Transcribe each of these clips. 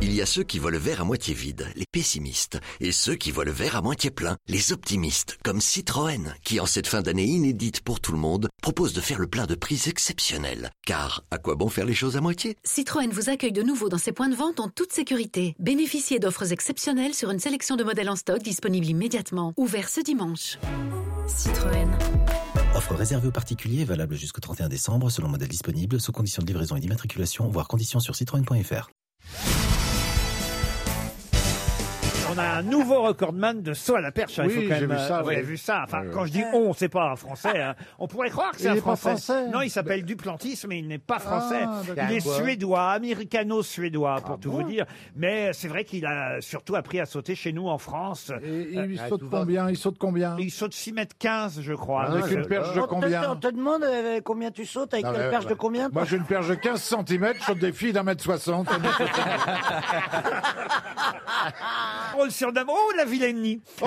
Il y a ceux qui voient le verre à moitié vide, les pessimistes, et ceux qui voient le verre à moitié plein, les optimistes, comme Citroën, qui en cette fin d'année inédite pour tout le monde, propose de faire le plein de prix exceptionnel. Car à quoi bon faire les choses à moitié ? Citroën vous accueille de nouveau dans ses points de vente en toute sécurité. Bénéficiez d'offres exceptionnelles sur une sélection de modèles en stock disponibles immédiatement. Ouvert ce dimanche. Citroën. Offre réservée aux particuliers, valable jusqu'au 31 décembre, selon modèle disponible, sous conditions de livraison et d'immatriculation, voire conditions sur citroën.fr. On a un nouveau recordman de saut à la perche. Oui, il faut quand j'ai même, vu ça, vous avez oui. vu ça. Enfin, Oui, quand je dis on, c'est pas un Français. Hein. On pourrait croire que c'est Il un est pas Français. français. Non, il s'appelle Duplantis, mais il n'est pas français. d'accord. Il est Quoi suédois, américano-suédois, pour tout vous dire. Mais c'est vrai qu'il a surtout appris à sauter chez nous en France. Et il saute combien? Il saute combien? Il saute 6,15 m, je crois. Avec une perche de combien? On te demande combien tu sautes, avec Non, quelle mais, perche de combien? Moi, j'ai une perche de 15 cm, je saute des filles d'1,60 m. On le surnomme, oh, la vilaine. Oh,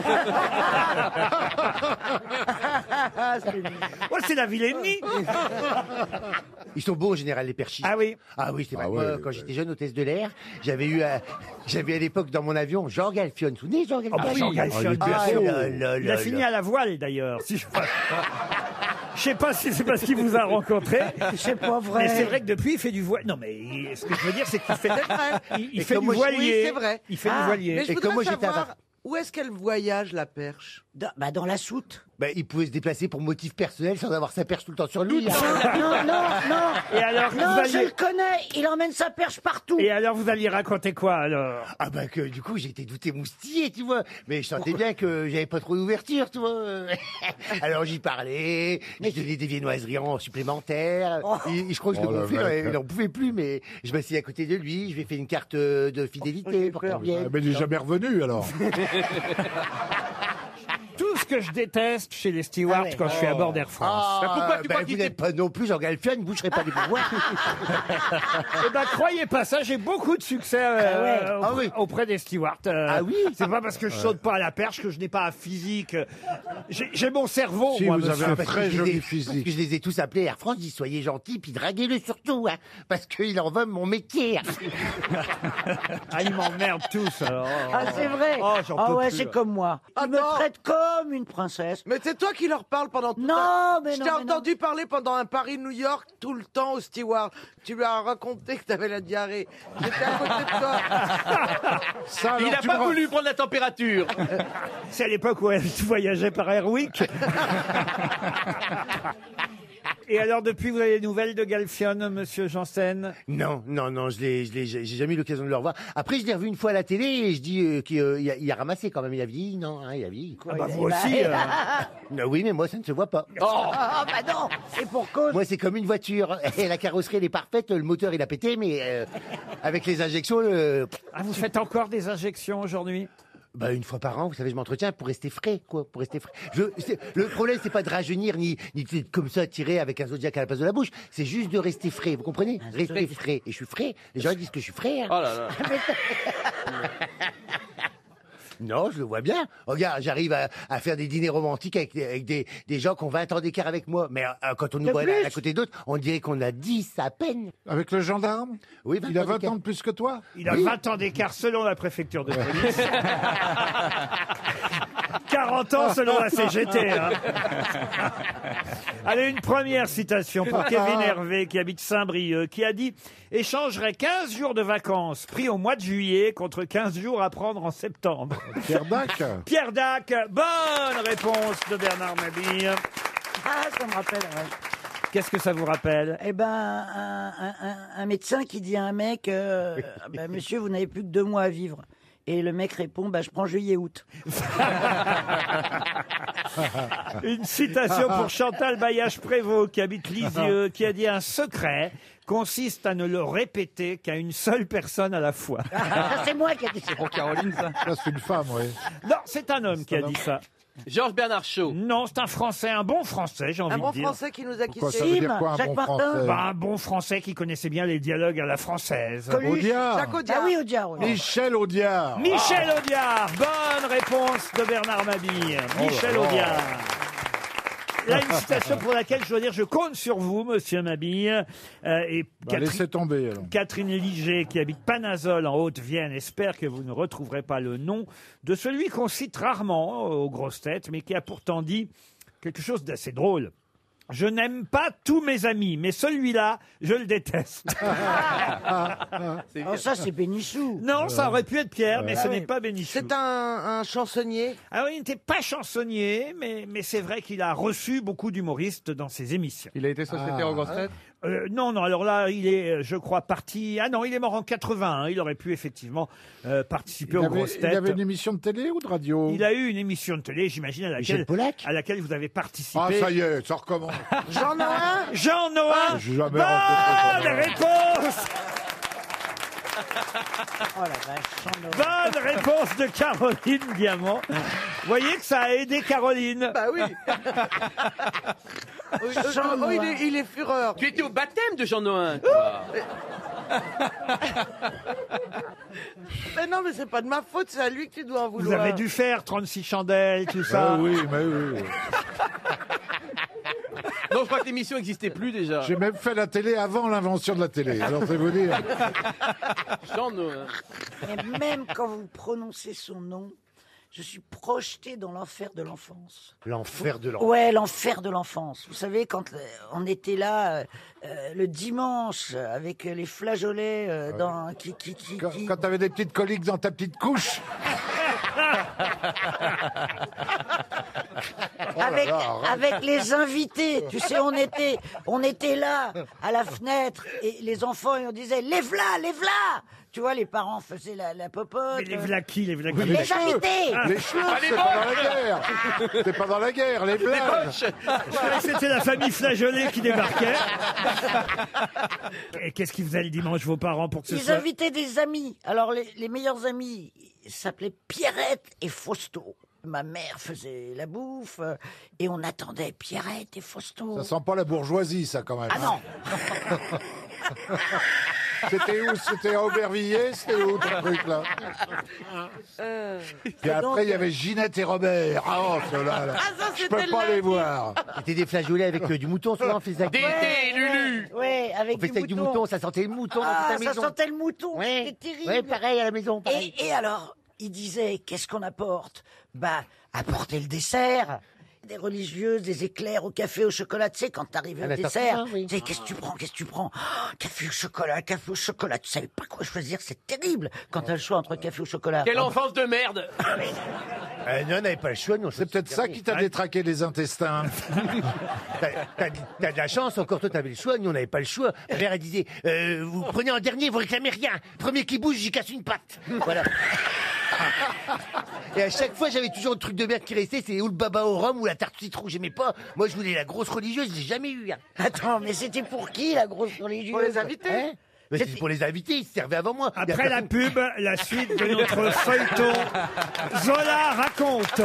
c'est la vilaine. Ils sont beaux en général, les perchistes. Ah oui. Ah oui, c'est vrai. Ah Moi, ouais, quand j'étais jeune hôtesse de l'air, j'avais à l'époque dans mon avion Jean Galfion. Vous vous souvenez, Jean Galfion? Ah oui, Jean Galfion, Ah, bien sûr. là, Il a fini à la voile d'ailleurs. Si je sais pas si c'est parce qu'il vous a rencontré. C'est pas vrai. Mais c'est vrai que depuis, il fait du voile. Non, mais ce que je veux dire, c'est qu'il fait, il fait du comme moi, voilier. oui, c'est vrai. Il fait du voilier. Mais je Et voudrais comme moi, j'étais à savoir, où est-ce qu'elle voyage, la perche? Dans la soute. Il pouvait se déplacer pour motif personnel sans avoir sa perche tout le temps sur lui. Non. Et alors, vous Non, je alliez... le connais. Il emmène sa perche partout. Et alors, vous alliez raconter quoi alors? Ah que du coup j'étais douté moustillé, tu vois. Mais je sentais bien que j'avais pas trop d'ouverture, tu vois. Alors j'y parlais, je donnais des viennoiseries en supplémentaire. Je crois que je le gonflais, il n'en pouvait plus, mais je m'assieds à côté de lui, je lui ai fait une carte de fidélité pour qu'il revienne. Mais il est jamais revenu, alors. Tout ce que je déteste chez les stewards quand je suis à bord d'Air France. Pourquoi tu vous n'êtes pas non plus Jean Galfion, vous ne boucherez pas les pouvoirs. Eh ben, croyez pas ça, j'ai beaucoup de succès auprès des stewards. C'est pas parce que je saute pas à la perche que je n'ai pas un physique. J'ai mon cerveau, Si, moi, vous avez monsieur. un très joli Parce que physique. je les ai tous appelés Air France, ils soyez gentils, puis draguez-le surtout, hein, parce qu'il en veut mon métier. Ah, ils m'emmerdent tous, alors. Ah, c'est vrai. Oh, j'en peux ouais, plus, c'est là. comme moi. Il me Attends. traite comme une princesse. Mais c'est toi qui leur parles pendant tout Non, mais Je non, t'ai mais non. entendu parler pendant un Paris-New York tout le temps au steward. Tu lui as raconté que t'avais la diarrhée. J'étais à côté de toi. Ça, alors, Il n'a tu pas me- voulu prendre la température. C'est à l'époque où elle voyageait par Airwick. Et alors, depuis, vous avez des nouvelles de Galfion, monsieur Janssen? Non, j'ai jamais eu l'occasion de le revoir. Après, je l'ai revu une fois à la télé et je dis qu'il a ramassé quand même. Il a vieilli, non, hein, il a vieilli. Quoi. Vous aussi. Non, oui, mais moi, ça ne se voit pas. Ah, bah non. Et pour cause. Moi, c'est comme une voiture. Et la carrosserie, elle est parfaite, le moteur, il a pété, mais avec les injections... Ah, vous faites encore des injections aujourd'hui? une fois par an, vous savez, je m'entretiens pour rester frais, quoi, pour rester frais. Le problème, c'est pas de rajeunir, ni d'être comme ça, tiré avec un Zodiac à la place de la bouche. C'est juste de rester frais, vous comprenez? Rester frais. Et je suis frais. Les gens disent que je suis frais. Hein. Oh là là. Non, je le vois bien. Regarde, j'arrive à faire des dîners romantiques avec des gens qui ont 20 ans d'écart avec moi. Mais quand on nous voit à côté d'autres, on dirait qu'on a 10 à peine. Avec le gendarme? Oui, Il a 20 ans de plus que toi? Il a 20 ans d'écart selon la préfecture de police. 40 ans selon la CGT. Hein. Allez, une première citation pour Kevin Hervé, qui habite Saint-Brieuc, qui a dit « Échangerait 15 jours de vacances pris au mois de juillet contre 15 jours à prendre en septembre. » Pierre Dac? Pierre Dac, bonne réponse de Bernard Mabille. Ah, ça me rappelle. Ouais. Qu'est-ce que ça vous rappelle? Eh ben, un médecin qui dit à un mec, monsieur, vous n'avez plus que 2 mois à vivre. Et le mec répond, je prends juillet-août. Une citation pour Chantal Bailliage-Prévost, qui habite Lisieux, qui a dit « Un secret consiste à ne le répéter qu'à une seule personne à la fois. » Ça, c'est moi qui ai dit ça. Pour Caroline, ça. Ça, c'est une femme, oui. Non, c'est un homme qui a dit ça. Georges Bernard Shaw. Non, c'est un Français, un bon Français, j'ai envie Un de bon dire. Français qui nous a Pourquoi quittés. ça veut dire quoi, un Jacques bon Martin? français? Un bon Français qui connaissait bien les dialogues à la française. Audiard. Jacques Audiard. Ah oui, Audiard. Oui. Michel Audiard. Michel Audiard, bonne réponse de Bernard Mabille. Michel Audiard. Là, une citation pour laquelle je dois dire, je compte sur vous, monsieur Mabille. Et laissez tomber. Alors. Catherine Liget, qui habite Panazol, en Haute-Vienne, espère que vous ne retrouverez pas le nom de celui qu'on cite rarement aux grosses têtes, mais qui a pourtant dit quelque chose d'assez drôle. Je n'aime pas tous mes amis, mais celui-là, je le déteste. Ça, c'est Bénichou. Non, ça aurait pu être Pierre, mais ce n'est pas Bénichou. C'est un chansonnier. Alors, il n'était pas chansonnier, mais c'est vrai qu'il a reçu beaucoup d'humoristes dans ses émissions. Il a été sociétaire aux grosses têtes. Non, alors là, il est, je crois, parti... Ah non, il est mort en 81. Il aurait pu, effectivement, participer aux grosses têtes. Il avait une émission de télé ou de radio? Il a eu une émission de télé, j'imagine, à laquelle vous avez participé. Ah, ça y est, ça recommence. Jean Noin. Jean Noin. J'ai jamais Bonne réponse. Oh la vache, Bonne réponse de Caroline Diamant. Vous voyez que ça a aidé Caroline. Bah oui. Il est fureur. Tu étais au baptême de Jean Noin. Mais non, mais c'est pas de ma faute, c'est à lui que tu dois en Vous vouloir. avez dû faire 36 chandelles, tout ça. Oui, mais oui. Non, je crois que l'émission n'existait plus déjà. J'ai même fait la télé avant l'invention de la télé. Alors, c'est vous dire. Jean Noin. Mais même quand vous prononcez son nom, je suis projeté dans l'enfer de l'enfance. L'enfer de l'enfance. Ouais, l'enfer de l'enfance. Vous savez, quand on était là le dimanche avec les flageolets Quand t'avais des petites coliques dans ta petite couche. Avec les invités, tu sais, on était là à la fenêtre et les enfants, et on disait lève-la. Tu vois, les parents faisaient la popote. Mais les vlaquis, les vlaquis. Les invités. Les cheveux, c'est pas dans la guerre. C'est pas dans la guerre, les blagues. C'était la famille flageolée qui débarquait. Et qu'est-ce qu'ils faisaient le dimanche, vos parents, pour que ce Ils soit... invitaient des amis. Alors, les meilleurs amis s'appelaient Pierrette et Fausto. Ma mère faisait la bouffe et on attendait Pierrette et Fausto. Ça sent pas la bourgeoisie, ça, quand même. Ah non. C'était où? C'était à Aubervilliers? C'était où, ton truc, là? Puis après, il y avait Ginette et Robert. Ah, oh, ceux-là, là. Je peux pas les voir. C'était des flageolets avec du mouton, souvent on faisait ça. D'été, Lulu. Ouais, avec On faisait ça avec du mouton, ça sentait le mouton dans Ah, toute la ça maison. sentait le mouton. Ouais. C'était terrible. Ouais, pareil à la maison, pareil. Et alors, il disait, qu'est-ce qu'on apporte? Bah, apporter le dessert. Des religieuses, des éclairs au café au chocolat. Tu sais, quand t'arrivais au la dessert, tartine, oui. tu sais, qu'est-ce que tu prends? Oh, café au chocolat. Tu savais pas quoi choisir. C'est terrible quand t'as le choix entre café au chocolat. Quelle enfance de merde. Non, on n'avait pas le choix, nous. C'est peut-être ça qui t'a détraqué les intestins. T'as de la chance, encore toi t'avais le choix, nous on n'avait pas le choix. Ma mère elle disait, vous prenez en dernier, vous réclamez rien. Premier qui bouge, j'y casse une patte. Voilà. Et à chaque fois j'avais toujours le truc de merde qui restait, c'est ou le baba au rhum ou la tarte citron, j'aimais pas. Moi je voulais la grosse religieuse, je l'ai jamais eu. Hein. Attends, mais c'était pour qui, la grosse religieuse? Pour les invités. Hein? Mais c'était pour les invités, ils se servaient avant moi. Après la pub, la suite de notre feuilleton Zola raconte.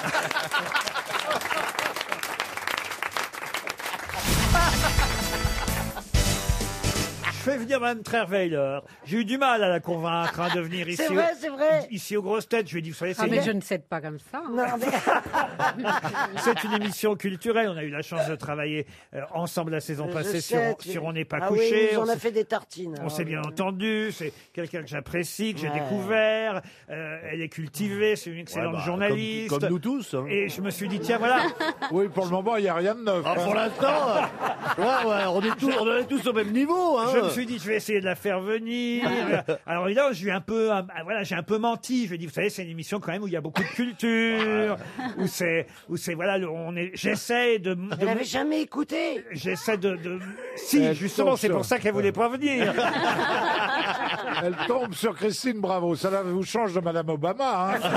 Je fais venir Mme Trerweiler. J'ai eu du mal à la convaincre de venir ici. C'est vrai. Ici aux grosses têtes. Je lui ai dit, vous savez, c'est mais je ne cède pas comme ça. Non, mais... c'est une émission culturelle. On a eu la chance de travailler ensemble la saison passée sur On n'est pas couché. Oui, on a fait des tartines. On s'est bien entendu. C'est quelqu'un que j'apprécie, que j'ai découvert. Elle est cultivée. C'est une excellente journaliste. Comme nous tous. Hein. Et je me suis dit, tiens, voilà. Oui, pour le moment, il n'y a rien de neuf. Ah, pour l'instant, on est tous au même niveau. Hein. Je me suis dit, je vais essayer de la faire venir. Alors là, j'ai un peu menti. Je lui ai dit, vous savez, c'est une émission quand même où il y a beaucoup de culture, où c'est, voilà, j'essaie de. Elle n'avait jamais écouté. J'essaie si, justement, c'est pour ça qu'elle voulait pas venir. Elle tombe sur Christine Bravo. Ça vous change de Madame Obama. Hein.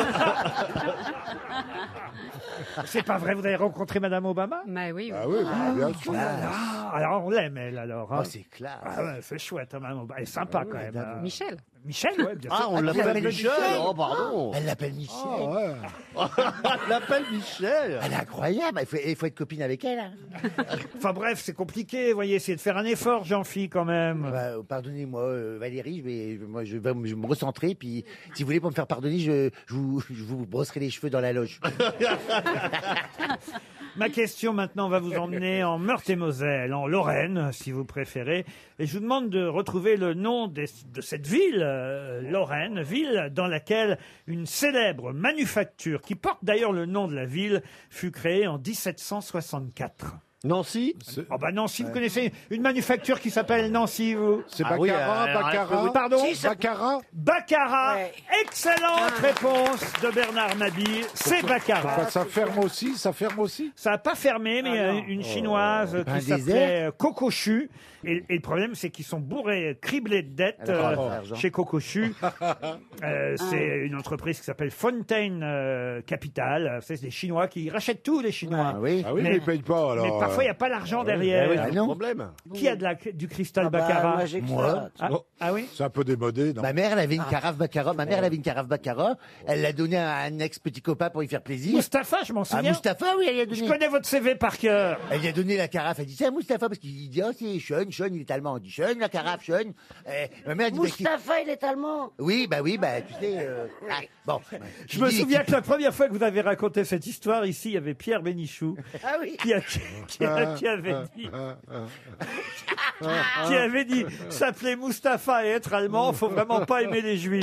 C'est pas vrai, vous avez rencontré Madame Obama? Bah oui. Ah oui, bien sûr. Alors on l'aime, elle, alors. Hein. Oh, c'est classe. Ah ouais, c'est chouette, hein, Madame Obama. Elle est sympa quand même. Michel. Michel, ouais, bien sûr. Ah, on l'appelle Michel. Oh, pardon. Elle l'appelle Michel. Ah, ouais. Elle l'appelle Michel. Elle est incroyable, il faut être copine avec elle. Hein. Enfin bref, c'est compliqué, vous voyez, essayez de faire un effort, Jean-Phi, quand même. Bah, pardonnez-moi, Valérie, je vais me recentrer, puis si vous voulez, pour me faire pardonner, je vous brosserai les cheveux dans la loge. Ma question maintenant va vous emmener en Meurthe-et-Moselle, en Lorraine, si vous préférez. Et je vous demande de retrouver le nom de cette ville, Lorraine, ville dans laquelle une célèbre manufacture, qui porte d'ailleurs le nom de la ville, fut créée en 1764. Nancy. Oh bah Nancy, vous connaissez une manufacture qui s'appelle Nancy, vous? C'est Baccarat. Pardon? Baccarat. Baccarat. Ouais. Excellente réponse de Bernard Mabille. C'est Baccarat. Ça ferme aussi. Ça n'a pas fermé, mais il y a une chinoise qui s'appelait Cocochu. Et le problème, c'est qu'ils sont bourrés, criblés de dettes chez Cocochu. C'est une entreprise qui s'appelle Fontaine Capital. C'est des Chinois qui rachètent tout, les Chinois. Ah oui, mais ils payent pas alors. Mais parfois, il n'y a pas l'argent derrière. C'est un problème. Qui a du cristal Baccarat? Moi, j'ai que Moi. ça. Ah oui? C'est un peu démodé, non? Ma mère, elle avait une carafe Baccarat. Elle l'a donnée à un ex-petit copain pour lui faire plaisir. Mustapha, je m'en Ah, souviens. Mustapha, oui, elle lui a donné. Je connais votre CV par cœur. Elle lui a donné la carafe. Elle dit, c'est à Mustapha, parce qu'il dit, oh, c'est Sean, il est allemand. On dit, Sean, la carafe, Sean. Ma mère dit, Mustapha, il est allemand. oui, tu sais, bon. Je me souviens que la première fois que vous avez raconté cette histoire, ici, il y avait Pierre Bénichou Ah oui. qui avait dit s'appeler Mustapha et être allemand, faut vraiment pas aimer les juifs.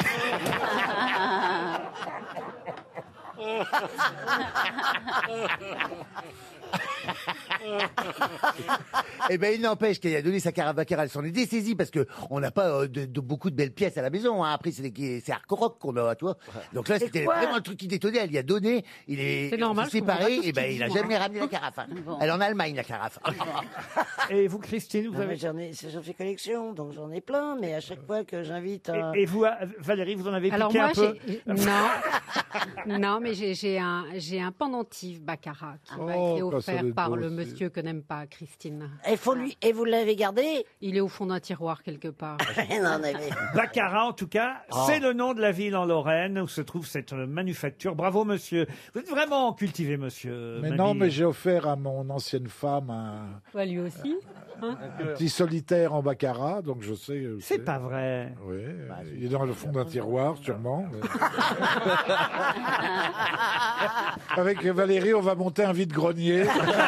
Eh ben, il n'empêche qu'elle a donné sa carafe Baccarat. Elle s'en est dessaisie parce que on n'a pas de beaucoup de belles pièces à la maison. Hein. Après, c'est Arcoroc qu'on a, tu vois. Donc là, c'était vraiment le truc qui détonnait. Elle lui a donné. C'est normal. Séparé. Et ben, il a jamais ramené la carafe. Hein. Bon. Elle est en Allemagne, la carafe. Et vous, Christine, vous avez... J'en fais collection, donc j'en ai plein, mais à chaque fois que j'invite un... Et vous, Valérie, vous en avez Alors piqué moi, un peu? Non, mais j'ai un pendentif Baccarat qui m'a été offert par le monsieur que n'aime pas Christine. Et vous l'avez gardé? Il est au fond d'un tiroir quelque part. Non, mais... Baccarat, en tout cas, c'est le nom de la ville en Lorraine où se trouve cette manufacture. Bravo, monsieur. Vous êtes vraiment cultivé, monsieur. Mais Mabille. non, mais j'ai offert à mon ancienne femme un Lui aussi. Hein petit solitaire en Baccarat, donc je sais. C'est pas vrai. Oui, il est dans le fond d'un tiroir, sûrement. mais- Avec Valérie, on va monter un vide-grenier.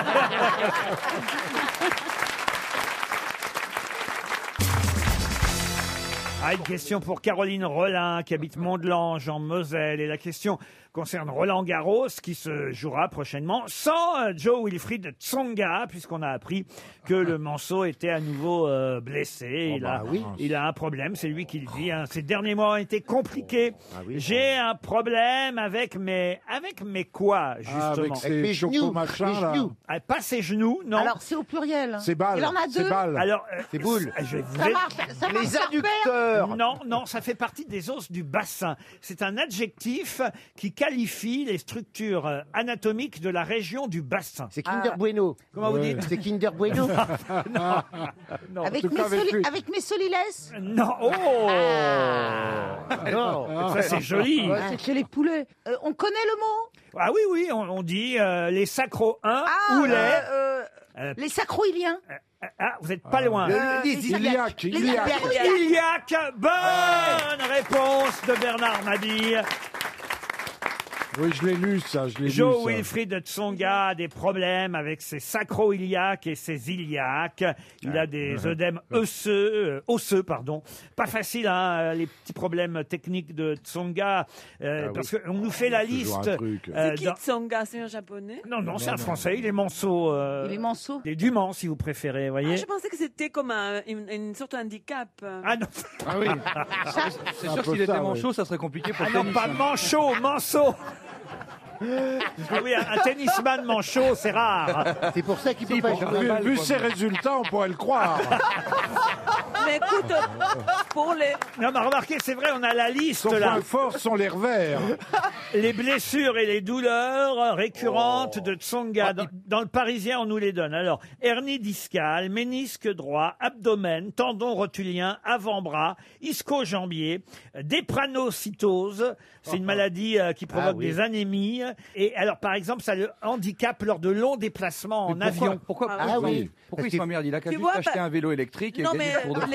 Ah, une question pour Caroline Rollin, qui habite Mont-de-Lange, en Moselle. Et la question concerne Roland Garros, qui se jouera prochainement sans Joe Wilfried Tsonga, puisqu'on a appris que le Manceau était à nouveau blessé. Il a un problème, c'est lui qui le dit. Hein. Ces derniers mois ont été compliqués. J'ai un problème avec mes quoi, justement? Avec ses chocos-machins, là. Pas ses genoux, non. Alors, c'est au pluriel. C'est balles. Il en a deux. C'est balles. Alors, C'est boule. je vais vous Ça marche Les par adducteurs. Non, ça fait partie des os du bassin. C'est un adjectif qui qualifie les structures anatomiques de la région du bassin. C'est Kinder Bueno. Comment vous dites? C'est Kinder Bueno. Non. Avec tout cas, avec lui. mes solilès. Non. Oh Non. Ça, c'est joli. C'est chez les poulets. On connaît le mot? Ah oui, on dit les sacro 1 ou Les sacro-iliens. vous n'êtes pas loin. Iliac. Iliac, bonne réponse de Bernard Mabille. Oui, je l'ai lu, ça. Joe Wilfried Tsonga a des problèmes avec ses sacro-iliaques et ses iliaques. Il a des œdèmes osseux. Pas facile, hein, les petits problèmes techniques de Tsonga, parce qu'on nous fait la liste. C'est qui Tsonga? C'est un japonais? Non, c'est un français. Il est Manceau. Il est Manceau. Il est du Mans, si vous préférez, voyez. Je pensais que c'était comme une sorte de handicap. Ah non. Ah oui. C'est sûr que s'il était manchot, ça serait compliqué pour Ah le non, tennis. pas Manchot, Manceau. Ah oui, un tennisman manchot, c'est rare. C'est pour ça qu'il peut pas jouer. Vu ses résultats, on pourrait le croire. Mais écoute, pour les... Non, mais remarquez, c'est vrai, on a la liste Son là. point fort sont les revers. Les blessures et les douleurs récurrentes de Tsonga. Dans le Parisien, on nous les donne. Alors, hernie discale, ménisque droit, abdomen, tendon rotulien, avant-bras, ischio-jambier, dépranocytose. C'est une maladie qui provoque des anémies. Et alors, par exemple, ça le handicape lors de longs déplacements en avion. Pourquoi il s'emmerde? Il a qu'à Tu juste vois, acheter un vélo électrique et Non, gagner mais le Tour de France.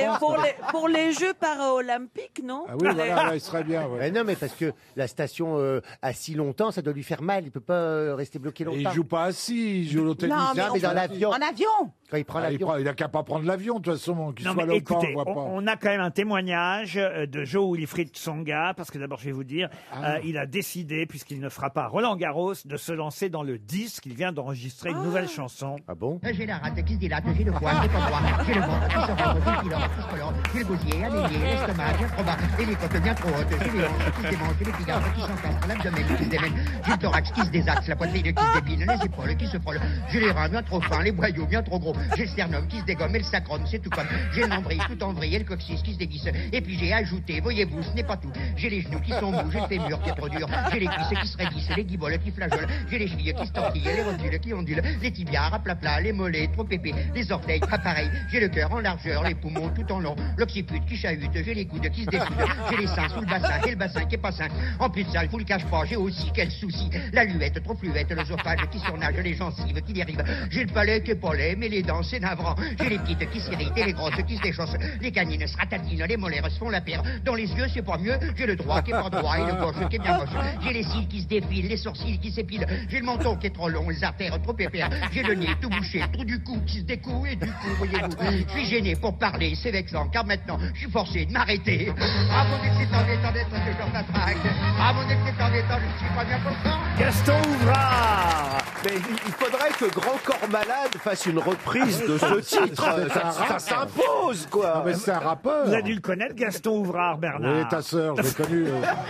C'est France. pour les Jeux paralympiques, non? Ah oui, voilà, ouais, il serait bien. Ouais. Mais non, mais parce que la station assis longtemps, ça doit lui faire mal. Il peut pas rester bloqué Et longtemps. il joue pas assis, il joue au tennis. Non, mais dans l'avion. En avion. Quand il prend Il l'avion. a qu'à pas prendre l'avion, de toute façon, qu'il Non, soit mais là ou pas, écoutez, on voit pas. on a quand même un témoignage de Joe Wilfried Tsonga, parce que d'abord, je vais vous dire, il a décidé, puisqu'il ne fera pas Roland Garros, de se lancer dans le disque. Il vient d'enregistrer une nouvelle chanson. Ah bon? J'ai la rate qui se dilate, j'ai le foie qui est en droit, j'ai le ventre qui se rend, j'ai le pylore qui se colore, j'ai le gosier anémié, l'estomac bien trop bas, et les côtes bien trop hautes, j'ai les hanches qui se démangent, j'ai les pigards qui s'encastrent, l'abdomen qui se démène, j'ai le thorax qui se désaxe, la poitrine qui se dépile, les épaules qui se frôlent, j'ai les reins bien trop fins, les boyaux bien trop gros, j'ai le sternum qui se dégomme et le sacrum, c'est tout comme, j'ai le nombril tout en vrille et le coccyx qui se dévisse, et puis j'ai ajouté, voyez-vous, ce n'est pas tout, j'ai les genoux qui sont mous, j'ai le fémur qui est trop dur, j'ai les cuisses qui se raidissent, les guiboles qui flageolent, j'ai les chevilles qui se tortillent, les rotules qui ondulent, les tibias à plat plat, les mollets trop épais, les orteils pas pareils, j'ai le cœur en largeur, les poumons tout en long, l'occiput qui chahute, j'ai les coudes qui se découdent, j'ai les seins sous le bassin et le bassin qui est pas sain. En plus de ça, je vous le cache pas, j'ai aussi quel souci, la luette trop fluette, l'œsophage qui surnage, les gencives qui dérivent, j'ai le palais qui est pas laid, mais les dents c'est navrant, j'ai les petites qui s'irritent et les grosses qui se déchaussent, les canines se ratatinent, les molaires se font la paire, dans les yeux c'est pas mieux, j'ai le droit qui est pas droit et le gauche qui est bien moche, j'ai les cils qui se défilent, les sourcils qui s'épilent, j'ai le menton qui est trop long, les artères trop épais, j'ai le nez tout bouché, le trou du cou qui se découle et du coup, voyez-vous, je suis gêné pour parler, c'est vexant, car maintenant, je suis forcé de m'arrêter. Ah mon Dieu, c'est embêtant d'être ce genre d'attraque. Ah mon Dieu, c'est embêtant, je ne suis pas bien content. Gaston Ouvrard. Mais il faudrait que Grand Corps Malade fasse une reprise de ce titre. Ça s'impose, quoi. Ah, mais c'est un rappeur. Vous avez dû le connaître, Gaston Ouvrard, Bernard. Oui, ta sœur, je l'ai connue.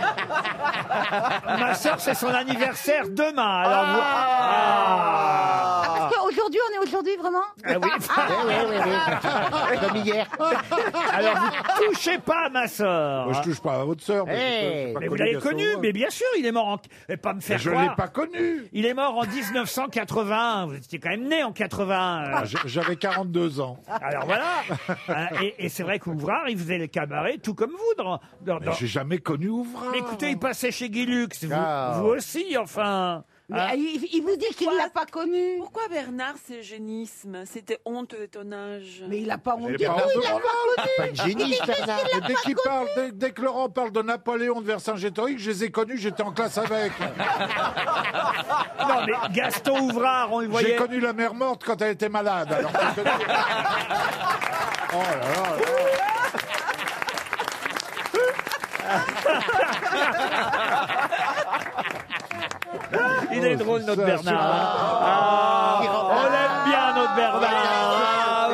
Ma sœur, c'est son anniversaire demain. Alors Parce qu'aujourd'hui, on est aujourd'hui, vraiment? Ah oui. oui. Comme hier. Alors, vous touchez pas à ma sœur. Moi, je touche pas à votre sœur. Mais vous l'avez connu, mais bien sûr, il est mort en... Et pas me faire je ne croire. l'ai pas connu. Il est mort en 1981. Vous étiez quand même né en 81. J'avais 42 ans. Alors voilà. Et c'est vrai qu'Ouvrard, il faisait les cabarets, tout comme vous. Mais j'ai jamais connu Ouvrard. Mais écoutez, il passait chez Guy Lux. Ah. Vous aussi, enfin. Mais il vous dit qu'il ne l'a pas connu. Pourquoi Bernard, c'est génisme? C'était honte de ton âge. Mais il n'a pas honte. Il Il est l'a pas pas honte. connu. Pas une génisse, Bernard. Et dès que Laurent parle de Napoléon de Vercingétorix, je les ai connus, j'étais en classe avec. Non, mais Gaston Ouvrard, on le voyait. J'ai connu la mère morte quand elle était malade. Alors j'ai connu- Oh là là là. Il est drôle, notre ça, Bernard. Ah. On l'aime bien, notre Bernard.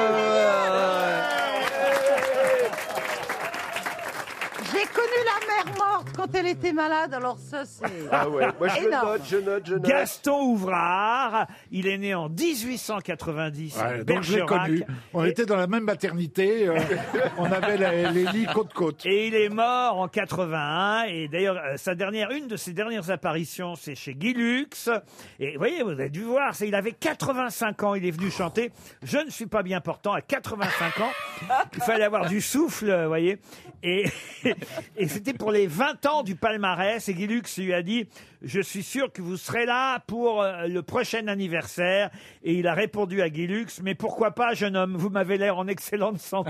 J'ai connu la mère morte quand elle était malade, alors ça, c'est... Ah ouais, moi énorme. je note. Gaston Ouvrard, il est né en 1890 à Ouais, donc je l'ai Bergerac. connu. On était dans la même maternité. On avait les lits côte-côte. Et il est mort en 81. Et d'ailleurs, une de ses dernières apparitions, c'est chez Guy Lux. Et vous voyez, vous avez dû voir, il avait 85 ans. Il est venu chanter « Je ne suis pas bien portant » à 85 ans. Il fallait avoir du souffle, vous voyez. Et c'était pour les 20 ans du palmarès. Et Guy Lux lui a dit « Je suis sûr que vous serez là pour le prochain anniversaire. » Et il a répondu à Guy Lux « Mais pourquoi pas, jeune homme, vous m'avez l'air en excellente santé. »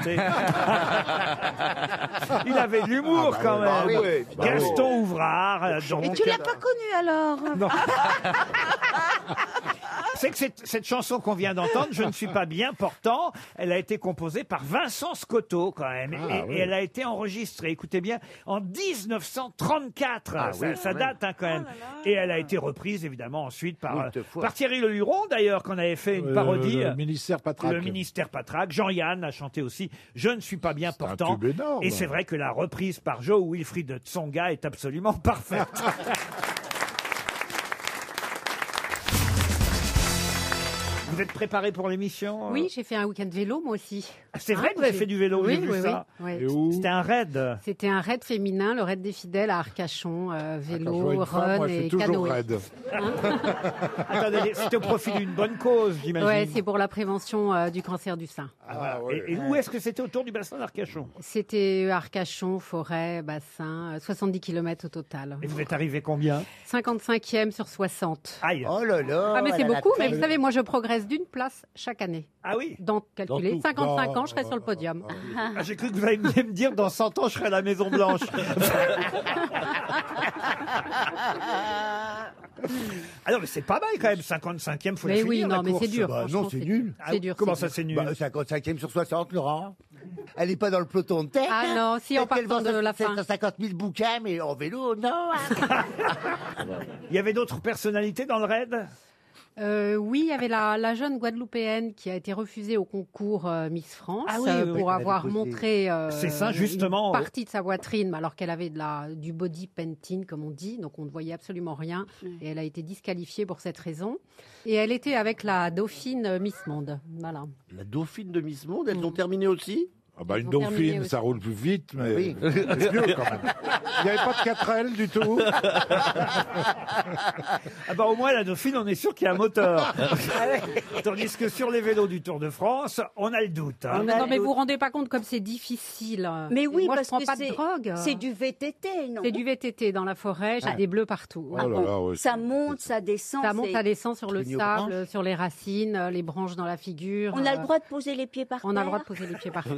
Il avait de l'humour quand même. oui. Gaston Ouvrard. Et tu l'as pas connu, alors? Non. C'est que cette chanson qu'on vient d'entendre, Je ne suis pas bien portant, elle a été composée par Vincent Scotto quand même. Et elle a été enregistrée, écoutez bien, en 1934. Ça date quand même. Et elle a été reprise évidemment ensuite par Thierry Leluron d'ailleurs, qu'on avait fait une parodie. Le ministère Patraque. Le ministère Patraque. Jean-Yann a chanté aussi Je ne suis pas bien portant. un tube énorme. Et c'est vrai que la reprise par Joe Wilfried Tsonga est absolument parfaite. Vous êtes préparé pour l'émission? Oui, j'ai fait un week-end vélo, moi aussi. C'est vrai que vous avez fait du vélo, oui, j'ai vu ça. Oui. Et où? C'était un raid. C'était un raid féminin, le raid des fidèles à Arcachon, vélo, Quand je vois une femme, run moi, je et fais toujours canoë. raide. Attendez, c'était au profit d'une bonne cause, j'imagine. Ouais, c'est pour la prévention du cancer du sein. Et où est-ce que c'était autour du bassin d'Arcachon? C'était Arcachon, forêt, bassin, 70 km au total. Et vous êtes arrivé combien? 55e sur 60. Aïe. Oh là là. Ah mais c'est elle a la beaucoup, mais tête. vous savez, moi je progresse d'une place chaque année. Ah oui. Donc, calculez, Dans tout. 55 Dans- ans, je serai sur le podium. Ah, j'ai cru que vous alliez me dire dans 100 ans, je serai à la Maison Blanche. Ah non, mais c'est pas mal quand même, 55e, faut Mais la oui, finir, non, la mais course. c'est dur, Bah, franchement, non, c'est nul. Ah C'est oui, dur. comment c'est ça, c'est nul? Bah, 55e sur 60, Laurent. Elle n'est pas dans le peloton de tête. Ah hein. non, si, en Peut-être qu'elle partant vend de la fin. 750 000 bouquins, mais en vélo, non. hein. Il y avait d'autres personnalités dans le raid? Oui, il y avait la jeune Guadeloupéenne qui a été refusée au concours Miss France Ah oui, oui, oui, pour qu'elle avait avoir posé. montré C'est ça, justement. une partie de sa poitrine, alors qu'elle avait du body painting, comme on dit, donc on ne voyait absolument rien. Et elle a été disqualifiée pour cette raison. Et elle était avec la dauphine Miss Monde. Voilà. La dauphine de Miss Monde, elles ont terminé aussi? Ah bah, une Ils ont terminé dauphine, aussi. ça roule plus vite, mais Oui. c'est mieux quand même. Il n'y avait pas de 4L du tout. Ah bah au moins la Dauphine, on est sûr qu'il y a un moteur. Tandis que sur les vélos du Tour de France, on a le doute. hein. Non, mais vous vous rendez pas compte comme c'est difficile. Mais oui, Et moi, parce je prends que pas de drogue. c'est du VTT, non? C'est du VTT dans la forêt, j'ai des bleus partout. Oh là là, ouais. Ça monte, ça descend. Ça monte, c'est- ça descend sur le Tenu aux sable, branches. sur les racines, les branches dans la figure. On a le droit de poser les pieds par terre. On a le droit de poser les pieds par terre.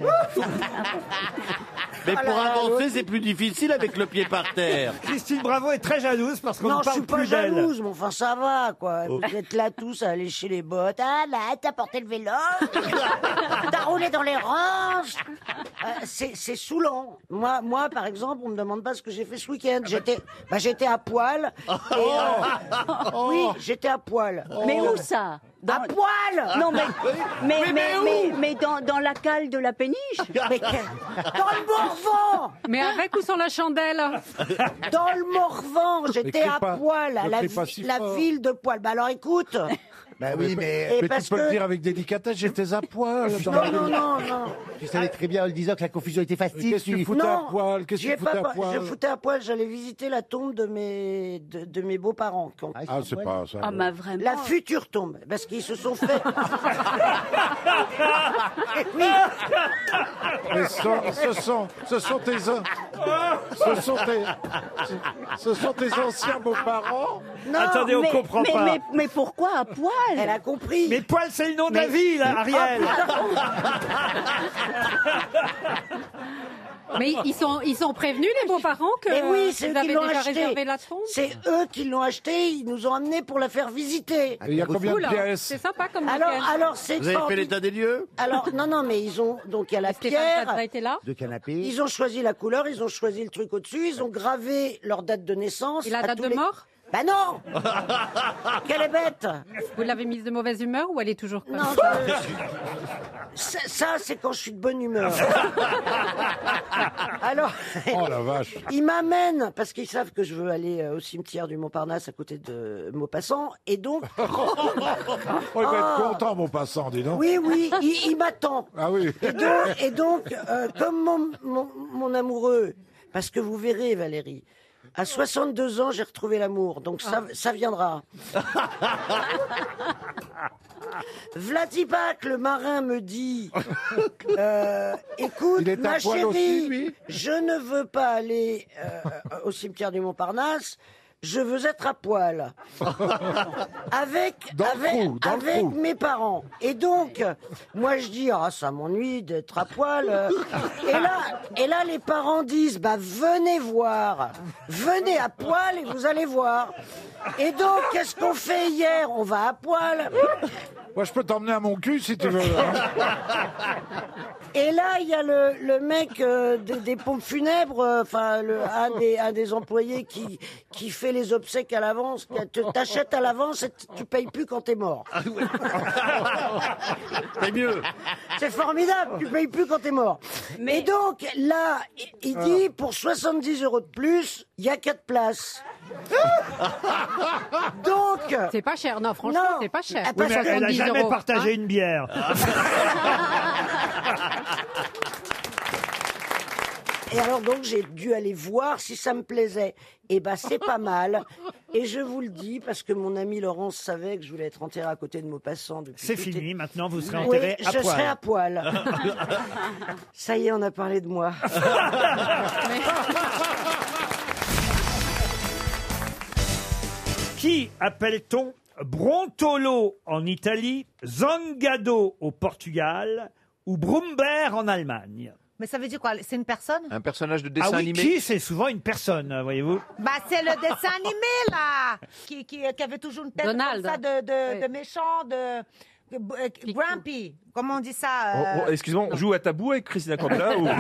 Mais Oh pour là là, avancer, l'autre. c'est plus difficile avec le pied par terre. Christine Bravo est très jalouse parce qu'on Non, ne je parle suis pas plus d'elle. jalouse, mais enfin ça va, quoi. Vous êtes là tous à lécher les bottes. Ah là, t'as porté le vélo, t'as roulé dans les ranges. C'est saoulant. Moi, par exemple, on me demande pas ce que j'ai fait ce week-end. J'étais à poil. Et, oui, j'étais à poil. Mais où ça? À poil. Non, mais dans la cale de la péniche. Mais dans le Morvan. Mais avec ou sans la chandelle? Dans le Morvan, j'étais crie à pas- poil, à ne la, crie pas si la fort. ville de Poil. Bah alors écoute. Bah oui, mais. Et Mais parce tu peux que- le dire avec délicatesse, j'étais à poil. dans Non, la- non, non, non. Tu savais très bien en le disant que la confusion était Mais facile. qu'est-ce que tu foutais à poil? Qu'est-ce que j'ai tu foutais pas- à poil? Je foutais à poil, j'allais visiter la tombe de mes beaux-parents. Ah, c'est pas ça. Ah, bah vraiment. La future tombe, parce qu'ils se sont fait. Oui. Mais ce sont tes anciens beaux-parents. Non, Attendez, on comprend pas. Mais pourquoi à poil? Elle a compris. Mais Poil, c'est le nom de la Mais- ville, Ariel. Mais ils sont prévenus, les beaux-parents, que Et oui, c'est vous eux qui avez l'ont déjà acheté. réservé la tombe? C'est eux qui l'ont acheté, ils nous ont amenés pour la faire visiter. Et il y a combien de Oula, pièces? c'est sympa comme Alors, week-end. alors c'est Vous avez fait extraordinaire. l'état des lieux? Alors, non, mais ils ont, donc il y a la Stéphane pierre. Plaza était là. De canapé. Ils ont choisi la couleur, ils ont choisi le truc au-dessus, ils ont gravé leur date de naissance. Et la à date tous de les- mort? Bah non. Quelle est bête. Vous l'avez mise de mauvaise humeur ou elle est toujours comme Non, ça? ça c'est quand je suis de bonne humeur. Alors, Oh la vache. ils m'amènent, parce qu'ils savent que je veux aller au cimetière du Montparnasse à côté de Maupassant, et donc... Oh, il va être content, mon passant, dis donc. Oui, il m'attend. Ah oui. Et donc, comme mon amoureux, parce que vous verrez, Valérie, à 62 ans, j'ai retrouvé l'amour, donc ça viendra. Vladipak, le marin, me dit écoute, Il est à ma poil chérie, aussi, lui je ne veux pas aller au cimetière du Montparnasse. Je veux être à poil. Avec mes parents. Et donc, moi je dis, ah, ça m'ennuie d'être à poil. Et là, les parents disent, bah, venez voir. Venez à poil et vous allez voir. Et donc, qu'est-ce qu'on fait hier? On va à poil. Moi, je peux t'emmener à mon cul si tu veux. hein. Et là, il y a le mec des pompes funèbres, enfin un des employés qui fait les obsèques à l'avance. T'achètes à l'avance et tu payes plus quand t'es mort. C'est mieux. C'est formidable, tu payes plus quand t'es mort. Et donc là, il dit pour 70 € de plus, il y a 4 places. Donc, C'est pas cher, non, franchement, Non. c'est pas cher. Ah, Oui, mais elle n'a 70 jamais €, partagé hein. une bière. et alors donc j'ai dû aller voir si ça me plaisait. Et ben c'est pas mal. Et je vous le dis parce que mon ami Laurence savait que je voulais être enterré à côté de Maupassant depuis. C'est tout fini, maintenant vous serez Oui, enterré à je poil. serai à poil. Ça y est, on a parlé de moi. Qui appelle-t-on Brontolo en Italie, Zangado au Portugal ou Brumberg en Allemagne. Mais ça veut dire quoi? C'est une personne? Un personnage de dessin Ah oui, animé. qui c'est souvent une personne, voyez-vous. Bah, c'est le dessin animé, là, qui avait toujours une tête Donald. comme ça de méchant, grumpy. Comment on dit ça? Excuse-moi, on joue à tabou avec Christina Cordula ou...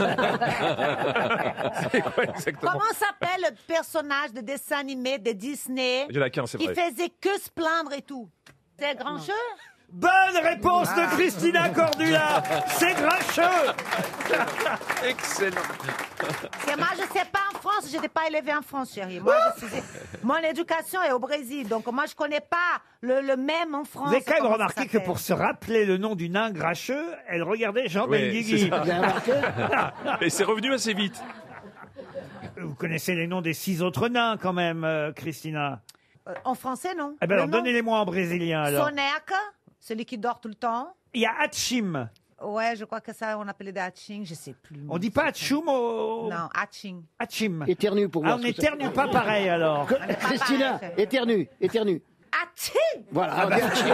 C'est quoi exactement? Comment s'appelle le personnage de dessin animé de Disney Il y en a qu'un, c'est qui vrai. faisait que se plaindre et tout? C'est Grincheux? Bonne réponse de Christina Cordula. C'est Grincheux. Excellent. Moi, je sais pas en France, je n'étais pas élevée en France, chérie. Moi, mon éducation est au Brésil, donc moi, je connais pas le même en France. Vous avez quand même comment ça remarqué que s'appelle. pour se rappeler le nom du nain Grincheux, elle regardait Jean Oui, Benguigui. c'est ça. Et c'est revenu assez vite. Vous connaissez les noms des 6 autres nains quand même, Christina. En français, non? Eh ben alors, Le nom? donnez-les-moi en brésilien alors. Soneca, celui qui dort tout le temps. Il y a Hachim. Ouais, je crois que ça, on appelait des Hatching, je sais plus. On dit pas Hachum au... Non, Hatching. Hachim. Éternue pour moi. Ah, on n'éternue pas pareil alors. Christina, éternue. Hatching! Voilà. Ah bah,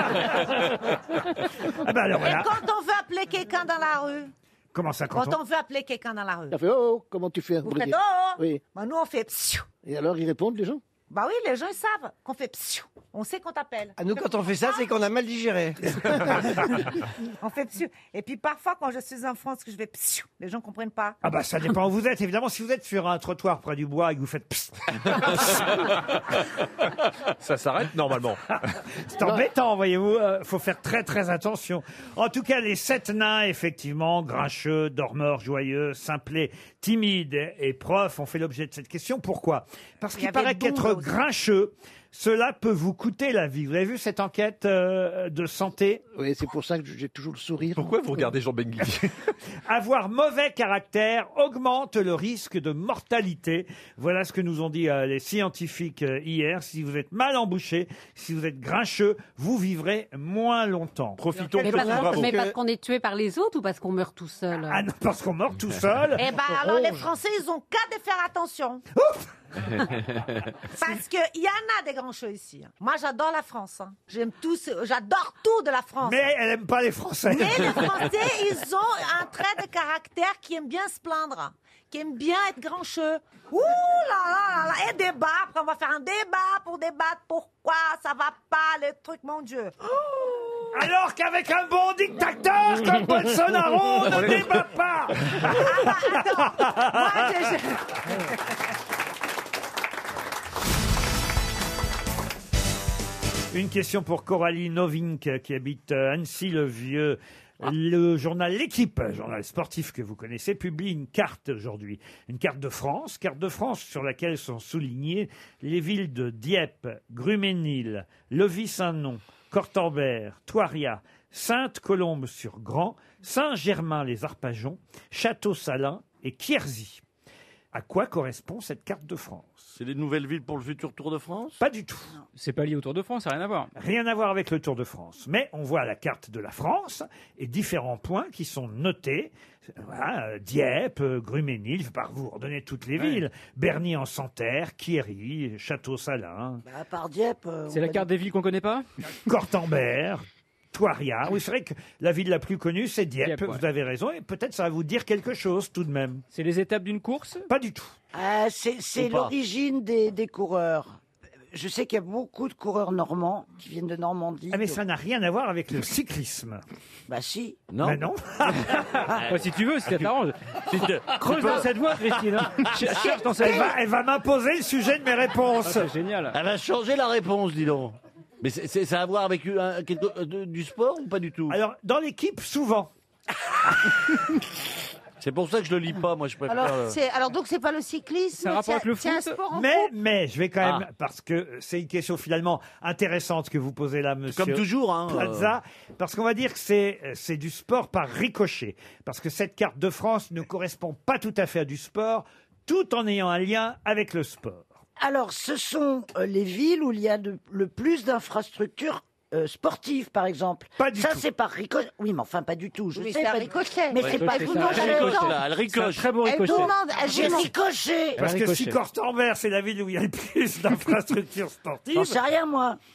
ah bah alors Et voilà. quand on veut appeler quelqu'un dans la rue? Comment ça Quand on veut appeler quelqu'un dans la rue? Ça fait oh, comment tu fais? Vous faites oh! Oui. Bah, nous, on fait psiou. Et alors, ils répondent, les gens? Bah oui, les gens, ils savent qu'on fait psiou. On sait qu'on t'appelle. À nous, quand on fait ça, c'est qu'on a mal digéré. On fait psiou. Et puis parfois, quand je suis en France, que je fais psiou, les gens comprennent pas. Ah bah ça dépend où vous êtes. Évidemment, si vous êtes sur un trottoir près du bois et que vous faites psst, Ça s'arrête normalement. c'est embêtant, voyez-vous. Faut faire très très attention. En tout cas, les 7 nains, effectivement, grincheux, dormeurs, joyeux, simplés, timides et profs ont fait l'objet de cette question. Pourquoi? Parce Il y qu'il avait paraît Boum qu'être aussi. grincheux, cela peut vous coûter la vie. Vous avez vu cette enquête de santé? Oui, c'est pour ça que j'ai toujours le sourire. Pourquoi vous regardez Jean Benguigui? Avoir mauvais caractère augmente le risque de mortalité. Voilà ce que nous ont dit les scientifiques hier. Si vous êtes mal embouché, si vous êtes grincheux, vous vivrez moins longtemps. Profitons Mais parce qu'on est tué par les autres ou parce qu'on meurt tout seul? Ah non, parce qu'on meurt tout seul. Eh ben alors, les Français, ils ont qu'à de faire attention. Parce qu'il y en a des grancheux ici. Moi, j'adore la France. J'aime tout, j'adore tout de la France. Mais elle aime pas les Français. Mais les Français, ils ont un trait de caractère qui aime bien se plaindre, qui aime bien être grincheux. Ouh là là là là, et débat. Après, on va faire un débat pour débattre pourquoi ça va pas, les trucs, mon Dieu. Alors qu'avec un bon dictateur comme Bolsonaro, on ne débat pas. Une question pour Coralie Novink qui habite Annecy-le-Vieux. Le journal L'Équipe, journal sportif que vous connaissez, publie une carte aujourd'hui. Une carte de France sur laquelle sont soulignées les villes de Dieppe, Gruménil, Levis-Saint-Nom, Cortambert, Thoiria, Sainte-Colombe-sur-Grand, Saint-Germain-les-Arpajons, Château-Salins et Quierzy. À quoi correspond cette carte de France? C'est des nouvelles villes pour le futur Tour de France? Pas du tout. C'est pas lié au Tour de France, ça n'a rien à voir. Rien à voir avec le Tour de France. Mais on voit la carte de la France et différents points qui sont notés. Voilà, Dieppe, Gruménil, je ne vais pas vous redonner toutes les villes. Berny-en-Santerre, Quierzy, Château-Salins. Bah, à part Dieppe. C'est la carte des villes qu'on connaît pas? Cortambert. Thoiria. Oui, c'est vrai que la ville la plus connue, c'est Dieppe. Dieppe, ouais. Vous avez raison. Et peut-être ça va vous dire quelque chose tout de même. C'est les étapes d'une course? Pas du tout. C'est Ou pas. l'origine des coureurs. Je sais qu'il y a beaucoup de coureurs normands qui viennent de Normandie. Ah, mais ça n'a rien à voir avec le cyclisme. Bah si. Non. Bah non. Bah, si tu veux, si ça t'arrange. Creuse dans cette voie, Christine. hein. Cherche dans cette voie. Elle va m'imposer le sujet de mes réponses. Ah, c'est génial. Elle va changer la réponse, dis donc. Mais ça a à voir avec du sport ou pas du tout? Alors, dans l'équipe, souvent. C'est pour ça que je le lis pas, moi je préfère. Alors donc c'est pas le cyclisme, C'est un rapport avec le c'est un foot sport en Mais je vais quand même, Ah. parce que c'est une question finalement intéressante que vous posez là, monsieur. Comme toujours, hein. Plaza, parce qu'on va dire que c'est du sport par ricochet. Parce que cette carte de France ne correspond pas tout à fait à du sport, tout en ayant un lien avec le sport. Alors, ce sont les villes où il y a le plus d'infrastructures sportives, par exemple. Pas du ça, tout. c'est par ricochet. Oui, mais enfin, pas du tout. Je Oui, sais, c'est un pas- ricochet. Mais Ouais, c'est pas ricochet, vous c'est un demandez. ricoche, là, elle C'est un ricoche. très beau Elle ricochet. demande, J'ai ricoché. Parce que ricochet. si Cortambert, c'est la ville où il y a le plus d'infrastructures sportives. J'en sais rien, moi.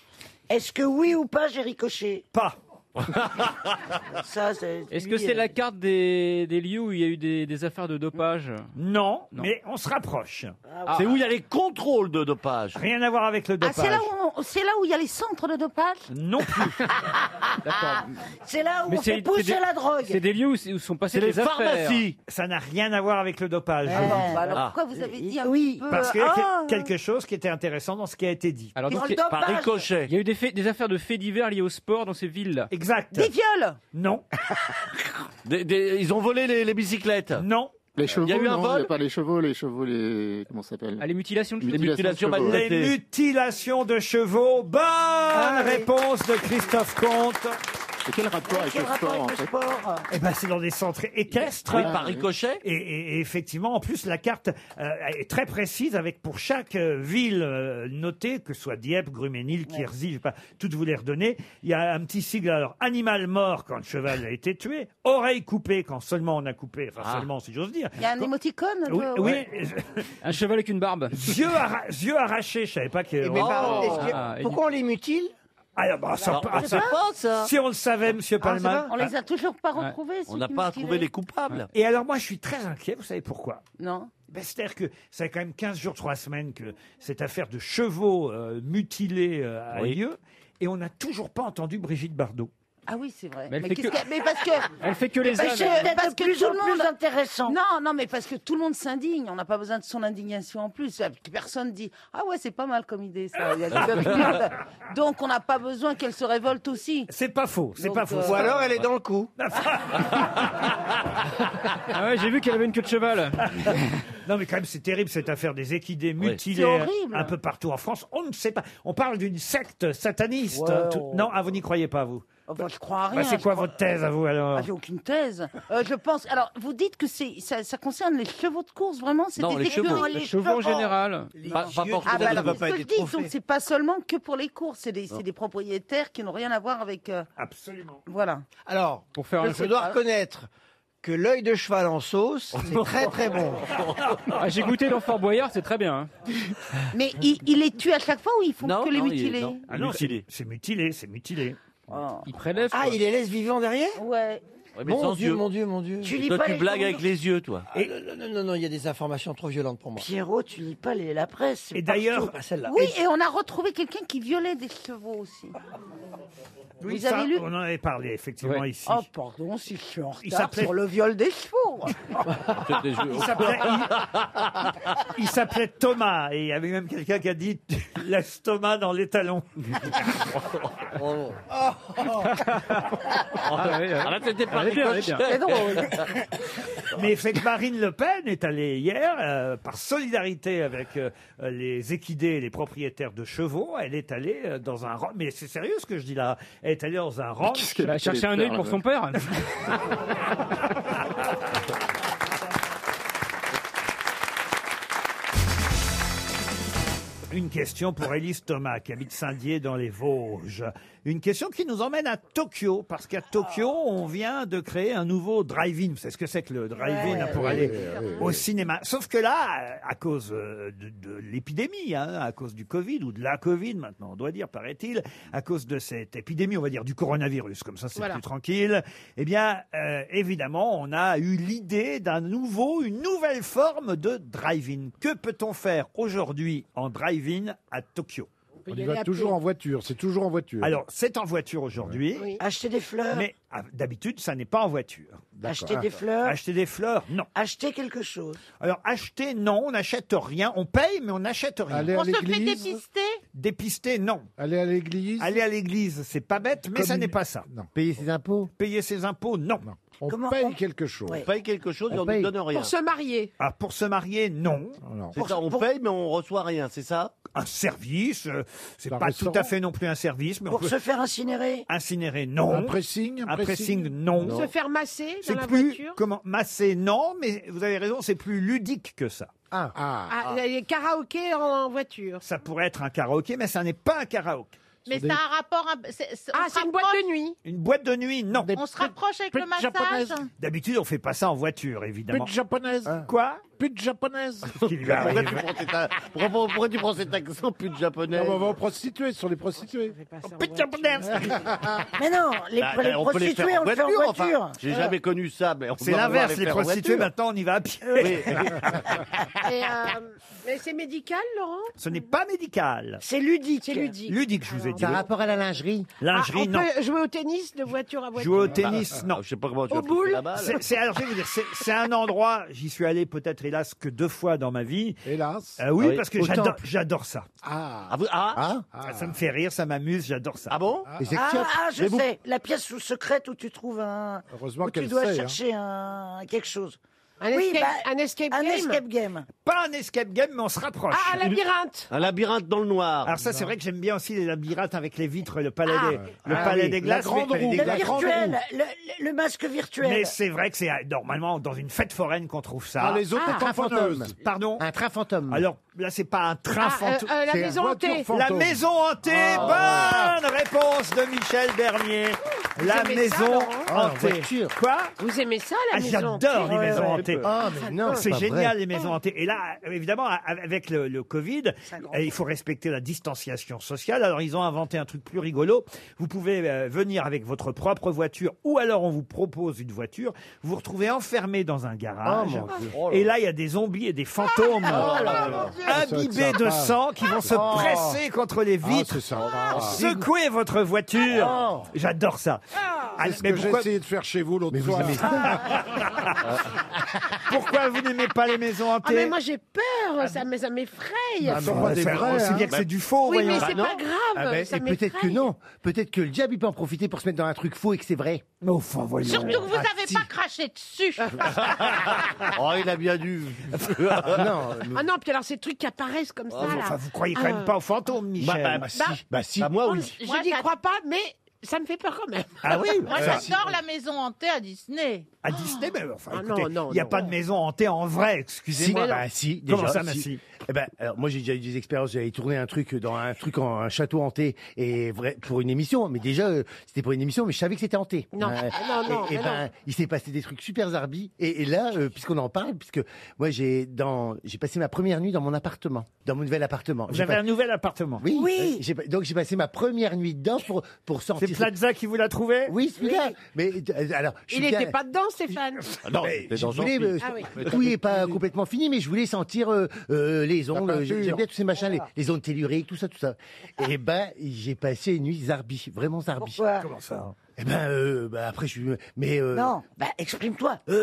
Est-ce que oui ou pas, j'ai ricoché? Pas. Ça, c'est... Est-ce que c'est la carte des lieux où il y a eu des affaires de dopage? Non, mais on se rapproche. C'est où il y a les contrôles de dopage. Rien à voir avec le Ah, dopage. c'est là où il y a les centres de dopage? Non plus. D'accord. C'est là où Mais on fait pousser la drogue. C'est des lieux où sont passées C'est les des affaires. pharmacies. Ça n'a rien à voir avec le dopage. Alors pourquoi vous avez dit un Oui. peu... Parce qu'il y a Ah. quelque chose qui était intéressant dans ce qui a été dit. Alors, donc, le dopage. Par ricochet. il y a eu des affaires de faits divers liés au sport dans ces villes-là. Exact. Des viols? Non. Ils ont volé les bicyclettes. Non. Les chevaux, Il y a eu un non, vol il y a pas les chevaux, comment ça s'appelle? Ah, les mutilations de Les chevaux. mutilations de chevaux. Les maltraitées. mutilations de chevaux. Bonne réponse de Christophe Comte. Et quel rapport avec Quel le rapport sport, en avec le fait? sport? Eh ben, c'est dans des centres équestres. Oui, par ricochet. Et effectivement, en plus, la carte est très précise avec pour chaque ville notée, que ce soit Dieppe, Gruménil, Quierzy, je vais pas toutes vous les redonner. Il y a un petit sigle, alors, animal mort quand le cheval a été tué, oreille coupée quand seulement on a coupé, enfin seulement si j'ose dire. Il y a un émoticône? Oui, oui. Un cheval avec une barbe. Yeux arrachés, je savais pas que... Mais pardon, et pourquoi on les mutile? Ah, bah, ça, Alors, ah, on ça- sait pas, ça. si on le savait, Monsieur Palman. On les a toujours pas retrouvés. On n'a pas trouvé les coupables. Et alors, moi, je suis très inquiet, vous savez pourquoi? Non. Ben, c'est-à-dire que ça fait quand même 15 jours, 3 semaines que cette affaire de chevaux mutilés a Oui. lieu, et on n'a toujours pas entendu Brigitte Bardot. Ah oui, c'est vrai. Mais elle fait qu'est-ce que- mais parce que... Elle fait que les Parce ânes. que, parce que plus tout en le plus monde... intéressant. Non, mais parce que tout le monde s'indigne. On n'a pas besoin de son indignation en plus. Personne dit « Ah ouais, c'est pas mal comme idée, ça. » Il y a des autres choses. Donc, on n'a pas besoin qu'elle se révolte aussi. C'est pas faux, c'est Donc, pas faux. Ou alors elle est dans le coup. Ah ouais, j'ai vu qu'elle avait une queue de cheval. Non, mais quand même, c'est terrible cette affaire des équidés mutilés C'est horrible. un peu partout en France. On ne sait pas. On parle d'une secte sataniste. Ouais, Non, ah, vous n'y croyez pas, vous? Enfin, je crois à Bah, rien. c'est je quoi crois- votre thèse à vous alors? Ah, j'ai aucune thèse. Je pense. Alors, vous dites que ça concerne les chevaux de course, vraiment? C'est Non, des les chevaux. écuries, Les chevaux en général. Pas pour Ah, tout bah à alors, fait. c'est ce que je dis. Donc, c'est pas seulement que pour les courses. C'est des propriétaires qui n'ont rien à voir avec. Absolument. Voilà. Alors, Pour faire un je dois reconnaître que l'œil de cheval en sauce, c'est très très bon. Ah, j'ai goûté dans Fort Boyard, c'est très bien. hein. Mais il les tue à chaque fois ou ils font Non, que les non, mutiler? non. Ah non, Mutilé. c'est mutilé, c'est mutilé. Il prélève. Ah, il les laisse vivants derrière? Ouais. Ouais, mais Mon sans Dieu, yeux. mon Dieu, mon Dieu. Tu lis Toi, pas tu les blagues journaux? avec les yeux, toi. Ah, non, il y a des informations trop violentes pour moi. Pierrot, tu lis pas la presse. c'est Et d'ailleurs, Ah, celle-là. Oui, et on a retrouvé quelqu'un qui violait des chevaux aussi. oui, Vous avez lu? on en avait parlé effectivement Ouais. ici. Oh, pardon, si je suis en Il retard s'appelait- sur le viol des chevaux. Il s'appelait- il s'appelait Thomas, et il y avait même quelqu'un qui a dit « laisse Thomas dans les talons Ah, ouais, ouais. Ah, là, c'était pas Elle est bien, elle est bien. C'est drôle. ». Mais fait que Marine Le Pen est allée hier, par solidarité avec les équidés et les propriétaires de chevaux, elle est allée dans un rang... Mais c'est sérieux ce que je dis là. Elle est allée dans un rang... Elle a cherché un œil pour son père. Une question pour Élise Thomas, qui habite Saint-Dié dans les Vosges. Une question qui nous emmène à Tokyo, parce qu'à Tokyo, on vient de créer un nouveau drive-in. Vous savez ce que c'est que le drive-in pour aller au cinéma. Sauf que là, à cause de l'épidémie, à cause du Covid, ou de la Covid maintenant, on doit dire, paraît-il, à cause de cette épidémie, on va dire, du coronavirus, comme ça c'est Voilà. plus tranquille, eh bien, évidemment, on a eu l'idée une nouvelle forme de drive-in. Que peut-on faire aujourd'hui en drive-in à Tokyo? On y va toujours en voiture, c'est toujours en voiture. Alors, c'est en voiture aujourd'hui, Acheter des fleurs. mais d'habitude, ça n'est pas en voiture. Acheter des fleurs. Acheter des fleurs, non. Acheter quelque chose. Alors, acheter, non, on n'achète rien. On paye, mais on n'achète rien. Aller à On se fait l'église. dépister? Dépister, non. Aller à l'église. Aller à l'église, c'est pas bête, mais ça n'est pas ça. Non. Payer ses impôts? Payer ses impôts, non. On Comment paye on- quelque chose. Ouais. On paye quelque chose et On on ne paye. donne rien. Pour se marier. Ah, pour se marier, non. Non. C'est ça, on paye mais on reçoit rien, c'est ça? Un service, c'est Un pas restaurant. tout à fait non plus un service, mais on Pour peut se faire incinérer. incinérer, non. Un pressing. Un pressing, non. Se faire masser C'est dans la plus, voiture. comment, masser, non, mais vous avez raison, c'est plus ludique que ça. Ah. Ah, les karaokés en voiture. Ça pourrait être un karaoké, mais ça n'est pas un karaoké. Mais ça a un rapport... c'est une boîte de nuit. Une boîte de nuit, non. On se rapproche avec le massage. D'habitude, on fait pas ça en voiture, évidemment. Pute japonaise. Quoi? Pute japonaise. Qu'est-ce qui lui arrive? Pourquoi tu prends cet accent pute japonais? On va aux prostituées, sur les prostituées. Pute japonaise. Mais non, les prostituées, on le fait en voiture. Enfin, j'ai jamais connu ça. Mais c'est l'inverse, les prostituées, maintenant on y va à pied. Mais c'est médical, Laurent? Ce n'est pas médical. C'est ludique. C'est ludique. Ludique, je vous ai dit. Ça a rapport à la lingerie. Lingerie, on non. peut jouer au tennis de voiture à voiture. Jouer au tennis, non. Je sais pas comment tu Au as pris boule la balle. Alors, je vais vous dire, c'est un endroit, j'y suis allé peut-être, hélas, que 2 fois dans ma vie. Hélas. Oui, Oui. parce que Au j'adore ça. Ça me fait rire, ça m'amuse, j'adore ça. Ah bon? Je sais. La pièce secrète où tu trouves Heureusement où tu qu'elle dois sait, chercher quelque chose. Un escape game. escape game. Pas un escape game, mais on se rapproche. Ah, un labyrinthe. Un labyrinthe dans le noir. Alors ça, c'est vrai que j'aime bien aussi les labyrinthes avec les vitres, le palais des glaces. La grande roue. Le virtuel, le masque virtuel. Mais c'est vrai que c'est normalement dans une fête foraine qu'on trouve ça. Ah, les autotamponneuses. Pardon? Un train fantôme. Alors là, c'est pas un train fantôme. La maison hantée. La maison hantée. Bonne réponse de Michel Bernier. La aimez ça, maison Laurent hantée. Quoi? Vous aimez ça, la maison hantée? J'adore les maisons hantées. mais non, C'est pas génial, vrai. les maisons hantées. Et là, évidemment, avec le Covid, il faut respecter la distanciation sociale. Alors, ils ont inventé un truc plus rigolo. Vous pouvez venir avec votre propre voiture, ou alors on vous propose une voiture. Vous vous retrouvez enfermé dans un garage. Et là, il y a des zombies et des fantômes imbibés de sang qui vont se presser contre les vitres. C'est sympa. Secouer votre voiture. J'adore ça. C'est ce que j'ai essayé de faire chez vous l'autre soir. Pourquoi vous n'aimez pas les maisons hantées? Mais moi j'ai peur, ça m'effraie. C'est bien que c'est du faux, Oui, voyons. mais c'est pas grave. Et ça peut-être que non. Peut-être que le diable il peut en profiter pour se mettre dans un truc faux et que c'est vrai. Mais enfin, voyons. Surtout que vous n'avez pas craché dessus. Oh, il a bien dû. Ah non, puis alors ces trucs qui apparaissent comme ça. Enfin, vous croyez quand même pas aux fantômes, Michel? Si. Moi, oui. Je n'y crois pas, mais ça me fait peur quand même. Ah oui? Moi, j'adore la maison hantée à Disney. À Disney, mais enfin, Ah écoutez, non, il n'y a pas de maison hantée en vrai, excusez-moi. Si, Comment déjà, ça, si? Eh ben, alors moi j'ai déjà eu des expériences. J'avais tourné un truc en un château hanté et vrai pour une émission. Mais déjà c'était pour une émission, mais je savais que c'était hanté. Non, non. Il s'est passé des trucs super zarbi. Et là, puisqu'on en parle, puisque moi j'ai passé ma première nuit dans mon appartement, dans mon nouvel appartement. J'avais un nouvel appartement. Oui. Donc j'ai passé ma première nuit dedans pour sortir. C'est Plaza qui vous l'a trouvé? Oui, celui-là. Mais alors, Il n'était pas dedans, Stéphane. Non, je voulais, tout n'est pas complètement fini, mais je voulais sentir les ondes. J'aime bien tous ces machins, les ondes telluriques, tout ça. Et ben, j'ai passé une nuit zarbi, vraiment zarbi. Pourquoi? Comment ça? Eh ben, après je suis. Mais Non, exprime-toi. T'as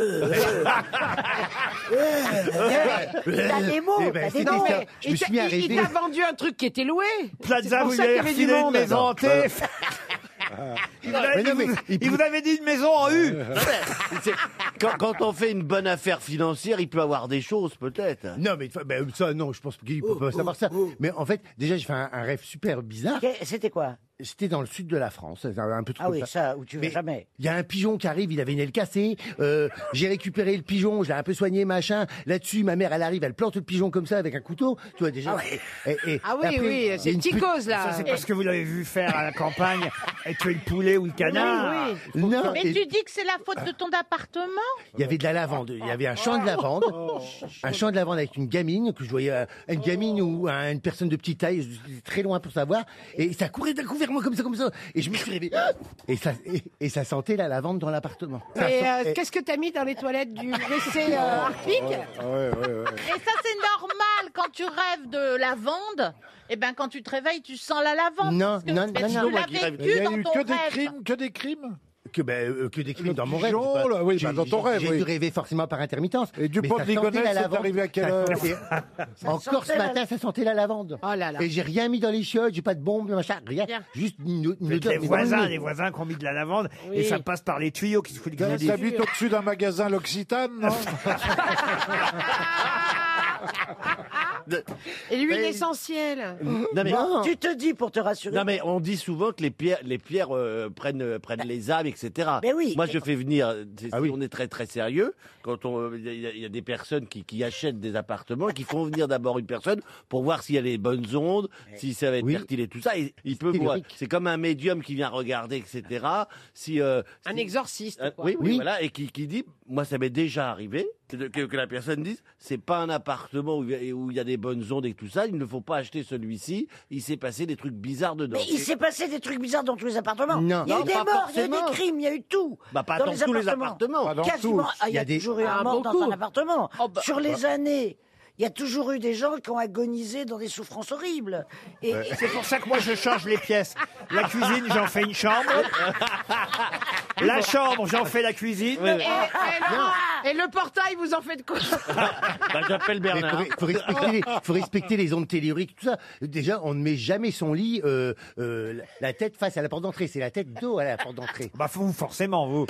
des mots. Eh ben, t'as des c'était mots. ça. Je me suis mis à Il rêver. t'a vendu un truc qui était loué. Plaza, pour vous ça lui qu'il y avez avait du refilé une monde. maison hantée. Il vous avait dit une maison en U. Quand on fait une bonne affaire financière, il peut avoir des choses, peut-être. Non, mais ça, non, je pense qu'il peut pas savoir ça. Mais en fait, déjà, j'ai fait un rêve super bizarre. C'était quoi? C'était dans le sud de la France, un peu trop. Ah oui, ça, où tu vas jamais. Il y a un pigeon qui arrive, il avait une aile cassée. J'ai récupéré le pigeon, je l'ai un peu soigné, machin. Là-dessus, ma mère, elle arrive, elle plante le pigeon comme ça avec un couteau. Tu vois déjà. Ah oui, c'est psychose là. Ça, c'est parce que vous l'avez vu faire à la campagne et tuer le poulet ou le canard. Oui. Non. Mais tu dis que c'est la faute de ton appartement? Il y avait de la lavande, il y avait un champ de lavande, un champ de lavande avec une gamine que je voyais, une gamine ou une personne de petite taille, j'étais très loin pour savoir, et ça courait d'un coup vers moi comme ça, et je me suis réveillé, et ça sentait la lavande dans l'appartement. Et qu'est-ce que t'as mis dans les toilettes du WC Harpic? Et ça, c'est normal quand tu rêves de lavande. Eh ben, quand tu te réveilles, tu sens la lavande. Non. Tu l'as vécu Il y a dans eu ton que rêve. des crimes. Que des crimes dans mon rêve. pigeon, là, oui, dans ton rêve, J'ai oui. dû rêver forcément par intermittence. Et du Mais pont ça de sentait Ligonnès, la c'est lavande. arrivé à quelle heure? Encore ce matin, ça sentait la lavande. Oh là là. Et j'ai rien mis dans les chiottes, j'ai pas de bombe, machin, rien. Bien. Juste une odeur. Les voisins qui ont mis de la lavande et ça passe par les tuyaux. Qu'est-ce que vous voulez que je vous dise? T'habites au-dessus d'un magasin L'Occitane, non? Et l'huile essentielle. Non, mais, Tu te dis pour te rassurer. non, mais on dit souvent que les pierres prennent les âmes, etc. Mais oui. Moi, je fais venir. On est très très sérieux. Quand il y a des personnes qui achètent des appartements, qui font venir d'abord une personne pour voir s'il y a les bonnes ondes, si ça va être fertile et tout ça. Et il peut voir. C'est comme un médium qui vient regarder, etc. Un exorciste. Quoi. Oui, voilà, et qui dit, moi, ça m'est déjà arrivé. Que la personne dise, c'est pas un appartement où il y a des bonnes ondes et tout ça, il ne faut pas acheter celui-ci, il s'est passé des trucs bizarres dedans. Mais il s'est passé des trucs bizarres dans tous les appartements. Non. Il y a eu Non, des pas morts, il y a eu forcément. des crimes, il y a eu tout. Bah, pas dans tous les appartements. Pas dans Quasiment. tous. Il y a toujours eu un mort dans un appartement. Sur les années. Il y a toujours eu des gens qui ont agonisé dans des souffrances horribles. Et C'est pour ça que moi je change les pièces. La cuisine, j'en fais une chambre. La chambre, j'en fais la cuisine. Et le portail, vous en faites quoi? J'appelle Bernard. Faut respecter les ondes telluriques, tout ça. Déjà, on ne met jamais son lit la tête face à la porte d'entrée. C'est la tête dos à la porte d'entrée. Bah vous, forcément, vous.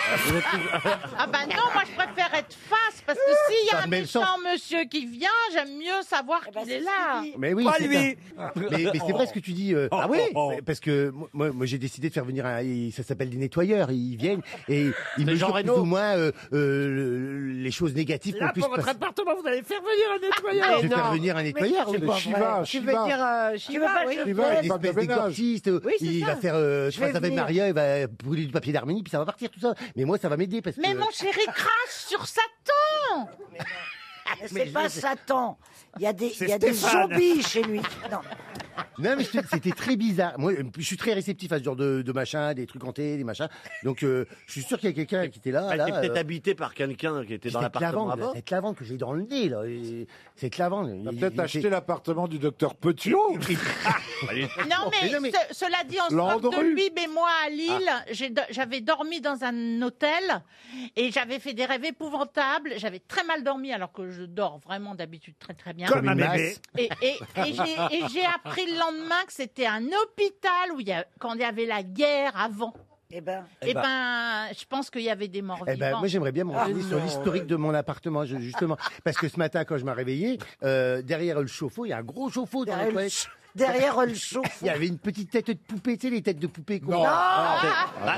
Ah bah non, moi je préfère être face parce que s'il y a Dans un le même méchant sens. monsieur qui vient, j'aime mieux savoir qu'il est là. Mais oui, Pas c'est lui. ça. Mais c'est vrai ce que tu dis. Ah oui, parce que moi j'ai décidé de faire venir ça s'appelle des nettoyeurs. Ils viennent et ils C'est Jean mesurent plus Reno. ou moins les choses négatives qu'on Là, puisse pour votre passer. appartement, vous allez faire venir un nettoyeur. Je vais faire venir un nettoyeur. c'est oui. pas Shiva, vrai. Tu veux Shiva. dire Tu veux Shiva, pas oui. que je Shiva, fasse il va Espèce de ménage. d'exorciste, c'est il ça. va faire Je vais avec venir. Maria, il va brûler du papier d'Arménie, puis ça va partir tout ça. Mais moi, ça va m'aider parce que. Mais mon chéri crache sur Satan. C'est pas Satan. Il y a des C'est des Stéphane. zombies chez lui. Non. Non, mais c'était très bizarre. Moi, je suis très réceptif à ce genre de machin, des trucs hantés, des machins. Donc, je suis sûr qu'il y a quelqu'un qui était là. Elle là était peut-être habité par quelqu'un qui était dans l'appartement avant. Cette lavande que j'ai dans le nez, là. Cette lavande. Il a peut-être acheté l'appartement du docteur Petiot. Non mais, cela dit, en se moque de Landru. lui, mais moi à Lille, j'avais dormi dans un hôtel et j'avais fait des rêves épouvantables. J'avais très mal dormi alors que je dors vraiment d'habitude très très bien. Comme un bébé. Et j'ai appris le lendemain que c'était un hôpital où quand il y avait la guerre avant. Eh ben, je pense qu'il y avait des morts Eh vivants. ben, moi, j'aimerais bien me renseigner sur l'historique de mon appartement, justement. Parce que ce matin, quand je m'ai réveillé, derrière le chauffe-eau, il y a un gros chauffe-eau dans les toilettes. derrière le chauffe. Il y avait une petite tête de poupée, tu sais, les têtes de poupée qu'on Non. Ah là,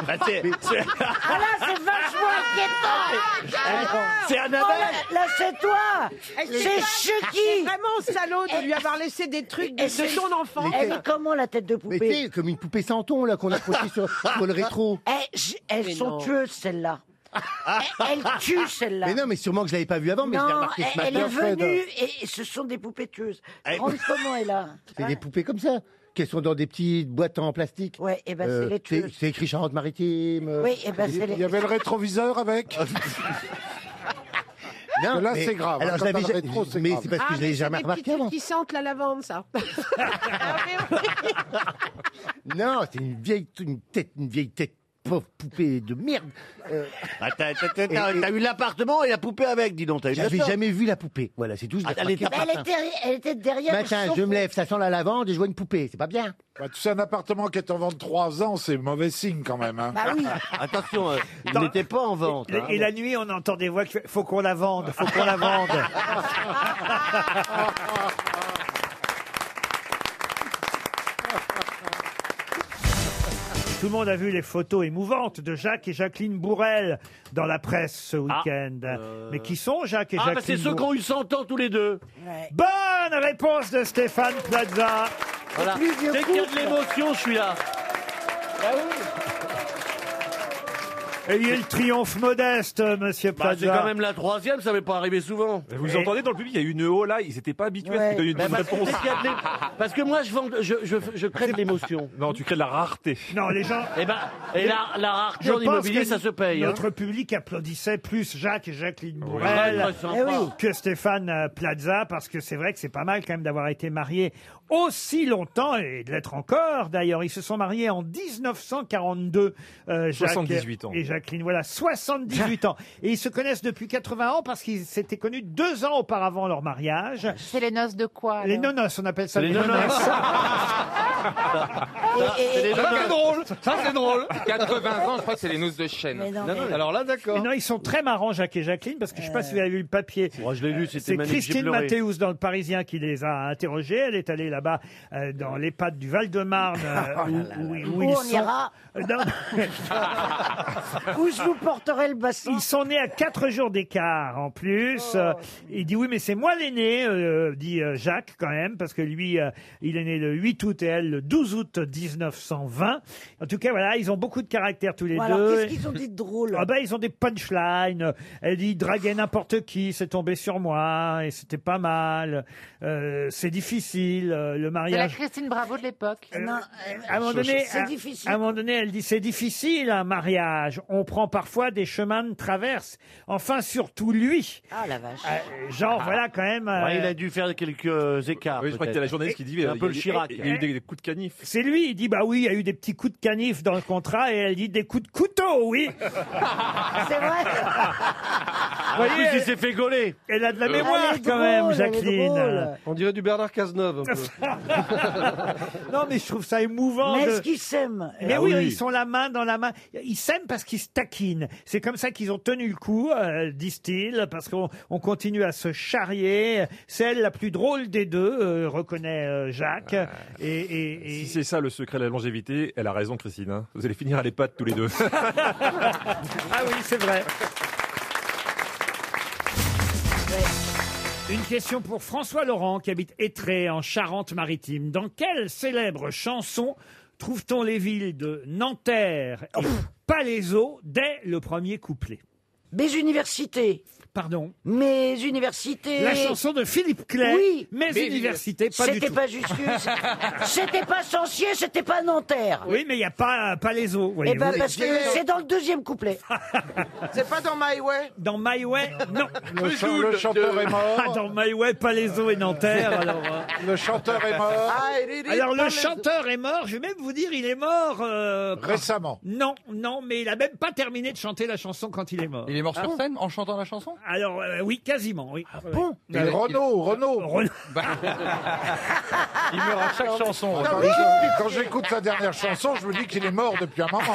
c'est vachement inquiétant. C'est Annabelle. Là, c'est toi. C'est C'est Chucky. vraiment salaud de lui avoir laissé des trucs de son enfant. Elle est comment, la tête de Mais tu poupée? sais, comme une poupée Santon, là, qu'on a accrochée sur le rétro. Elles sont tueuses, celles-là. Elle tue, celle-là. Mais non, mais sûrement que je l'avais pas vue avant, mais je l'ai Non, remarqué ce elle matin. est venue et ce sont des poupées tueuses. Comment elle a? C'est des poupées comme ça, qui sont dans des petites boîtes en plastique. Ouais, et ben c'est les tueuses. C'est écrit Charente-Maritime. Oui, et ben c'est les... Il y avait le rétroviseur avec. Non, que là, mais- c'est grave. alors, Quand je l'avais t'as le rétro, c'est mais grave. c'est parce que je l'ai jamais remarqué avant. Qui sentent la lavande, ça. Non, c'est une vieille tête, pauvre poupée de merde. T'as eu l'appartement et la poupée avec, dis donc. J'avais jamais vu la poupée. Voilà, c'est tout. Je l'ai remarqué ce matin. Elle était derrière le Matin, je chauffe-eau. me lève, ça sent la lavande et je vois une poupée. C'est pas bien. Bah, tu sais, un appartement qui est en vente 3 ans, c'est mauvais signe quand même. Hein. Bah oui. Attention, il n'était pas en vente. Et la nuit, on entend des voix qui font « Faut qu'on la vende, faut qu'on la vende ». Tout le monde a vu les photos émouvantes de Jacques et Jacqueline Bourrel dans la presse ce week-end. Mais qui sont Jacques et Ah, Jacqueline bah c'est ceux qui ont eu 100 ans tous les deux. Bonne réponse de Stéphane Plaza. Voilà. plus vieux Dès qu'il y a de couple. l'émotion, je suis là. Ayez le triomphe modeste, monsieur Bah, c'est Plaza. quand même la troisième, ça m'est pas arrivé souvent. Vous entendez dans le public, il y a eu une haut là, ils n'étaient pas habitués à ce Ouais. que donner une Bah, bonne parce, réponse. parce que moi, je crée de l'émotion. Non, tu crées de la rareté. Non, les gens... Et la rareté Je en pense immobilier, que ça se paye. hein. Notre public applaudissait plus Jacques et Jacqueline Ouais, Bourrel très sympa. Eh oui. que Stéphane Plaza, parce que c'est vrai que c'est pas mal quand même d'avoir été mariés aussi longtemps, et de l'être encore d'ailleurs. Ils se sont mariés en 1942, Jacques 78 ans. et Jacqueline. Voilà, 78 ans. Et ils se connaissent depuis 80 ans parce qu'ils s'étaient connus 2 ans auparavant leur mariage. C'est les noces de quoi Les alors nonos, on appelle ça Les les nonos. nonos. Ça, c'est drôle. Ça, c'est drôle. 80 ans, je crois que c'est les noces de chêne. Alors là, d'accord. Non, ils sont très marrants, Jacques et Jacqueline, parce que je ne sais pas si vous avez lu le papier. Moi, je l'ai lu, c'était C'est magnifique. j'ai Christine pleuré. Mathéus dans Le Parisien qui les a interrogés. Elle est allée là-bas dans l'EHPAD du Val-de-Marne où ils on sont. ira. Non. Où je vous porterai le bassin. Ils sont nés à 4 jours d'écart en plus. Il dit oui, mais c'est moi l'aîné, dit Jacques quand même, parce que lui, il est né le 8 août et elle le 12 août 1920. En tout cas, voilà, ils ont beaucoup de caractère tous les Bon, deux. alors, qu'est-ce qu'ils ont dit de drôle? Ah ben, ils ont des punchlines. Elle dit draguer n'importe qui, c'est tombé sur moi et c'était pas mal. C'est difficile, le C'est la mariage. Christine Bravo de l'époque. À un moment donné, c'est difficile. à un moment donné, elle dit c'est difficile un mariage. On prend parfois des chemins de traverse. Enfin, surtout lui. Ah la vache. Genre voilà quand même. Ouais, il a dû faire quelques écarts. Oui, je crois qu'il y a la journaliste qui dit un peu le Chirac. Il y a eu des coups de canif. C'est lui, il dit bah oui, il y a eu des petits coups de canif dans le contrat et elle dit des coups de couteau, oui. C'est vrai. En plus, il s'est fait gauler. Elle a de la Elle mémoire est quand drôle, même, elle est Jacqueline. drôle. On dirait du Bernard Cazeneuve, un peu. Non, mais je trouve ça émouvant. Mais de- est-ce qu'ils s'aiment? Mais Ah oui, oui. ils sont la main dans la main. Ils s'aiment parce qu'ils se taquinent. C'est comme ça qu'ils ont tenu le coup, disent-ils, parce qu'on continue à se charrier. C'est elle la plus drôle des deux, reconnaît Jacques. Si c'est ça le secret de la longévité, elle a raison, Christine. Hein. Vous allez finir à l'EHPAD tous les deux. Ah oui, c'est vrai. Une question pour François Laurent qui habite Étré en Charente-Maritime. Dans quelle célèbre chanson trouve-t-on les villes de Nanterre et Palaiseau dès le premier couplet? Mes universités. Pardon? Mes universités. La chanson de Philippe Clay. Oui. Mes universités, pas du C'était tout. pas Justus. C'était pas Sancier, c'était pas Nanterre. Oui, mais il n'y a pas Palaiseau, Eh voyez-vous. ben parce que c'est dans le deuxième couplet. C'est pas dans My Way? Dans My Way, non. Le chanteur est Ah, mort. dans My Way, Palaiseau et Nanterre, alors... Le chanteur est mort. Alors le chanteur est mort, je vais même vous dire, il est mort... Récemment. Non, mais il a même pas terminé de chanter la chanson quand il est mort. Il est mort sur scène en chantant la chanson? Alors oui, quasiment, oui. Bon. Et Renaud. Il meurt à chaque chanson. Quand j'écoute sa dernière chanson, je me dis qu'il est mort depuis un moment.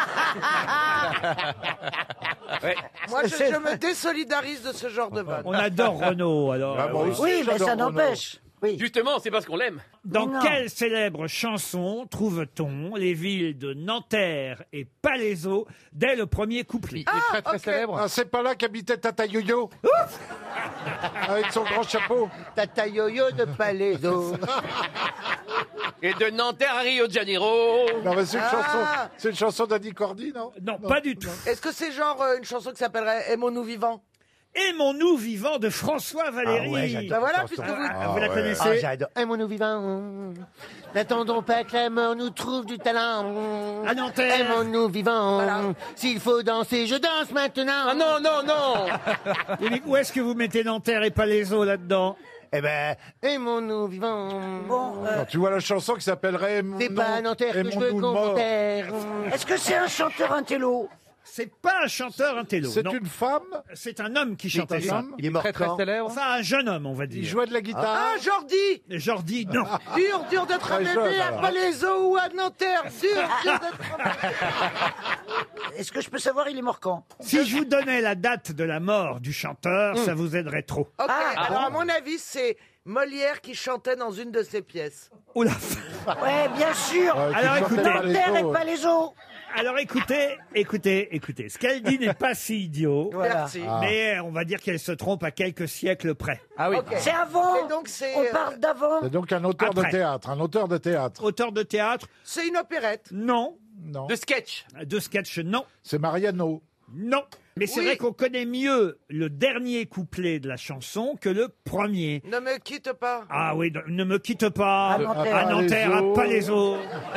Moi, je me désolidarise de ce genre de vanne. On adore Renaud, alors. Ah, moi aussi, Oui, mais j'adore ça Renaud. n'empêche. Oui. Justement, c'est parce qu'on l'aime. Dans Non. quelle célèbre chanson trouve-t-on les villes de Nanterre et Palaiseau dès le premier couplet? Il est très très célèbre. Ah, c'est pas là qu'habitait Tata Yo-Yo avec son grand chapeau. Tata Yo-Yo de Palaiseau. Et de Nanterre à Rio de Janeiro. Non, mais c'est une chanson d'Annie Cordy, non? Non, pas du tout. Est-ce que c'est genre une chanson qui s'appellerait Aimons-nous vivants? Aimons-nous vivants de François Valéry. Ah ouais, j'adore Ben voilà, cette puisque chanson. vous... Vous la ouais. connaissez? Ah, j'adore. Aimons-nous vivants. N'attendons pas que la mort nous trouve du talent. À Nanterre. Aimons-nous vivants. Voilà. S'il faut danser, je danse maintenant. Ah non, non, non. Oui, mais où est-ce que vous mettez Nanterre et Palaiseau là-dedans? Eh ben, aimons-nous vivants. Bon, Quand tu vois la chanson qui s'appellerait c'est pas à Nanterre que je veux Aimons-nous qu'on mort. m'enterre. est-ce que c'est un chanteur intello? C'est pas un chanteur intello, C'est non. une femme. C'est un homme qui chantait ça. Il est mort Très très quand célèbre. Enfin, un jeune homme, on va Il dire. jouait de la guitare. Ah, Jordi! Jordi, non. Dur d'être un Très bébé jeune, à alors. Palaiseau ou à Nanterre. Dur d'être un bébé. Est-ce que je peux savoir il est mort quand? Si je vous donnais la date de la mort du chanteur, ça vous aiderait trop. Ok, Ah, alors à mon avis, c'est Molière qui chantait dans une de ses pièces. Oula. Ouais, bien sûr. Ouais, qui Alors, chantait écoutez. Nanterre et Palaiseau. Palaiseau. Alors écoutez. Ce qu'elle dit n'est pas si idiot. Voilà. Merci. Mais on va dire qu'elle se trompe à quelques siècles près. Ah oui. Ok. C'est avant. Et donc c'est On parle d'avant. C'est donc un auteur Après. de théâtre. Un auteur de théâtre. Auteur de théâtre, c'est une opérette. non. Non. De sketch. De sketch, non. C'est Mariano. Non. Mais c'est Oui. vrai qu'on connaît mieux le dernier couplet de la chanson que le premier. Ne me quitte pas. Ah oui, ne me quitte pas. À Nanterre. À Nanterre, à Palaiseau.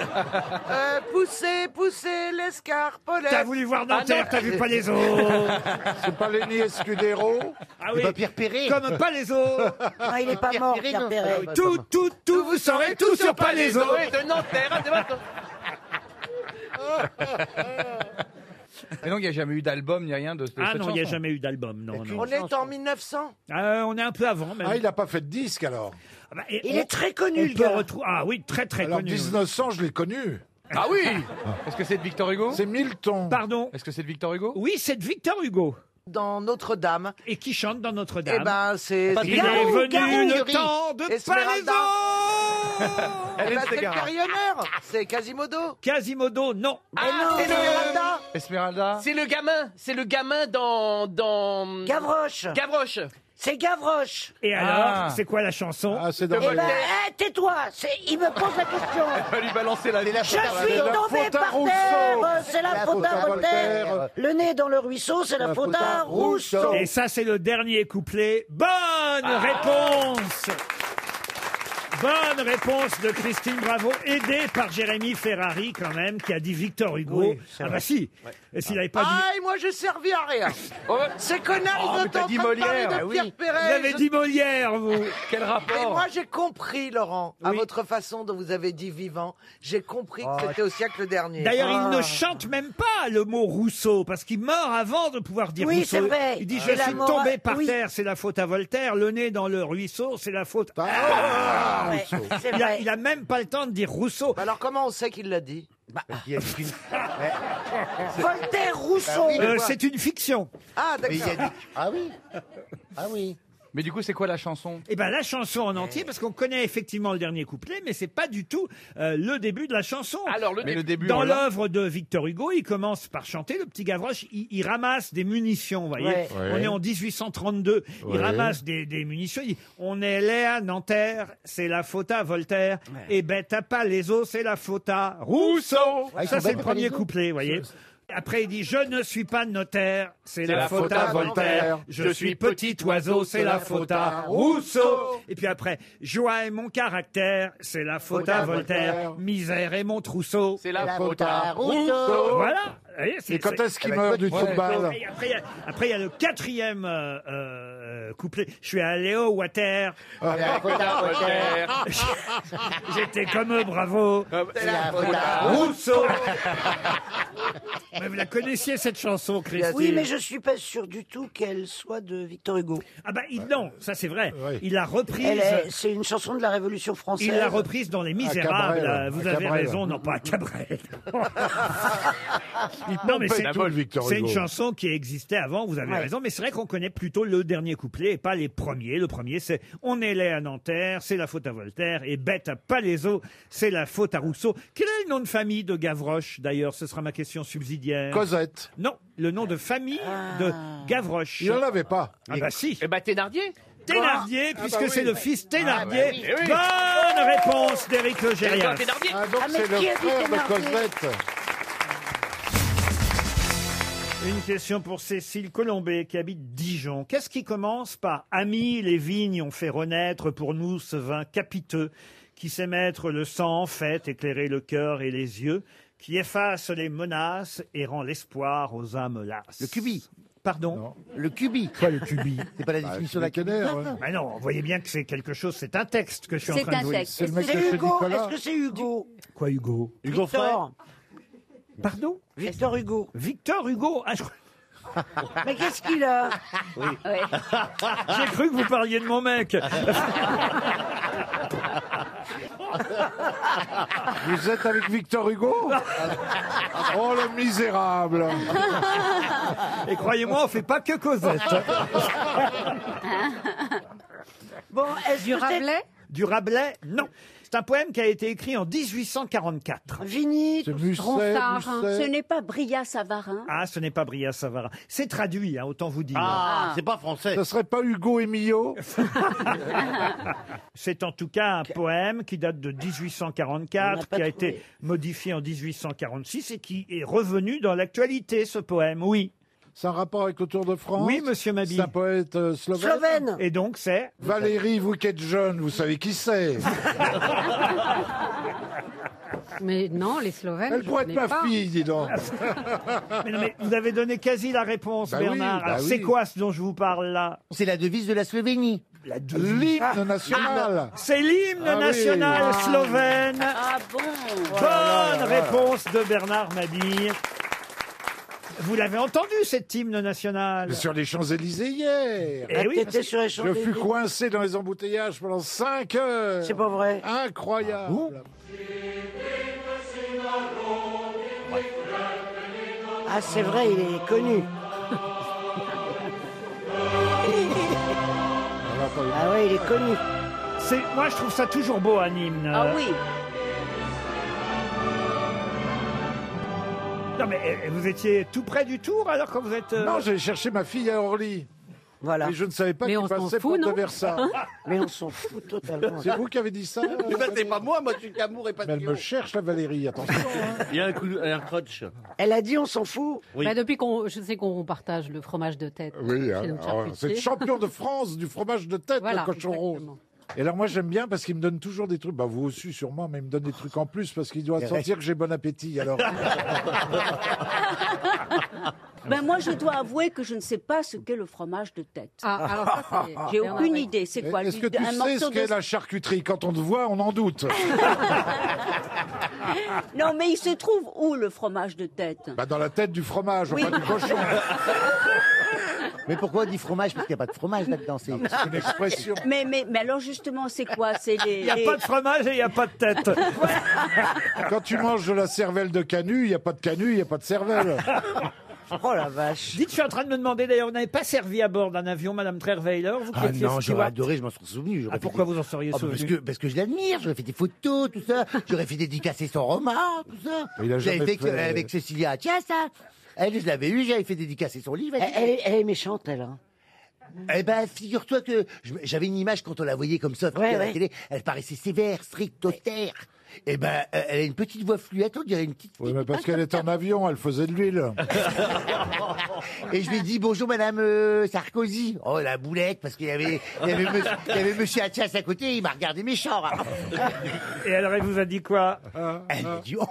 Poussez l'escarpolette. T'as voulu voir Nanterre, t'as vu Palaiseau. C'est pas Lenny Escudero. Ah oui, Pas Pierre Perret. comme Palaiseau. Ah, il est pas mort, Perret, Pierre non. Perret. Tout, vous saurez tout sur Palaiseau. Et de Nanterre à Débaton. Et donc, il n'y a jamais eu d'album ni rien de cette Ah non, il n'y a chanson. jamais eu d'album, non. non. On est en 1900. On est un peu avant, même. Ah, il n'a pas fait de disque alors. Ah bah, Il est très connu, on le peut gars. retrouver. Ah oui, très très Alors connu. 1900, je l'ai connu. Ah oui. Est-ce que c'est de Victor Hugo? C'est Milton. Pardon. Est-ce que c'est de Victor Hugo? Oui, c'est de Victor Hugo. Dans Notre-Dame. Et qui chante dans Notre-Dame. Eh ben, c'est... Il est venu le temps de Esmeralda. Palaiso. Eh ben, c'est le carillonneur. C'est Quasimodo. Quasimodo, non. Esmeralda. Esmeralda. C'est le gamin dans... Gavroche. Gavroche. C'est Gavroche. Et alors, c'est quoi la chanson? Ah, c'est Eh ben, tais-toi. Il me pose la question. Il va lui balancer la Je suis tombé par terre. C'est la faute à Voltaire. Le nez dans le ruisseau, c'est la faute à Rousseau. Et ça, c'est le dernier couplet. Bonne réponse. Bonne réponse de Christine Bravo, aidée par Jérémy Ferrari quand même, qui a dit Victor Hugo. Oui, ah bah si. Et s'il n'avait pas dit... Ah, et moi, j'ai servi à rien. Ces connards, ils mais étaient t'as en dit train de parler Molière. de Ah oui. Pierre Vous Perret. avez dit Molière, vous. Quel Et rapport? moi, j'ai compris, Laurent, à Oui. votre façon dont vous avez dit vivant, j'ai compris que c'était au siècle dernier. D'ailleurs, il ne chante même pas le mot Rousseau, parce qu'il meurt avant de pouvoir dire Oui, Rousseau. c'est vrai. Il dit, C'est je la suis mort- tombé par oui. terre, c'est la faute à Voltaire. Le nez dans le ruisseau, c'est la faute à... Ouais, c'est vrai. Il a même pas le temps de dire Rousseau. Alors, comment on sait qu'il l'a dit? Voltaire, Rousseau. C'est une fiction. Ah, d'accord. Ah oui. Ah oui. Mais du coup, c'est quoi la chanson? Eh ben, la chanson en entier, parce qu'on connaît effectivement le dernier couplet, mais c'est pas du tout le début de la chanson. Alors, Mais le début, Dans on l'a. l'œuvre de Victor Hugo, il commence par chanter, le petit Gavroche, il ramasse des munitions, vous voyez. Ouais. On est en 1832, il Ouais. ramasse des munitions, il dit, on est laid à Nanterre, c'est la faute à Voltaire, et bête à Palaiso, c'est la faute à Rousseau. Ah, ils Ça, sont c'est bêtes le à premier Palaiso. couplet, vous voyez. Après, il dit, je ne suis pas notaire, c'est la faute à Voltaire. Je suis petit oiseau, c'est la faute à Rousseau. Et puis après, joie est mon caractère, c'est la faute à Voltaire. Misère est mon trousseau. C'est la Faute à Rousseau. Voilà. Vous voyez, Et quand est-ce qu'il meurt du football? Et après, il y a le quatrième couplet. Je suis allé au water. La faute à Voltaire. J'étais comme eux, bravo. C'est la faute à Rousseau. Mais vous la connaissiez, cette chanson, Christine? Oui, mais je suis pas sûr du tout qu'elle soit de Victor Hugo. Ah bah, non, ça c'est vrai. Oui. Il l'a reprise. C'est une chanson de la Révolution française. Il l'a reprise dans Les Misérables. Cabrel. Vous À avez Cabrel. raison, non pas à Cabrel. Il Non, mais pompait c'est tout, le Victor c'est une Hugo. chanson qui existait avant, vous avez Ouais. raison, mais c'est vrai qu'on connaît plutôt le dernier couplet et pas les premiers. Le premier, c'est On est laid à Nanterre, c'est la faute à Voltaire, et bête à Palaiso, c'est la faute à Rousseau. Quel est le nom de famille de Gavroche, d'ailleurs? Ce sera ma question subsidiaire. Cosette. Non, le nom de famille de Gavroche. Il n'en avait pas. Ah bah si. Eh ben, Thénardier. Thénardier, puisque bah c'est oui. le fils Thénardier. oui. Eh oui. Bonne réponse d'Éric Et Legérias. Thénardier. Ah, donc Ah, mais c'est le qui a dit frère de Thénardier Cosette. Une question pour Cécile Colombet qui habite Dijon. Qu'est-ce qui commence par « Amis, les vignes ont fait renaître pour nous ce vin capiteux qui sait mettre le sang en fête, éclairer le cœur et les yeux, qui efface les menaces et rend l'espoir aux âmes lasses ». Le cubi. Pardon? Le cubi. Quoi, le cubi? C'est pas la définition de la cubi. Ah non, vous voyez bien que c'est quelque chose, c'est un texte que je suis en C'est train un de vous lire. texte. C'est le mec de C'est chez Hugo. Nicolas. Est-ce que c'est Hugo? Quoi, Hugo? Hugo Frey. Victor. Pardon? Victor Hugo. Victor Hugo? Ah, Mais qu'est-ce qu'il a? j'ai cru que vous parliez de mon mec. Vous êtes avec Victor Hugo? Oh, le misérable. Et croyez-moi, on fait pas que Cosette. Bon, est-ce Du que c'est Rabelais? Du Rabelais? Non. C'est un poème qui a été écrit en 1844. Vigny? C'est Musset, Ronsard. Musset. Ce n'est pas Brillat Savarin. Ah, ce n'est pas Brillat Savarin. C'est traduit, hein, autant vous dire. Ah, c'est pas français. Ce serait pas Hugo Emilio? C'est en tout cas un poème qui date de On 1844, n'a pas qui a trouvé. été modifié en 1846 et qui est revenu dans l'actualité, ce poème, oui. C'est un rapport avec le Tour de France? Oui, monsieur Mabille. C'est un poète slovène? Slovène. Et donc, c'est... Valérie, vous qui êtes jeune, vous savez qui c'est? Mais non, les Slovènes. Elle je pourrait être connais ma pas. fille, dis donc. Mais non, mais vous avez donné quasi la réponse, Bah oui, Bernard. bah Alors, oui. c'est quoi ce dont je vous parle là? C'est la devise de la Slovénie. La devise. L'hymne national. C'est l'hymne Ah oui. national Ah. slovène. Ah bon? Bonne réponse de Bernard Mabille. Vous l'avez entendu, cet hymne national? Sur les Champs-Élysées hier. Eh oui, T'étais sur les Je Champs-Élysées. fus coincé dans les embouteillages pendant 5 heures. C'est pas vrai. Incroyable. Ah, c'est vrai, il est connu. Ah ouais, il est connu. Moi, je trouve ça toujours beau, un hymne. Ah oui. Non, mais vous étiez tout près du Tour, alors, quand vous êtes... Non, j'allais chercher ma fille à Orly. Voilà. Mais je ne savais pas Mais qu'il on s'en passait fout, pour non de Versailles. Mais on s'en fout totalement. C'est vous qui avez dit ça C'est pas moi je suis qu'amour et Mais elle passion. me cherche, la Valérie, attention. hein. Il y a un crotch. Elle a dit on s'en fout. Oui. Bah, depuis je sais qu'on partage le fromage de tête. Oui, chez notre c'est le charcutier. champion de France du fromage de tête, Voilà, le cochon rose. exactement. Et alors moi j'aime bien parce qu'il me donne toujours des trucs, bah vous aussi sûrement, mais il me donne des trucs en plus parce qu'il doit sentir que j'ai bon appétit. Alors Ben moi, je dois avouer que je ne sais pas ce qu'est le fromage de tête. Ah, alors ça, c'est... J'ai aucune idée. C'est quoi est-ce que tu sais ce qu'est la charcuterie? Quand on te voit, on en doute. Non, mais il se trouve où le fromage de tête? Bah dans la tête du fromage, Oui. pas du cochon. Mais pourquoi on dit fromage? Parce qu'il n'y a pas de fromage là-dedans. C'est une expression. Mais alors justement, c'est quoi? C'est les. Il n'y a pas de fromage et il n'y a pas de tête. Quand tu manges de la cervelle de canut, il n'y a pas de canut, il n'y a pas de cervelle. Oh la vache. Dites, je suis en train de me demander, d'ailleurs, vous n'avez pas servi à bord d'un avion, Madame Trierweiler, vous qui Ah étiez non, j'aurais steward. adoré, je m'en serais souvenu. J'aurais fait Pourquoi des- vous en seriez Ah, bah, souvenu? parce que je l'admire, j'aurais fait des photos, tout ça. J'aurais fait dédicacer son roman, tout ça. Il a J'avais jamais fait, fait- avec Cécilia, tiens ça. Elle, je l'avais eu, j'avais fait dédicacer son livre. Elle est méchante, elle. Hein. Eh ben, figure-toi que j'avais une image quand on la voyait comme ça à la télé. Elle paraissait sévère, stricte, austère. Eh ben, elle a une petite voix fluette, on dirait une petite. Oui, mais parce qu'elle est en avion, elle faisait de l'huile. Et je lui ai dit bonjour Madame Sarkozy. Oh la boulette, parce qu'il y avait Monsieur Attias à côté, il m'a regardé méchant. Et alors, elle vous a dit quoi? Elle m'a dit oh.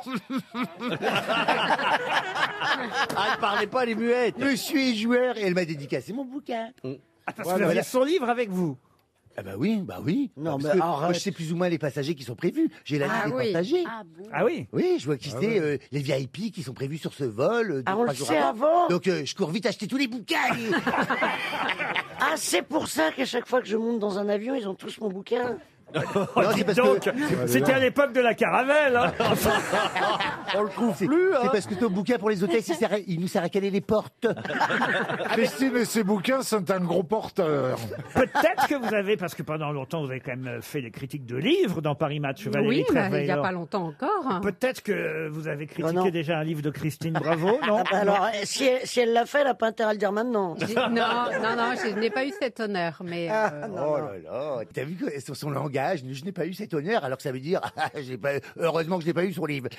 Ah, elle parlait pas, les muettes. Monsieur est joueur, et elle m'a dédicacé mon bouquin. Parce que vous aviez son livre avec vous. Ah bah oui. Non, Parce mais que arrête. moi, je sais plus ou moins les passagers qui sont prévus. J'ai la liste des passagers. Ah oui. Oui, je vois qui c'est, les VIP qui sont prévus sur ce vol. Ah, on le sait avant. Donc je cours vite acheter tous les bouquins. Ah, c'est pour ça qu'à chaque fois que je monte dans un avion, ils ont tous mon bouquin. Oh, dites donc, c'était à l'époque de la caravelle. Hein. On le trouve plus. C'est parce que ton bouquin pour les hôtesses, il nous sert à caler les portes. Christine et ses bouquins sont un gros porteur. Peut-être que vous avez, parce que pendant longtemps, vous avez quand même fait des critiques de livres dans Paris Match, Valérie Oui, mais il n'y a Trierweiler. pas longtemps encore. Peut-être que vous avez critiqué non. déjà un livre de Christine Bravo, non? Ah bah alors, si elle l'a fait, elle n'a pas intérêt à le dire maintenant. Non, je n'ai pas eu cet honneur, mais... Oh là là, t'as vu que sur son langage, je n'ai pas eu cet honneur, alors que ça veut dire, heureusement que je n'ai pas eu son livre.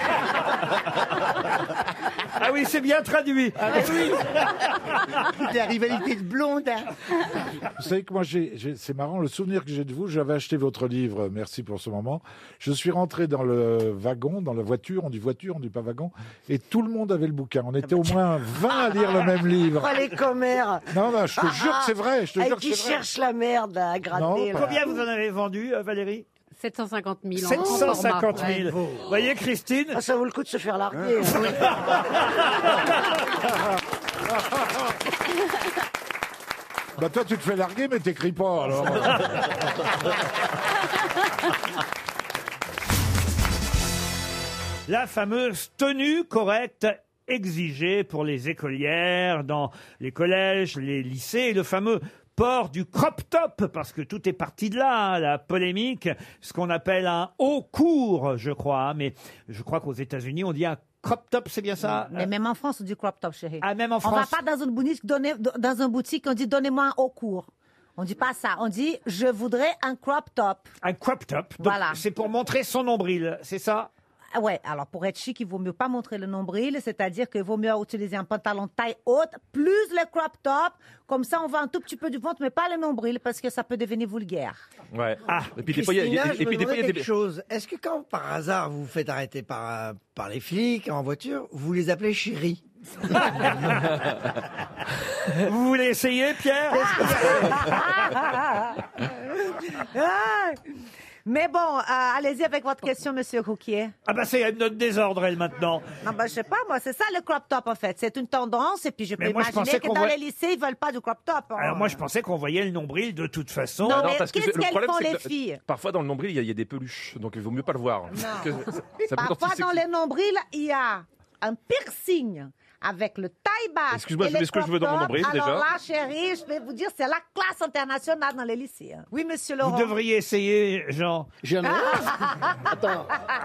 Ah oui, c'est bien traduit. Ah oui. La rivalité de blondes. Hein. Vous savez que moi, c'est marrant, le souvenir que j'ai de vous, j'avais acheté votre livre, merci pour ce moment. Je suis rentré dans le wagon, dans la voiture, on dit pas wagon, et tout le monde avait le bouquin. On était au moins 20 à lire le même livre. Oh, les commères. Non, je te jure que c'est vrai, je te jure que qui c'est vrai. cherche la merde à gratter. Non, là. Combien vous en avez vendu, Valérie? 750 000 en 750 format. 000. Vous voyez, Christine? Ah, ça vaut le coup de se faire larguer. Bah toi, tu te fais larguer, mais t'écris pas, alors. La fameuse tenue correcte exigée pour les écolières dans les collèges, les lycées, et le fameux port du crop top, parce que tout est parti de là, hein, la polémique, ce qu'on appelle un haut court, je crois, mais je crois qu'aux États-Unis, on dit un crop top, c'est bien ça? Mais même en France, on dit crop top, chérie. Ah, même en On France? va pas dans une boutique, on dit donnez-moi un haut court. On dit pas ça. On dit je voudrais un crop top. Un crop top. Donc, Voilà. c'est pour montrer son nombril, c'est ça? Ah ouais, alors pour être chic, il vaut mieux pas montrer le nombril, c'est-à-dire qu'il vaut mieux utiliser un pantalon taille haute, plus le crop top, comme ça on voit un tout petit peu du ventre, mais pas le nombril, parce que ça peut devenir vulgaire. Ouais. Ah, et puis des fois, il y a Christina, je me des demandais quelque des- chose. Est-ce que quand par hasard vous vous faites arrêter par les flics en voiture, vous les appelez chérie? Vous voulez essayer, Pierre? Mais bon, allez-y avec votre question, monsieur Rouquier. Ah bah c'est une note désordre, elle, maintenant. Non, bah, je sais pas, moi, c'est ça le crop top, en fait. C'est une tendance, et puis je peux Mais moi, je imaginer pensais que qu'on dans voit- les lycées, ils veulent pas du crop top. hein. Alors moi, je pensais qu'on voyait le nombril de toute façon. Non, mais parce que qu'est-ce le qu'elles problème, font, c'est les que filles Parfois, dans le nombril, il y a des peluches, donc il vaut mieux pas le voir. Que ça peut Parfois, sortir dans sexy. les nombrils, il y a un piercing avec le taille basse. Excuse-moi, et je mets les ce que je veux dans mon crop nombril, tops. déjà. Alors là, chérie, je vais vous dire, c'est la classe internationale dans les lycées. hein. Oui, monsieur Laurent. Vous devriez essayer, Jean. J'en ai un. Attends.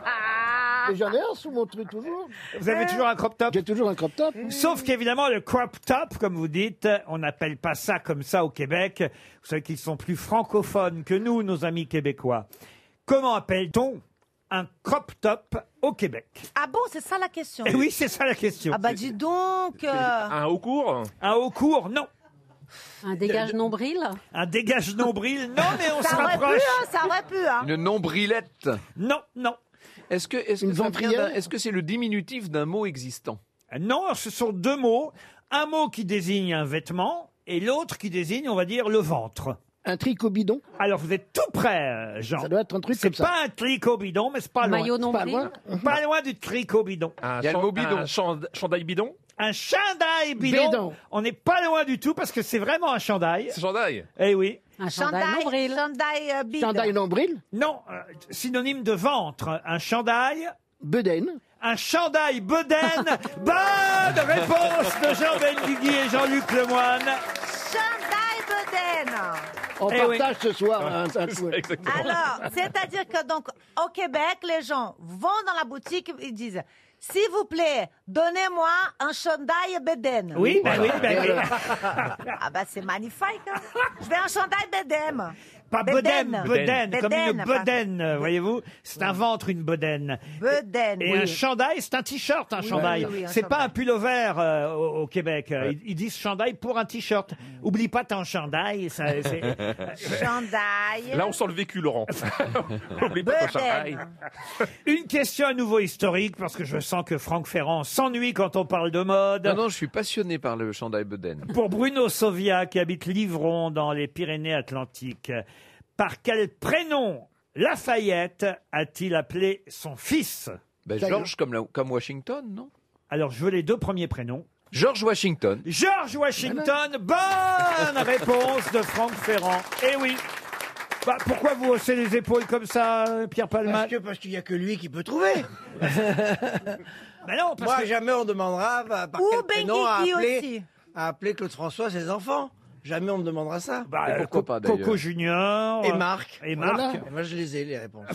Mais j'en ai un sous mon truc toujours. Vous avez toujours un crop top? J'ai toujours un crop top. Sauf qu'évidemment, le crop top, comme vous dites, on n'appelle pas ça comme ça au Québec. Vous savez qu'ils sont plus francophones que nous, nos amis québécois. Comment appelle-t-on un crop top au Québec? Ah bon, c'est ça la question. Eh oui, c'est ça la question. Ah bah dis donc. Un haut cours? Un haut cours, non. Un dégage nombril? Un dégage nombril, non, mais on se Ça aurait pu, rapproche. hein, ça aurait pu. Hein. Une nombrilette. Non, non. Est-ce que est-ce que c'est le diminutif d'un mot existant? Non, ce sont deux mots. Un mot qui désigne un vêtement et l'autre qui désigne, on va dire, le ventre. Un tricot bidon. Alors, vous êtes tout prêt, Jean. Ça doit être un truc C'est comme ça. pas un tricot bidon, mais c'est pas loin. Maillot C'est pas nombril? loin. Pas loin du tricot bidon. Il y a le mot bidon. Un chandail bidon? Un chandail bidon. Bidon. On n'est pas loin du tout parce que c'est vraiment un chandail. C'est chandail. Eh oui. Un chandail nombril? Chandail bide. Chandail nombril. Non, synonyme de ventre. Un chandail. Bedaine. Un chandail bedaine. Bonne réponse de Jean Benguigui et Jean-Luc Lemoyne. Chandail bedaine. On Eh partage ce soir un coup. Exactement. Alors, c'est-à-dire que donc au Québec, les gens vont dans la boutique, ils disent s'il vous plaît, donnez-moi un chandail bedaine. Oui, ben oui, ben oui. Ah bah c'est magnifique. Hein. Je veux un chandail bedaine. Pas bedaine, bedaine, comme une Bedaine, enfin. bedaine, voyez-vous. C'est un ventre, une bedaine. Bedaine. Et un chandail, c'est un t-shirt, un chandail. oui, un c'est pas chandail. un pullover au Québec. Ils disent chandail pour un t-shirt. Oublie pas ton chandail. Chandail. Là, on sent le vécu, Laurent. Oublie pas ton chandail. Une question à nouveau historique, parce que je sens que Franck Ferrand s'ennuie quand on parle de mode. Non, je suis passionné par le chandail bedaine. Pour Bruno Sauvia, qui habite Livron, dans les Pyrénées-Atlantiques, par quel prénom Lafayette a-t-il appelé son fils? George comme Washington, non? Alors, je veux les deux premiers prénoms. George Washington. George Washington, bonne réponse de Franck Ferrand. Eh oui. Bah, pourquoi vous haussez les épaules comme ça, Pierre Palmade? Parce qu'il n'y a que lui qui peut trouver. Bah non, parce Moi, que... jamais on demandera par Ou quel prénom Benguigui à appeler Claude François ses enfants. Jamais on me demandera ça. Bah, Et pourquoi pas, d'ailleurs? Coco Junior. Et Marc. Et Marc. Voilà. Et moi, je les ai, les réponses.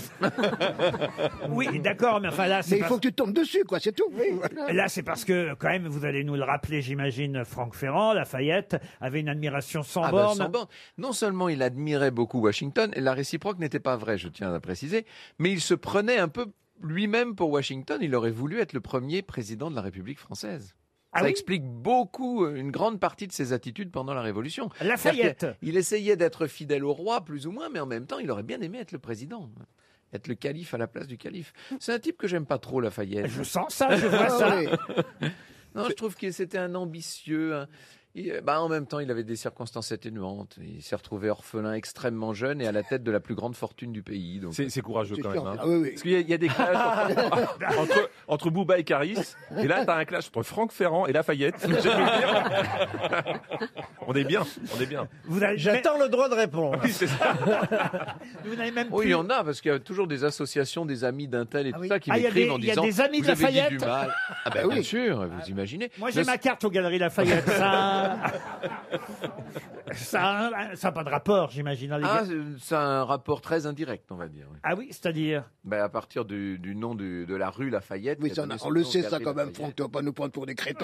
Oui, d'accord, mais enfin là, Mais c'est il faut que tu tombes dessus, quoi, c'est tout. là, c'est parce que, quand même, vous allez nous le rappeler, j'imagine, Franck Ferrand, Lafayette, avait une admiration sans Ah bah, borne. sans borne. Non seulement il admirait beaucoup Washington, et la réciproque n'était pas vraie, je tiens à préciser, mais il se prenait un peu lui-même pour Washington. Il aurait voulu être le premier président de la République française. Ah Ça oui explique beaucoup, une grande partie de ses attitudes pendant la Révolution. Lafayette. C'est-à-dire qu'il essayait d'être fidèle au roi, plus ou moins, mais en même temps, il aurait bien aimé être le président. Être le calife à la place du calife. C'est un type que j'aime pas trop, Lafayette. Je sens ça, je vois ça. Non, je trouve que c'était un ambitieux. En même temps, il avait des circonstances atténuantes. Il s'est retrouvé orphelin extrêmement jeune et à la tête de la plus grande fortune du pays. Donc... C'est courageux quand même. Hein. Ah, oui, oui. Parce qu'il y a des clashs entre Bouba et Caris. Et là, tu as un clash entre Franck Ferrand et Lafayette. On est bien, on est bien. J'attends le droit de répondre. Oui, c'est ça. Vous n'avez même Oui, plus... il y en a, parce qu'il y a toujours des associations, des amis d'un tel et tout ça qui Ah, il y a m'écrivent des- en il y a disant des amis de vous avez dit Lafayette du mal. Ah ben bien sûr, vous imaginez. Moi, j'ai ma carte aux Galeries Lafayette. Ça n'a pas de rapport, j'imagine. Hein, les Ah, gars. c'est un rapport très indirect, on va dire. Oui. Ah oui, c'est-à-dire À partir du nom de la rue Lafayette. Oui, qui a ça, donné on son le nom sait, aux ça, Galeries quand même, Lafayette. Franck, tu vas pas nous prendre pour des crétins.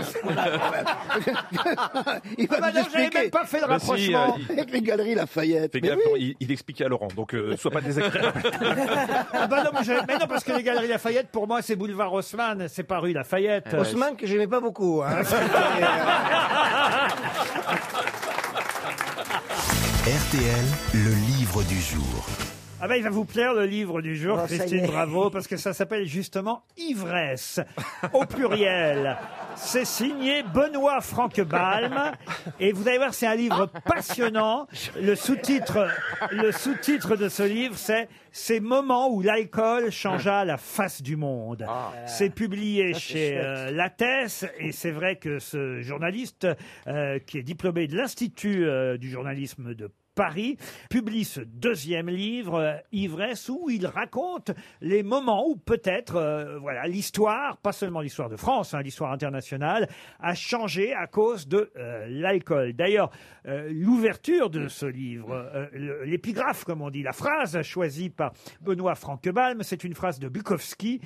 Ah Il va bah nous non, j'avais expliquer. même pas fait le Bah si, rapprochement. Avec les galeries Lafayette. Fais Mais gaffe, oui. il expliquait à Laurent, donc sois pas désagréable. Ah bah non, mais non, parce que les Galeries Lafayette, pour moi, c'est boulevard Haussmann, c'est pas rue Lafayette. Haussmann, que j'aimais pas beaucoup. Hein. RTL, le livre du jour. Ah ben, il va vous plaire le livre du jour, Bon, ça y Christine est. Bravo, parce que ça s'appelle justement Ivresse, au pluriel. C'est signé Benoît Franquebalm, et vous allez voir, c'est un livre passionnant. Le sous-titre de ce livre, c'est Ces moments où l'alcool changea la face du monde. C'est publié Ça, c'est chez chouette. Lattès, et c'est vrai que ce journaliste, qui est diplômé de l'Institut du journalisme de Paris, publie ce deuxième livre, Ivresse, où il raconte les moments où peut-être, voilà, l'histoire, pas seulement l'histoire de France, hein, l'histoire internationale, a changé à cause de l'alcool. D'ailleurs, l'ouverture de ce livre, l'épigraphe, comme on dit, la phrase choisie par Benoît Franquebalm, c'est une phrase de Bukowski.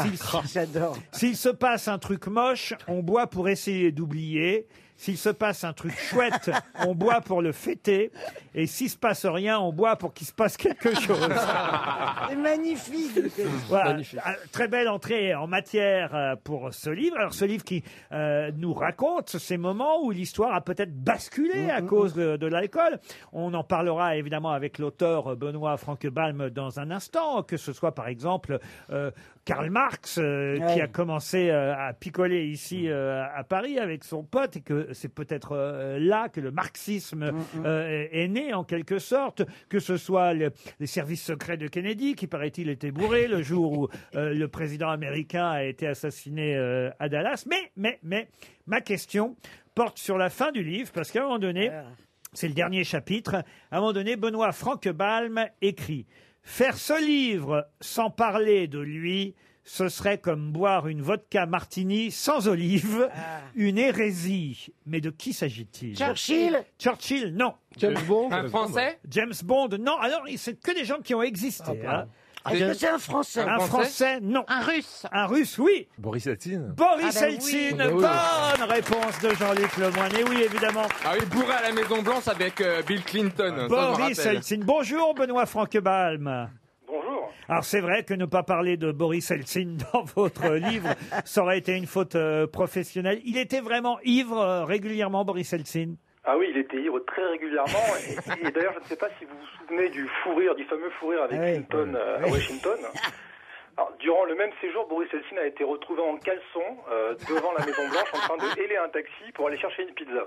J'adore. S'il se passe un truc moche, on boit pour essayer d'oublier. S'il se passe un truc chouette, on boit pour le fêter. Et s'il se passe rien, on boit pour qu'il se passe quelque chose. C'est magnifique. Voilà. Très belle entrée en matière pour ce livre. Alors, ce livre qui nous raconte ces moments où l'histoire a peut-être basculé à cause de l'alcool. On en parlera évidemment avec l'auteur Benoît Franquebalm dans un instant, que ce soit par exemple Karl Marx, qui a commencé à picoler ici à Paris avec son pote, et que c'est peut-être là que le marxisme est né en quelque sorte, que ce soit les services secrets de Kennedy, qui paraît-il était bourré le jour où le président américain a été assassiné à Dallas. Mais ma question porte sur la fin du livre, parce qu'à un moment donné, c'est le dernier chapitre, à un moment donné, Benoît Franquebalm écrit « Faire ce livre sans parler de lui, ce serait comme boire une vodka martini sans olive, une hérésie. » Mais de qui s'agit-il? Churchill? Churchill, non. James Bond? Un Français? James Bond, non. Alors, c'est que des gens qui ont existé. hein. Est-ce que c'est un Français? Un Français, non. Un Russe? Un Russe, oui. Boris Eltsine. Boris Ah ben Eltsine, oui. bonne réponse de Jean-Luc Lemoyne. Et oui, évidemment. Ah oui, bourré à la Maison Blanche avec Bill Clinton. ça, je me Boris rappelle. Eltsine. Bonjour, Benoît Franquebalm. Bonjour. Alors c'est vrai que ne pas parler de Boris Eltsine dans votre livre, ça aurait été une faute professionnelle. Il était vraiment ivre régulièrement, Boris Eltsine? Ah oui, il était ivre très régulièrement. Et d'ailleurs, je ne sais pas si vous vous souvenez du fou rire, du fameux fou rire avec Clinton à Washington. Alors, durant le même séjour, Boris Eltsine a été retrouvé en caleçon devant la Maison Blanche en train de héler un taxi pour aller chercher une pizza.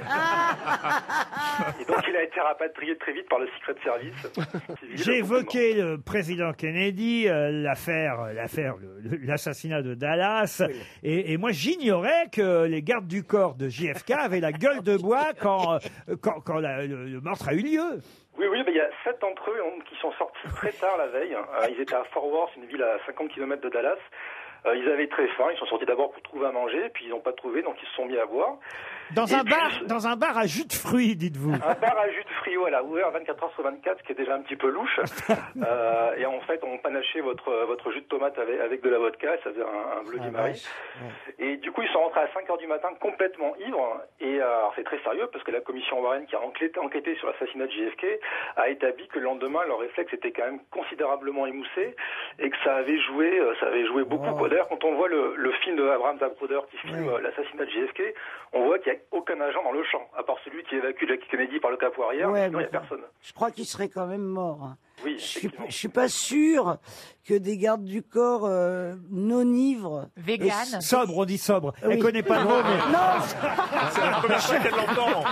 Et donc il a été rapatrié très vite par le Secret Service. J'ai évoqué le président Kennedy, l'assassinat de Dallas, et moi j'ignorais que les gardes du corps de JFK avaient la gueule de bois quand le meurtre a eu lieu. Oui, mais il y a 7 d'entre eux qui sont sortis très tard la veille. Ils étaient à Fort Worth, une ville à 50 km de Dallas. Ils avaient très faim, ils sont sortis d'abord pour trouver à manger, puis ils n'ont pas trouvé, donc ils se sont mis à boire. Dans un bar à jus de fruits, dites-vous. Un bar à jus de fruits, voilà, ouvert 24 heures sur 24, ce qui est déjà un petit peu louche. Et en fait, on panachait votre jus de tomate avec de la vodka, ça faisait un Bloody Mary. Et du coup, ils sont rentrés à 5 heures du matin complètement ivres. Et alors, c'est très sérieux, parce que la commission Warren, qui a enquêté sur l'assassinat de JFK, a établi que le lendemain, leur réflexe était quand même considérablement émoussé, et que ça avait joué beaucoup, quoi. D'ailleurs, quand on voit le film de Abraham Zapruder qui filme l'assassinat de JFK, on voit qu'il n'y a aucun agent dans le champ, à part celui qui évacue Jackie Kennedy par le capoirier, sinon il n'y a personne. Je crois qu'il serait quand même mort. hein. Oui, Je suis pas sûr que des gardes du corps non ivres. Vegan. Sobre, on dit sobre. Oui. Elle connaît pas le mot, mais... Non. C'est la première fois qu'elle l'entend.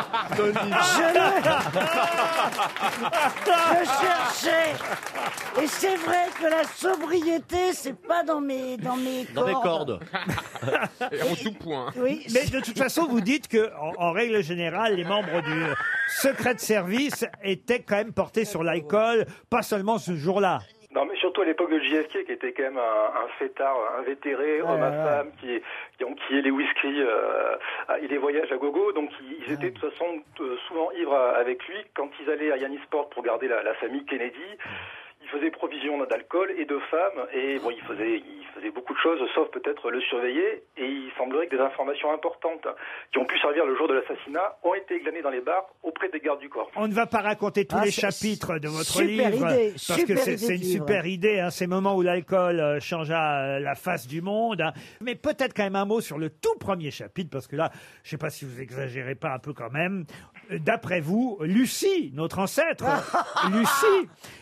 Je cherchais. Et c'est vrai que la sobriété, c'est pas dans mes cordes. Et en tout point. Oui. Mais de toute façon, vous dites que, en règle générale, les membres du secret de service étaient quand même portés sur l'alcool, pas seulement ce jour-là. Non, mais surtout à l'époque de JFK, qui était quand même un fêtard invétéré, homme à femme, qui est les whisky et les voyages à gogo. Donc ils étaient de toute façon souvent ivres avec lui. Quand ils allaient à Yannisport pour garder la famille Kennedy, il faisait provision d'alcool et de femmes, et bon, il faisait beaucoup de choses, sauf peut-être le surveiller, et il semblerait que des informations importantes qui ont pu servir le jour de l'assassinat ont été glanées dans les bars auprès des gardes du corps. On ne va pas raconter tous les chapitres de votre livre, parce que c'est une super idée, hein, ces moments où l'alcool changea la face du monde. Hein. Mais peut-être quand même un mot sur le tout premier chapitre, parce que là, je ne sais pas si vous exagérez pas un peu quand même. D'après vous, Lucie, notre ancêtre, Lucie,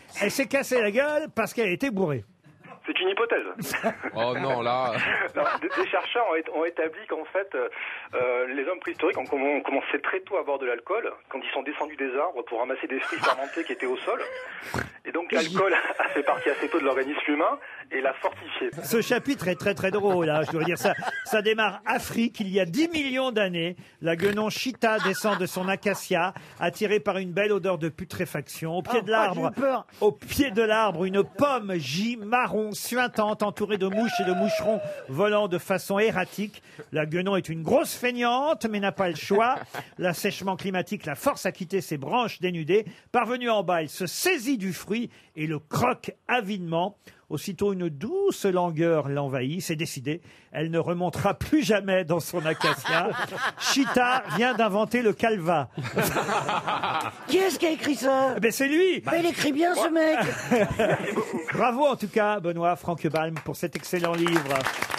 Elle s'est cassée la gueule parce qu'elle était bourrée. C'est une hypothèse. Oh non, là. Non, des chercheurs ont établi qu'en fait, les hommes préhistoriques ont commencé très tôt à boire de l'alcool quand ils sont descendus des arbres pour ramasser des fruits fermentés qui étaient au sol. Et donc l'alcool a fait partie assez peu de l'organisme humain et l'a fortifié. Ce chapitre est très très drôle, hein, je dois dire ça. Ça démarre Afrique, il y a 10 millions d'années. La guenon Chita descend de son acacia, attirée par une belle odeur de putréfaction. Au pied de l'arbre, une pomme gît marron, suintante, entourée de mouches et de moucherons volant de façon erratique. La guenon est une grosse feignante, mais n'a pas le choix. L'assèchement climatique la force à quitter ses branches dénudées. Parvenue en bas, elle se saisit du fruit et le croque avidement. Aussitôt, une douce langueur l'envahit. C'est décidé. Elle ne remontera plus jamais dans son acacia. Chita vient d'inventer le calva. Qui est-ce qui a écrit ça? Ben c'est lui. Il écrit bien, ce mec. Bravo en tout cas, Benoît Franquebalm, pour cet excellent livre.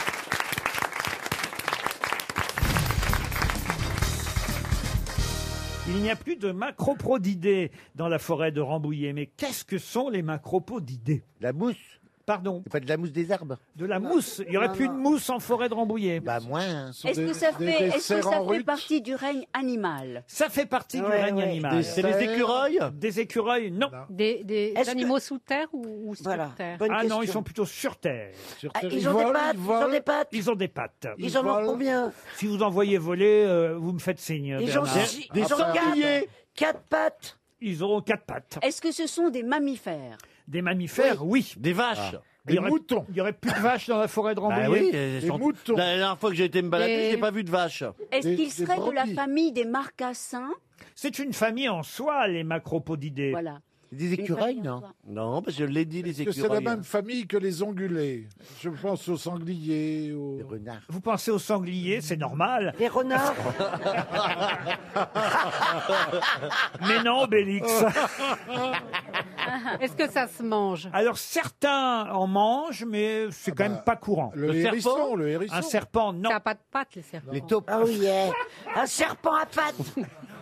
Il n'y a plus de macropodidés dans la forêt de Rambouillet. Mais qu'est-ce que sont les macropodidés? La mousse. Pardon? C'est pas de la mousse des arbres? De la mousse? Il n'y aurait plus de mousse en forêt de Rambouillet. Bah moins. Est-ce que ça fait partie du règne animal? Ça fait partie du règne animal. C'est les écureuils? Des écureuils, non. Des animaux sous terre ou sur terre? Ah non, ils sont plutôt sur terre. Ils ont des pattes? Ils ont des pattes? Ils ont des pattes. Ils en ont combien? Si vous en voyez voler, vous me faites signe. Ils ont Bernard. sangliers. 4 pattes. Ils auront 4 pattes. Est-ce que ce sont des mammifères? Des mammifères, oui. Des vaches. Des moutons. Il n'y aurait plus de vaches dans la forêt de Rambouillet. Ah oui, Des moutons. La dernière fois que j'ai été me balader, je n'ai pas vu de vache. Est-ce qu'ils des seraient de la brebis. famille des marcassins? C'est une famille en soi, les macropodidés. Voilà. Des écureuils, non? Non, parce que je l'ai dit, les Est-ce que écureuils. c'est la même famille que les ongulés? Je pense aux sangliers, aux... Des renards. Vous pensez aux sangliers, c'est normal. Les renards. Mais non, Bélix. Est-ce que ça se mange? Alors certains en mangent, mais c'est quand même pas courant. Le hérisson, le hérisson. Un serpent, non. Ça n'a pas de pattes, les serpents. Les taupes. Ah oui, un serpent à pattes.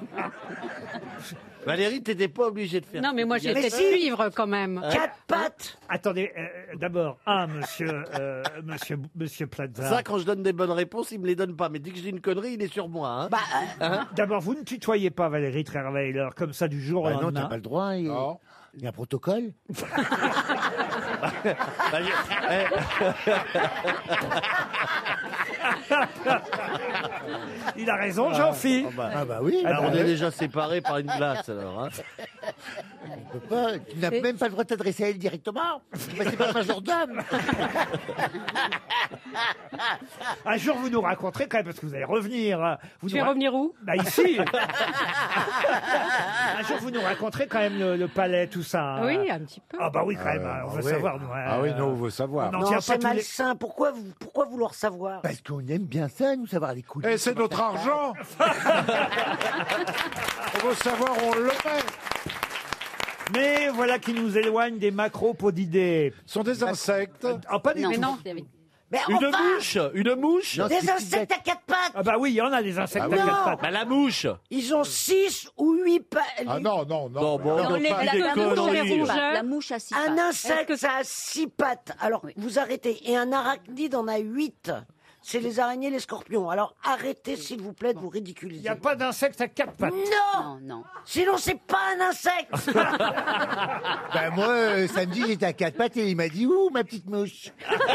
Valérie, t'étais pas obligée de faire. Non, mais moi, j'ai Mais fait si. suivre quand même. 4 pattes. Attendez, d'abord, monsieur Plaza. Ça, quand je donne des bonnes réponses, il me les donne pas. Mais dès que je dis une connerie, il est sur moi. Hein. D'abord, vous ne tutoyez pas Valérie Trierweiler comme ça du jour au Bah non, lendemain. t'as pas le droit. Il y a un protocole. Il a raison, Jean-Philippe. Ah bah oui. Alors, on est déjà séparés par une glace, alors. Hein. On peut pas. Tu n'as même pas le droit de t'adresser à elle directement. Bah, c'est pas le majordome. Un jour, vous nous raconterez quand même, parce que vous allez revenir. Tu vas revenir où? Bah ici. Un jour, vous nous raconterez quand même le palais, tout ça. Oui, un petit peu. Ah bah oui, quand même. On veut savoir, nous. Ah oui, non, on veut savoir. On n'en Non, tient pas c'est tous les... malsain. Pourquoi vouloir savoir? Parce qu'on aime bien ça, nous savoir les coulisses. Et c'est notre argent. On veut savoir où on le met. Mais voilà qui nous éloigne des macropodidés. Ce sont des insectes. Ah, pas du Mais tout. non, David. Mais Une enfin, mouche. Non, des c'est insectes à 4 pattes. Ah bah oui, il y en a des insectes à oui. 4 Non. pattes. Bah, la mouche. Ils ont 6 ou 8 pattes. Ah non, non, non. Non, bon, Non, non, pas des la mouche conneries. à 6 pattes. Rongeurs. La mouche à 6 pattes. Un insecte, ça a 6 pattes. Alors, vous arrêtez. Et un arachnide en a 8. C'est les araignées, les scorpions. Alors, arrêtez, s'il vous plaît, de vous ridiculiser. Il n'y a pas d'insectes à 4 pattes. Non, Non, non. sinon, c'est pas un insecte. Bah moi, samedi, j'étais à 4 pattes et il m'a dit « Ouh, ma petite mouche !»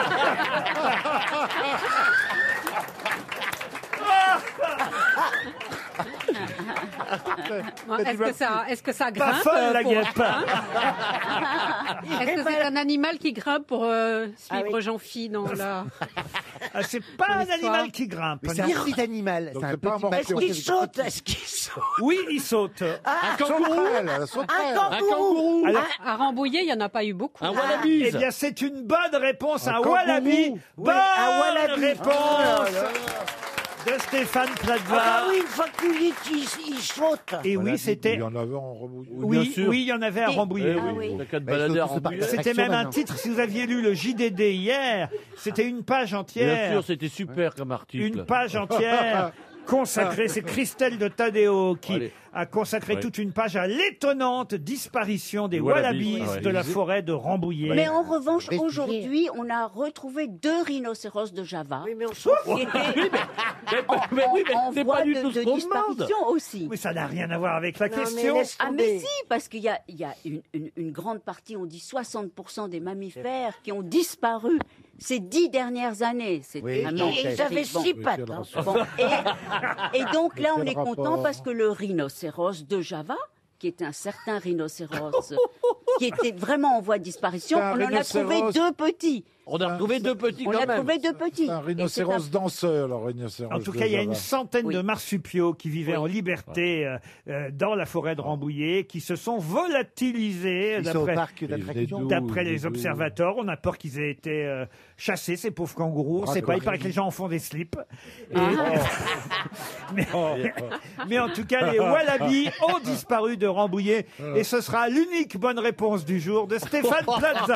Est-ce que ça Pas grimpe? folle, la pour- guêpe. Hein Est-ce que c'est un animal qui grimpe pour suivre Jean-Phi dans la... Ah, c'est pas un l'histoire. animal qui grimpe. Mais c'est un petit animal. Donc C'est un c'est pas un petit morpion. Est-ce qu'il saute? Est-ce qu'il saute? Oui, il saute. Ah, Sauterelle, la un sauterelle. kangourou. Alors, À Rambouillet, il n'y en a pas eu beaucoup. Un wallaby. eh bien, c'est une bonne réponse. Un kangourou. wallaby. Oui, Bonne un wallaby. réponse de Stéphane Ah Plaza. bah oui, une fois que tu lis, il saute. Et oui, c'était... Il y en avait en Rambouillet. Oui, sûr. oui, il y en avait à Rambouillet. Ah oui. T'as qu'à te Bah, balader à il faut Rambouillet. se C'était Action même un maintenant. titre, si vous aviez lu le JDD hier, c'était une page Bien entière. sûr, c'était super comme article. Une page entière consacrée. C'est Christelle de Tadeo qui Allez. a consacré Oui. toute une page à l'étonnante disparition des Wallabies, wallabies ouais. de la forêt de Rambouillet. Mais en revanche, aujourd'hui, on a retrouvé 2 rhinocéros de Java. Oui, mais on s'en fout. Qui étaient mais en c'est voie pas du de tout ce qu'on demande. disparition aussi. Mais ça n'a rien à voir avec la Non, mais question. laisse Ah mais tomber. si, parce qu'il y a une grande partie, on dit 60% des mammifères qui ont disparu ces 10 dernières années. C'est Oui, vraiment Et ils avaient bon. 6 pattes. hein. Bon, et donc là, on quel est content rapport parce que le rhinocéros de Java, qui est un certain rhinocéros, qui était vraiment en voie de disparition, C'est un on en a trouvé rhinocéros. 2 petits. On a retrouvé 2 petits On quand a même. trouvé 2 petits. Un Et rhinocéros c'est danseur, le rhinocéros. En tout de cas, il y a Java. une centaine Oui. de marsupiaux qui vivaient en liberté dans la forêt de Rambouillet, qui se sont volatilisés Ils sont au d'après parc d'attractions. d'après les observateurs. On a peur qu'ils aient été chassés, ces pauvres kangourous. On Ah, sait pas, il d'accord. paraît que les gens en font des slips. Et- mais, Oh. mais en tout cas, les wallabies ont disparu de Rambouillet. Et ce sera l'unique bonne réponse du jour de Stéphane Plaza.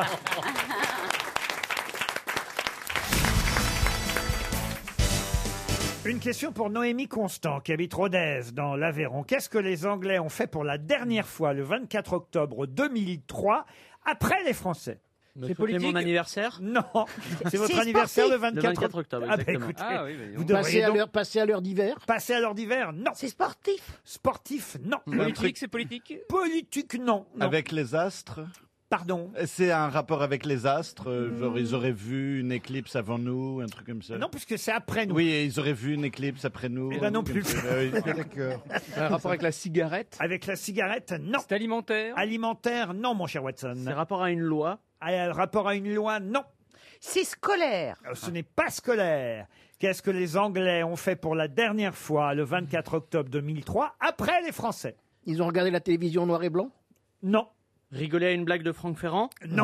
Une question pour Noémie Constant, qui habite Rodez, dans l'Aveyron. Qu'est-ce que les Anglais ont fait pour la dernière fois, le 24 octobre 2003, après les Français? C'est politique. mon anniversaire Non, c'est votre C'est anniversaire le sportif. 24, Le 24 octobre, Ah bah exactement. écoutez, Ah oui, vous Passer devriez à donc l'heure, passer à l'heure d'hiver. passer à l'heure d'hiver. Non. C'est sportif. Sportif, non. Politique, c'est politique Politique, non. Non. Avec les astres Pardon. C'est un rapport avec les astres genre ils auraient vu une éclipse avant nous, un truc comme ça. Non, puisque c'est après nous. Oui, et ils auraient vu une éclipse après nous. Eh ben non un truc plus. comme ça. Ah oui, d'accord. Un rapport avec la cigarette? Avec la cigarette, non. C'est alimentaire Alimentaire, non, mon cher Watson. C'est rapport à une loi Rapport à une loi, non. C'est scolaire. Ce n'est pas scolaire. Qu'est-ce que les Anglais ont fait pour la dernière fois, le 24 octobre 2003, après les Français? Ils ont regardé la télévision noir et blanc. Non. Rigoler à une blague de Franck Ferrand Non.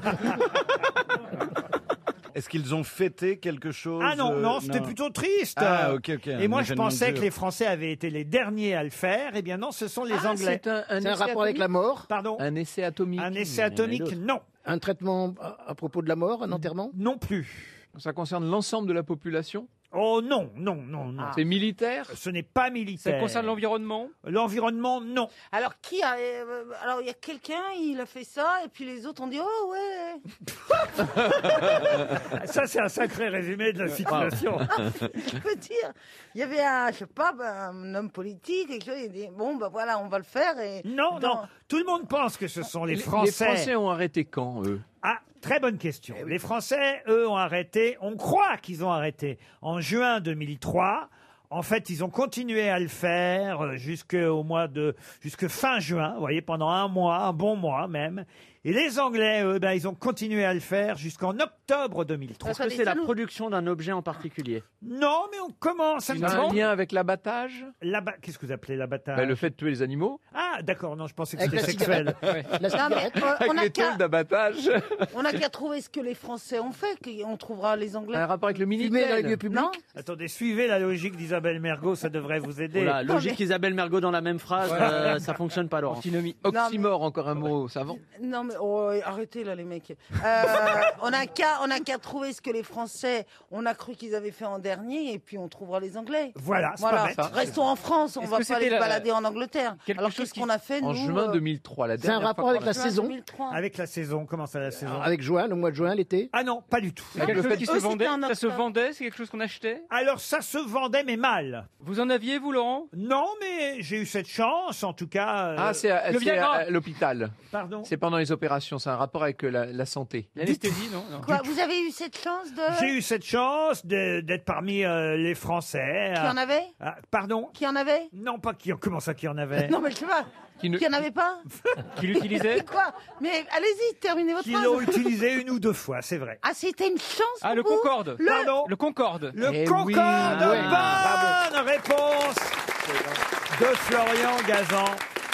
Est-ce qu'ils ont fêté quelque chose Ah non, non, c'était plutôt triste. Ah, ok, ok. Et moi, je pensais dur. que les Français avaient été les derniers à le faire. Eh bien non, ce sont les Anglais. C'est un C'est un rapport avec la mort. Pardon. Un essai atomique. Un essai Il y en a atomique, d'autres. non. Un traitement à propos de la mort, un enterrement. Non plus. Ça concerne l'ensemble de la population? Oh non, non, non, non. C'est militaire? Ce n'est pas militaire. Ça concerne l'environnement L'environnement, non. Alors qui a alors il y a quelqu'un, il a fait ça et puis les autres ont dit oh ouais. Ça, c'est un sacré résumé de la situation. Je peux dire, il y avait un je sais pas un homme politique quelque chose, il a dit bon bah voilà, on va le faire et Non, non. Tout le monde pense que ce sont les Les Français. Français ont arrêté quand, eux? Ah, très bonne question. Les Français, eux, ont arrêté, on croit qu'ils ont arrêté en juin 2003. En fait, ils ont continué à le faire jusque fin juin, vous voyez, pendant un mois, un bon mois même. Et les Anglais, eux, ils ont continué à le faire jusqu'en octobre 2003. Est-ce que c'est la production d'un objet en particulier Non, mais on commence à C'est un lien avec l'abattage? Qu'est-ce que vous appelez l'abattage? Le fait de tuer les animaux? Ah, d'accord, non, je pensais que Avec c'était la sexuel. La Non, mais, cigarette. on Avec a les qu'à tôles d'abattage? on a qu'à trouver ce que les Français ont fait, qu'on trouvera les Anglais. Un rapport avec le Fumer dans les lieux Minitel? publics. Non. Attendez, suivez la logique d'Isabelle Mergo, ça devrait vous aider. Voilà, logique Isabelle Mergo dans la même phrase, ça fonctionne pas, Laurent. Oxymore, encore un mot savant. Non mais arrêtez là les mecs. On a qu'à trouver ce que les Français on a cru qu'ils avaient fait en dernier et puis on trouvera les Anglais. Voilà, c'est pas bête. Restons en France, on Est-ce va que pas aller c'était se balader en Angleterre. Quelque Alors chose qu'est-ce qu'on a fait En nous juin 2003, la C'est un dernière rapport fois avec qu'on la a- juin saison. 2003. Avec la saison, comment ça la saison? Avec juin, le mois de juin, l'été. Ah non, pas du tout. C'est quelque chose qui se Eux, vendait c'était en Ça se octobre. vendait C'est quelque chose qu'on achetait Alors ça se vendait mais mal. Vous en aviez, vous, Laurent Non, mais j'ai eu cette chance, en tout cas. Ah, c'est Le Viagra. à l'hôpital. Pardon. C'est pendant les opérations, c'est un rapport avec la santé. L'anesthésie, non, non. Quoi, vous avez eu cette chance de J'ai eu cette chance d'être parmi les Français. Qui en avait Ah, pardon. Qui en avait Non, pas qui. Comment ça, qui en avait? Non mais je sais pas. Qui ne- Qui en avait pas Qui l'utilisait Mais quoi Mais allez-y, terminez votre Qui phrase. l'ont utilisé une ou deux fois, c'est vrai. Ah, c'était une chance Ah, pour le vous Concorde Pardon. Le Concorde Le Eh Concorde. oui. Bonne réponse de Florian Gazan.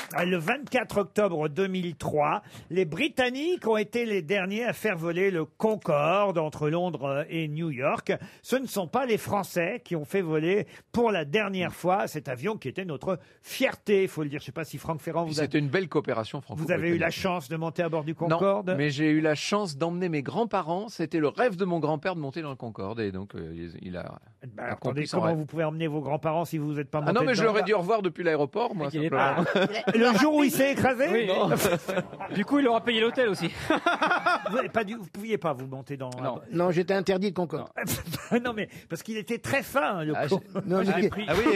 Le 24 octobre 2003, les Britanniques ont été les derniers à faire voler le Concorde entre Londres et New York. Ce ne sont pas les Français qui ont fait voler pour la dernière fois cet avion qui était notre fierté, il faut le dire. Je ne sais pas si Franck Ferrand, C'était une belle coopération franco-britannique. vous avez eu la chance de monter à bord du Concorde? Non, mais j'ai eu la chance d'emmener mes grands-parents. C'était le rêve de mon grand-père de monter dans le Concorde. Et donc, il a Attendez, accompli son comment rêve. vous pouvez emmener vos grands-parents si vous n'êtes pas monté Ah non, mais je dedans? leur ai dit au revoir depuis l'aéroport, moi. simplement. Le jour où il s'est écrasé? Oui. Non. Du coup, il aura payé l'hôtel aussi. Vous pouviez pas vous monter dans... Non, j'étais interdit de Concorde. Non, mais parce qu'il était très fin, le con. Non, mais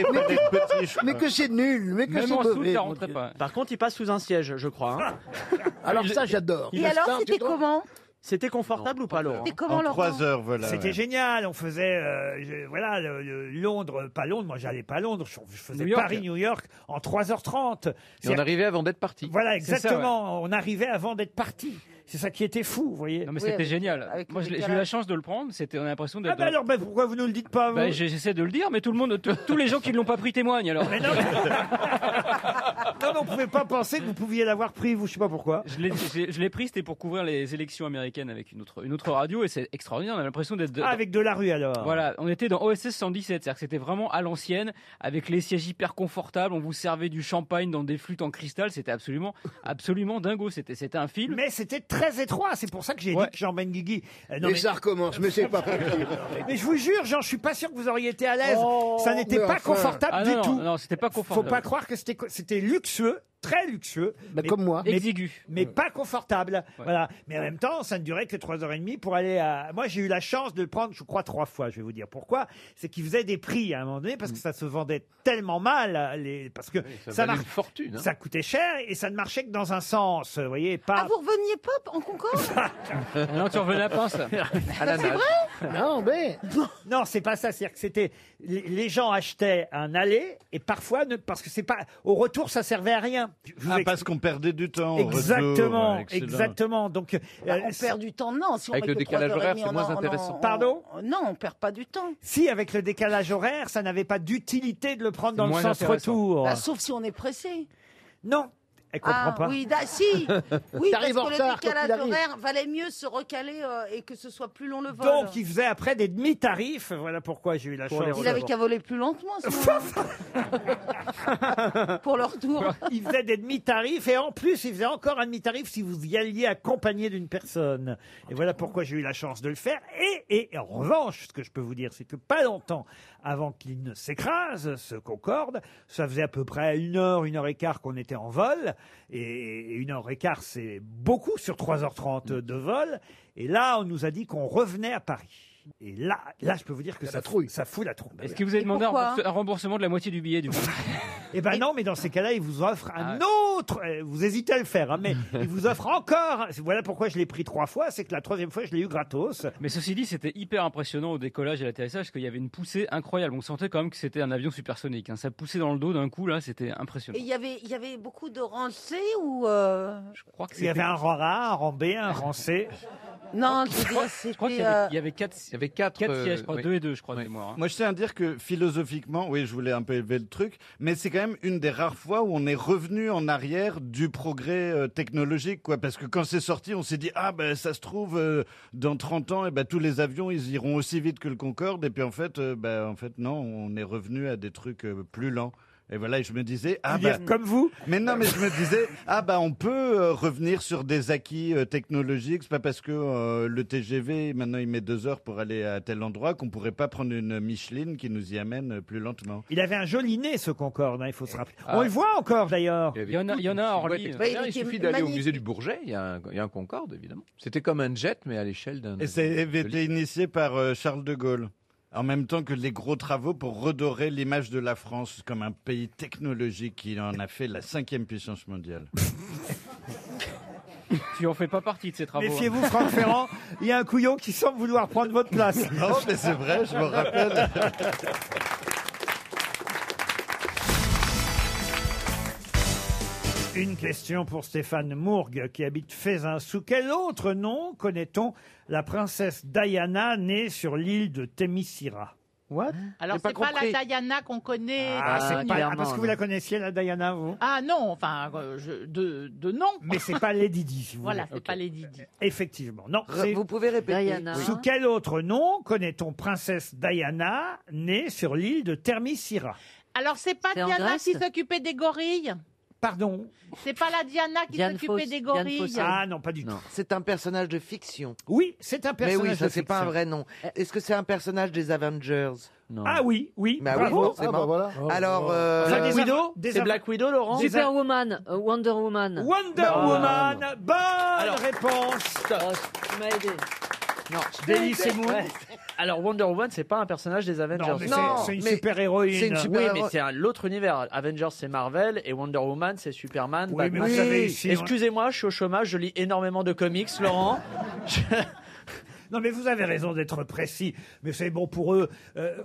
mais que c'est nul, mais que Même c'est en mauvais. soute, ça rentrait pas. Par contre, il passe sous un siège, je crois. hein. Alors ça, j'adore. Et alors, c'était comment? C'était confortable ou pas, Laurent? C'était comment, Laurent? C'était génial. On faisait, voilà, Londres, pas Londres. Moi, j'allais pas à Londres. Je faisais New York. Paris-New York en 3h30. Et on arrivait avant d'être parti. Voilà, C'est ça, exactement. On arrivait avant d'être parti. C'est ça qui était fou, vous voyez. Non, mais c'était génial. Moi, j'ai eu la chance de le prendre. On a l'impression d'être. Ah bah alors, pourquoi vous ne le dites pas, vous? J'essaie de le dire, mais tout le monde, tous les gens qui ne l'ont pas pris témoignent alors. Mais non, non, mais on pouvait pas penser que vous pouviez l'avoir pris, vous, je sais pas pourquoi. Je l'ai pris, c'était pour couvrir les élections américaines avec une autre radio, et c'est extraordinaire. On a l'impression d'être. Ah, avec de la rue alors. Voilà, on était dans OSS 117, c'est-à-dire que c'était vraiment à l'ancienne, avec les sièges hyper confortables. On vous servait du champagne dans des flûtes en cristal. C'était absolument dingo. C'était un film. Mais c'était très étroit. C'est pour ça que j'ai dit que Jean Benguigui. Et ça recommence, mais c'est pas possible. Mais je vous jure, Jean, je suis pas sûr que vous auriez été à l'aise. Ça n'était mais pas enfin. confortable du tout. Non, c'était pas confortable. Faut pas croire que c'était luxueux. Très luxueux. Bah, comme moi. Exigu. Mais pas confortable. Voilà. Mais en même temps, ça ne durait que 3h30 pour aller à... Moi, j'ai eu la chance de le prendre, je crois, 3 fois. Je vais vous dire pourquoi. C'est qu'ils faisaient des prix à un moment donné parce que ça se vendait tellement mal. Parce que ça valait une fortune. Hein. Ça coûtait cher et ça ne marchait que dans un sens. Vous voyez, pas... Ah, vous reveniez pas en Concorde? Non, tu revenais à pince. C'est vrai? Non, mais... Non, c'est pas ça. C'est-à-dire que c'était... Les gens achetaient un aller et parfois, parce que c'est pas... Au retour, ça servait à rien. Parce qu'on perdait du temps. Exactement, Excellent. exactement. Donc, on perd du temps, non. Si on Avec met le que décalage 3h30, horaire, c'est moins intéressant. Pardon? Non, on perd pas du temps. Si, avec le décalage horaire, ça n'avait pas d'utilité de le prendre dans le moins sens intéressant. retour. Bah, sauf si on est pressé. Non, elle comprend pas. Oui, si. Oui, parce T'arrives en que le retard quand il décalage arrive. horaire valait mieux se recaler et que ce soit plus long le vol. Donc, il faisait après des demi-tarifs. Voilà pourquoi j'ai eu la chance. Il avait qu'à voler plus lentement, ce moment-là. Pour le retour. Il faisait des demi-tarifs et en plus, il faisait encore un demi-tarif si vous y alliez accompagné d'une personne. Et voilà pourquoi j'ai eu la chance de le faire. Et en revanche, ce que je peux vous dire, c'est que pas longtemps avant qu'il ne s'écrase, ce Concorde, ça faisait à peu près 1h et quart qu'on était en vol. Et 1h15, c'est beaucoup sur 3h30 de vol. Et là, on nous a dit qu'on revenait à Paris. Et là, je peux vous dire que ça fout la trouille. Est-ce que vous avez demandé un remboursement de la moitié du billet du coup? Eh ben non, mais dans ces cas-là, il vous offre un autre. Vous hésitez à le faire, hein, mais il vous offre encore. Voilà pourquoi je l'ai pris 3 fois. C'est que la 3e fois, je l'ai eu gratos. Mais ceci dit, c'était hyper impressionnant au décollage et à l'atterrissage parce qu'il y avait une poussée incroyable. On sentait quand même que c'était un avion supersonique. Hein. Ça poussait dans le dos d'un coup, là, c'était impressionnant. Et il y avait beaucoup de rangs C ou Je crois que Il y avait un rang A, un rang B, un rang C. Non, je veux dire, Je crois qu'il y avait 4 sièges, je crois, 2 et 2, je crois, de mémoire. Hein. Moi, je tiens à dire que philosophiquement, oui, je voulais un peu élever le truc, mais c'est quand même une des rares fois où on est revenu en arrière du progrès technologique, quoi. Parce que quand c'est sorti, on s'est dit, ah ben ça se trouve, dans 30 ans, tous les avions, ils iront aussi vite que le Concorde. Et puis en fait, non, on est revenu à des trucs plus lents. Et voilà, et je me disais, comme vous. Mais non, mais je me disais, on peut revenir sur des acquis technologiques. C'est pas parce que le TGV maintenant il met 2 heures pour aller à tel endroit qu'on pourrait pas prendre une Micheline qui nous y amène plus lentement. Il avait un joli nez, ce Concorde, hein, il faut se rappeler. On le voit encore d'ailleurs. Il y en a à Orly. Il suffit d'aller au musée du Bourget, il y a un Concorde évidemment. C'était comme un jet, mais à l'échelle d'un. Et ça avait été initié par Charles de Gaulle. En même temps que les gros travaux pour redorer l'image de la France comme un pays technologique qui en a fait la 5e puissance mondiale. Tu en fais pas partie de ces travaux. Méfiez-vous, Franck Ferrand, il y a un couillon qui semble vouloir prendre votre place. Non, mais c'est vrai, je me rappelle. Une question pour Stéphane Mourgue qui habite Fézin. Sous quel autre nom connaît-on la princesse Diana née sur l'île de Thémiscyra? What Alors, J'ai pas c'est pas compris. la Diana qu'on connaît. C'est pas- connue. parce que vous la connaissiez, la Diana, vous Ah non, enfin, de nom. Mais c'est pas Lady Di, si vous Voilà, voulez. c'est pas Lady Di. Effectivement. Non. c'est- Vous pouvez répéter. Diana. Sous quel autre nom connaît-on princesse Diana, née sur l'île de Thermissira? Alors, c'est pas C'est en Diana Grèce qui s'occupait des gorilles? Pardon? C'est pas la Diana qui Diane s'occupait Fosse- des Diane gorilles? Fosse. Ah non, pas du tout. C'est un personnage de fiction. Oui, c'est un Mais personnage oui, ça de c'est pas un fiction. vrai nom. Est-ce que c'est un personnage des Avengers? Non. Ah oui, oui, Bah bravo. oui, forcément. Alors, Black des Widow des C'est Black Widow, Laurent des Superwoman, Wonder Woman. Wonder Woman, bonne réponse. tu m'as aidé. Non. Délice et Moon. Alors Wonder Woman, c'est pas un personnage des Avengers. Non, mais c'est une super-héroïne. c'est une Oui, mais c'est l'autre univers. Avengers, c'est Marvel et Wonder Woman, c'est Superman. Oui, mais Batman. vous savez, ici, Excusez-moi, je suis au chômage, je lis énormément de comics, Laurent. Non, mais vous avez raison d'être précis. Mais c'est bon pour eux.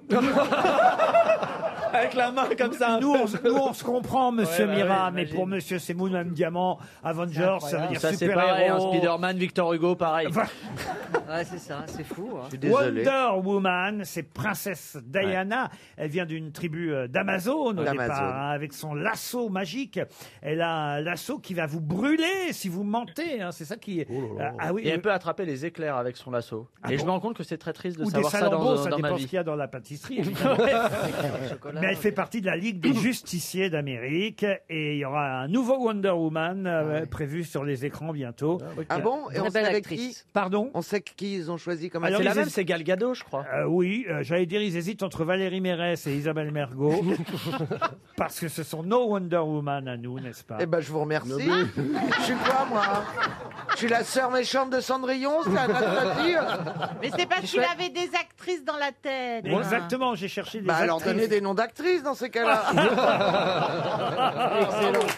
Avec la main comme ça. Nous, on se comprend, monsieur Ouais, bah Mira, oui, mais j'imagine. pour monsieur Semoun, même Diamant, Avengers, ça veut dire Ça c'est pareil, hein, super-héros. Spider-Man, Victor Hugo, pareil. Ouais, c'est ça, c'est fou. Hein. Je suis désolé. Wonder Woman, c'est princesse Diana. Elle vient d'une tribu d'Amazon au départ, hein, avec son lasso magique. Elle a un lasso qui va vous brûler si vous mentez. Hein, c'est ça qui est. Ah oui. Et elle peut attraper les éclairs avec son lasso. Ah Et bon je me rends compte que c'est très triste de ou des savoir ça salambos, ça dans ma dépend vie. ce qu'il y a dans la pâtisserie. évidemment. Mais elle fait partie de la Ligue des justiciers d'Amérique et il y aura un nouveau Wonder Woman prévu sur les écrans bientôt. Ah bon? Et on sait avec qui? Pardon? On sait qui ils ont choisi comme Alors, C'est la ils même, hési- c'est Gal Gadot, je crois. Oui, j'allais dire, ils hésitent entre Valérie Mérès et Isabelle Mergo. Parce que ce sont nos Wonder Woman à nous, n'est-ce pas? Eh ben, je vous remercie. Je suis quoi, moi? Je suis la sœur méchante de Cendrillon, c'est un Mais c'est parce qu'il avait des actrices dans la tête. Exactement, j'ai cherché des Bah, alors actrices. donnez des noms d'actrices dans ces cas-là. Excellent.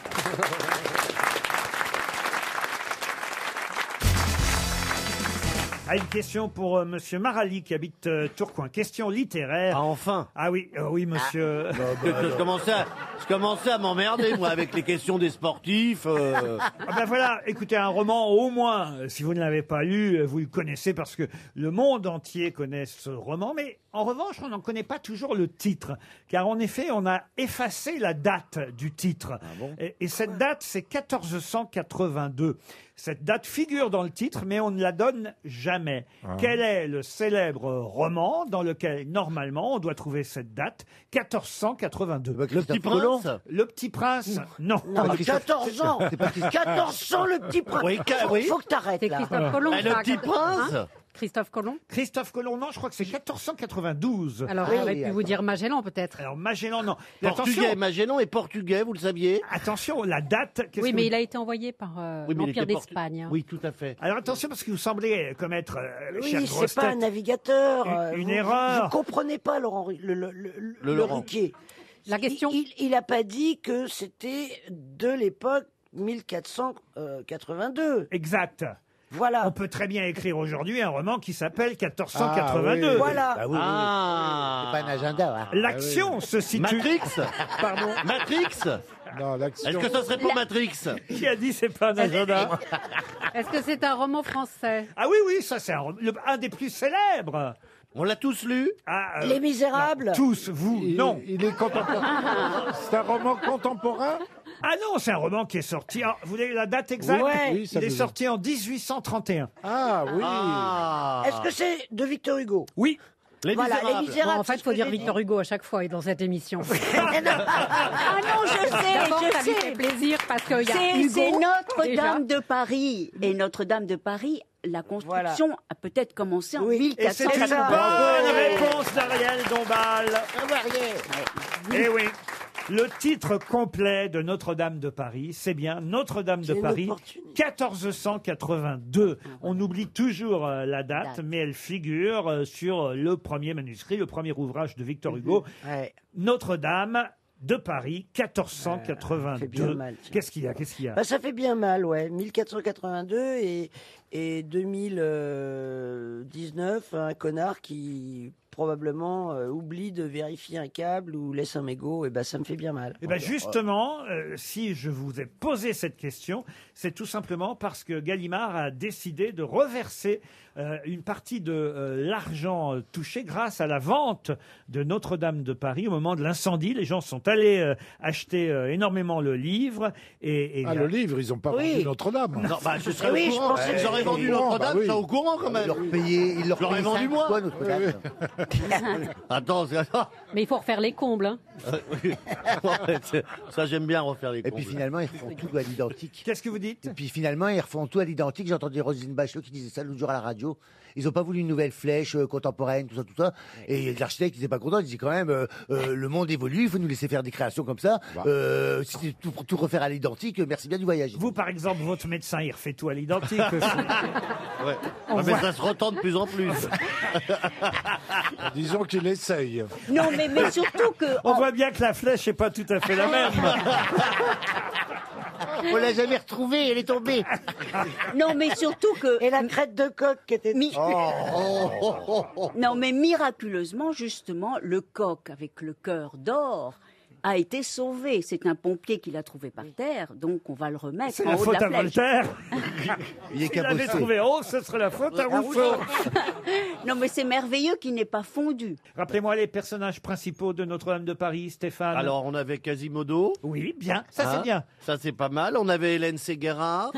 Ah, une question pour Monsieur Marali qui habite Tourcoing. Question littéraire. Ah, enfin. Ah oui, oui, monsieur. Je commençais à m'emmerder, moi, avec les questions des sportifs. Ah ben voilà, écoutez, un roman au moins, si vous ne l'avez pas lu, vous le connaissez parce que le monde entier connaît ce roman, mais en revanche, on n'en connaît pas toujours le titre, car en effet, on a effacé la date du titre. Et cette date, c'est 1482. Cette date figure dans le titre, mais on ne la donne jamais. Ah. Quel est le célèbre roman dans lequel, normalement, on doit trouver cette date 1482. Le Petit Prince. Le Petit Prince, non. Non, 14 ans. 14 ans, le petit prince. Oui, Faut que t'arrêtes, C'est là. Christophe Colomb. Le ça. Petit Prince. Hein Christophe Colomb. Christophe Colomb, non, je crois que c'est 1492. Alors, j'aurais pu vous dire Magellan, peut-être. Alors, Magellan, non. Mais Portugais, attention, Magellan est portugais, vous le saviez? attention, la date. qu'est-ce Oui, que mais vous- il a été envoyé par Oui, mais il l'Empire était d'Espagne. hein. Oui, tout à fait. Alors, attention, parce que vous semblez commettre, chère Oui, grosse c'est pas un tête, navigateur. Une vous- erreur. Vous comprenez pas, Laurent, le Laurent. Ruquier. La question. Il a pas dit que c'était de l'époque 1482. Exact. Voilà. On peut très bien écrire aujourd'hui un roman qui s'appelle 1482. Voilà. Bah oui, oui. Ah. C'est pas un agenda. Hein. L'action se situe. Matrix. Pardon. Matrix. Non, l'action. Est-ce que ça serait pour Matrix? Qui a dit c'est pas un agenda? Est-ce que c'est un roman français? Ah oui, oui, ça c'est un des plus célèbres. On l'a tous lu? Ah, Les Misérables. non, tous, vous, non. Il est contemporain. C'est un roman contemporain? Ah non, c'est un roman qui est sorti. Ah, vous voulez la date exacte? Ouais. Oui, ça Il est veut- sorti en 1831. Ah oui. Ah. Est-ce que c'est de Victor Hugo? Oui. Les Voilà, Misérables. Les Misérables. Bon, en fait, c'est il ce faut que dire j'ai Victor dit. Hugo à chaque fois et dans cette émission. Ah non, je sais, D'abord, ça lui je fait sais. plaisir parce qu'il y a C'est Hugo. Notre-Dame de Paris. Et Notre-Dame de Paris, la construction a peut-être commencé en Oui. Et c'est une 1480. bonne réponse d'Ariel Dombal. Eh oui. Le titre complet de Notre-Dame de Paris, c'est bien Notre-Dame de C'est une Paris, opportunité. 1482. On oublie toujours la date, mais elle figure sur le premier manuscrit, le premier ouvrage de Victor Hugo, Ouais. Notre-Dame de Paris, 1482. fait bien mal, tiens. Qu'est-ce qu'il y a? Qu'est-ce qu'il y a? Bah, ça fait bien mal, ouais. 1482 et 2019, un connard qui probablement oublie de vérifier un câble ou laisse un mégot, et ben ça me fait bien mal. Eh ben justement, si je vous ai posé cette question, c'est tout simplement parce que Gallimard a décidé de reverser une partie de l'argent touché grâce à la vente de Notre-Dame de Paris au moment de l'incendie. Les gens sont allés acheter énormément le livre. Le livre, ils n'ont pas vendu Notre-Dame. Non, bah, je serais au courant. Ils auraient vendu Notre-Dame, je serais au courant quand même. Ils leur J'aurais vendu moi. quoi, Notre-Dame. Attends. Mais il faut refaire les combles. Hein. Ça, j'aime bien refaire les Et puis finalement, ils refont tout à l'identique. Qu'est-ce que vous dites? Et puis finalement, ils refont tout à l'identique. J'ai entendu Roselyne Bachelot qui disait ça l'autre jour à la radio. Ils n'ont pas voulu une nouvelle flèche contemporaine, tout ça. Et l'architecte n'était pas content. Il disait quand même, le monde évolue, il faut nous laisser faire des créations comme ça. Si c'est tout refaire à l'identique, merci bien du voyage. Vous, par exemple, votre médecin, il refait tout à l'identique aussi. Ouais. Mais ça se retend de plus en plus. Disons qu'il essaye. Non, mais surtout que... On voit bien que la flèche n'est pas tout à fait la même. On l'a jamais retrouvée, elle est tombée. Non, mais surtout que... Et la crête de coq qui était... Non, mais miraculeusement, justement, le coq avec le cœur d'or a été sauvé. C'est un pompier qui l'a trouvé par terre, donc on va le remettre C'est en la haut faute de la à flèche. Voltaire. Il est S'il l'avait cabossé. trouvé haut, ce serait la faute à Rousseau. Non, mais c'est merveilleux qu'il n'ait pas fondu. Rappelez-moi les personnages principaux de Notre-Dame de Paris, Stéphane. Alors, on avait Quasimodo. Oui, bien. Ça, c'est bien. Ça, c'est pas mal. On avait Hélène Ségara.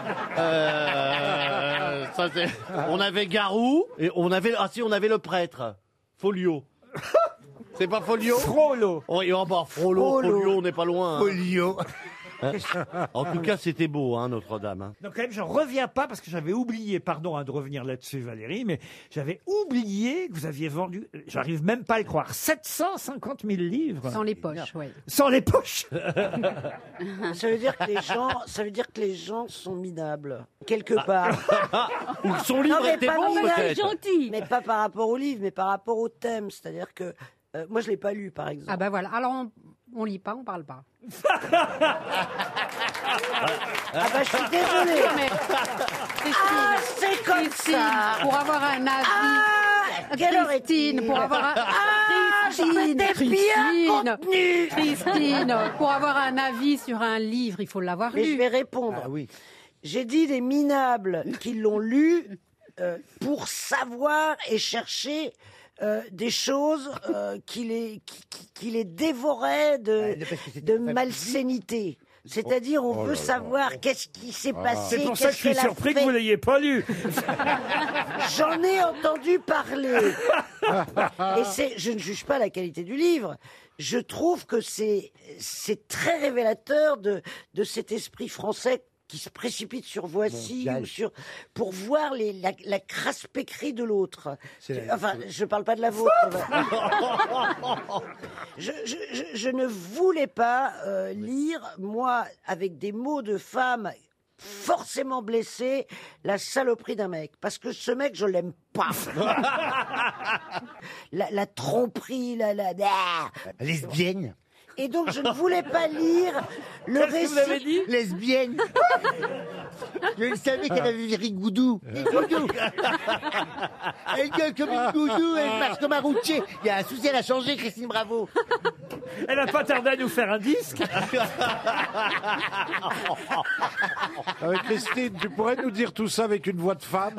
On avait Garou. Et on avait le prêtre. Folio. C'est pas Folio? Frollo. Folio, on n'est pas loin. Folio. En tout cas, c'était beau, hein, Notre-Dame. Hein. Donc quand même, je reviens pas parce que j'avais oublié, pardon de revenir là-dessus Valérie, mais j'avais oublié que vous aviez vendu, j'arrive même pas à le croire, 750 000 livres. Sans les poches, oui. Sans les poches. Ça veut dire que les gens sont minables quelque part. Ou son livre était pas bon, minables, peut-être. gentil. Mais pas par rapport au livre, mais par rapport au thème. C'est-à-dire que moi je l'ai pas lu, par exemple. Ah ben voilà. Alors on lit pas, on parle pas. Ah bah je suis désolée. Non, mais, Ah, c'est comme Christine, ça. pour avoir un avis. Quelle heure Christine, est-il pour avoir un... j'étais bien contenue. Christine, pour avoir un avis sur un livre, il faut l'avoir Mais lu. je vais répondre. J'ai dit les minables qui l'ont lu pour savoir et chercher des choses qui les dévoraient de malsénité. C'est-à-dire, on veut savoir qu'est-ce qui s'est passé. C'est pour ça que je suis surpris que vous l'ayez pas lu. J'en ai entendu parler. Et je ne juge pas la qualité du livre. Je trouve que c'est très révélateur de cet esprit français qui se précipite sur Voici ou pour voir la crasse pécrie de l'autre. Enfin, je parle pas de la vôtre. Je ne voulais pas lire, moi, avec des mots de femme forcément blessée, la saloperie d'un mec. Parce que ce mec, je l'aime pas. la tromperie, la lesbienne. Et donc, je ne voulais pas lire le récit. Qu'est-ce que vous avez dit? Lesbienne. Je savais qu'elle avait viré Goudou. Elle gueule comme une Goudou, elle marche comme un routier. Il y a un souci, elle a changé, Christine Bravo. Elle n'a pas tardé à nous faire un disque. Christine, tu pourrais nous dire tout ça avec une voix de femme?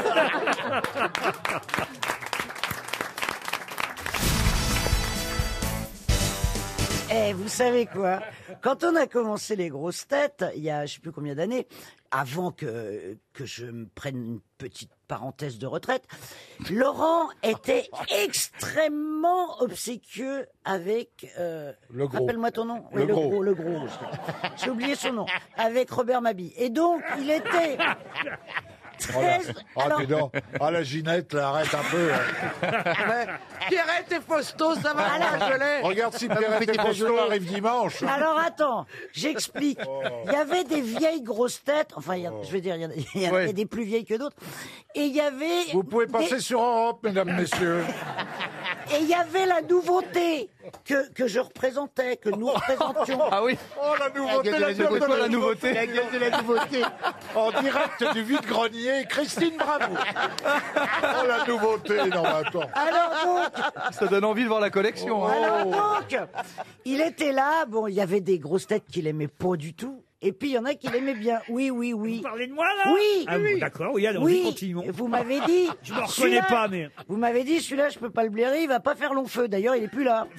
Vous savez quoi? Quand on a commencé les grosses têtes, il y a je sais plus combien d'années, avant que je me prenne une petite parenthèse de retraite, Laurent était extrêmement obséquieux avec... le gros. Rappelle-moi ton nom. Le gros. Le gros. J'ai oublié son nom. Avec Robert Mabille. Et donc, il était... dis donc. Ah, la Ginette, là, arrête un peu. Pierrette et Fausto, ça va je l'ai. Regarde si Pierrette et Fausto arrivent dimanche. Alors attends, j'explique. Il y avait des vieilles grosses têtes, enfin, je vais dire, il y a des plus vieilles que d'autres. Et il y avait... Vous pouvez passer sur Europe, mesdames, messieurs. Et il y avait la nouveauté que je représentais, que nous représentions. Ah oui. Oh, la nouveauté, La nouveauté. La gueule de la nouveauté. En direct du vide-grenier, Christine Bravo. Oh, la nouveauté, non, mais attends. Alors donc, Ça donne envie de voir la collection. hein. alors donc, il était là. Bon, il y avait des grosses têtes qu'il aimait pas du tout. Et puis il y en a qui l'aimaient bien. Oui, oui, oui. Vous parlez de moi, là Oui. Ah, bon, d'accord, oui, alors Oui. continuons. Et vous m'avez dit. Je me reconnais celui-là- pas, mais... Vous m'avez dit, celui-là, je peux pas le blairer, il va pas faire long feu. D'ailleurs, il est plus là.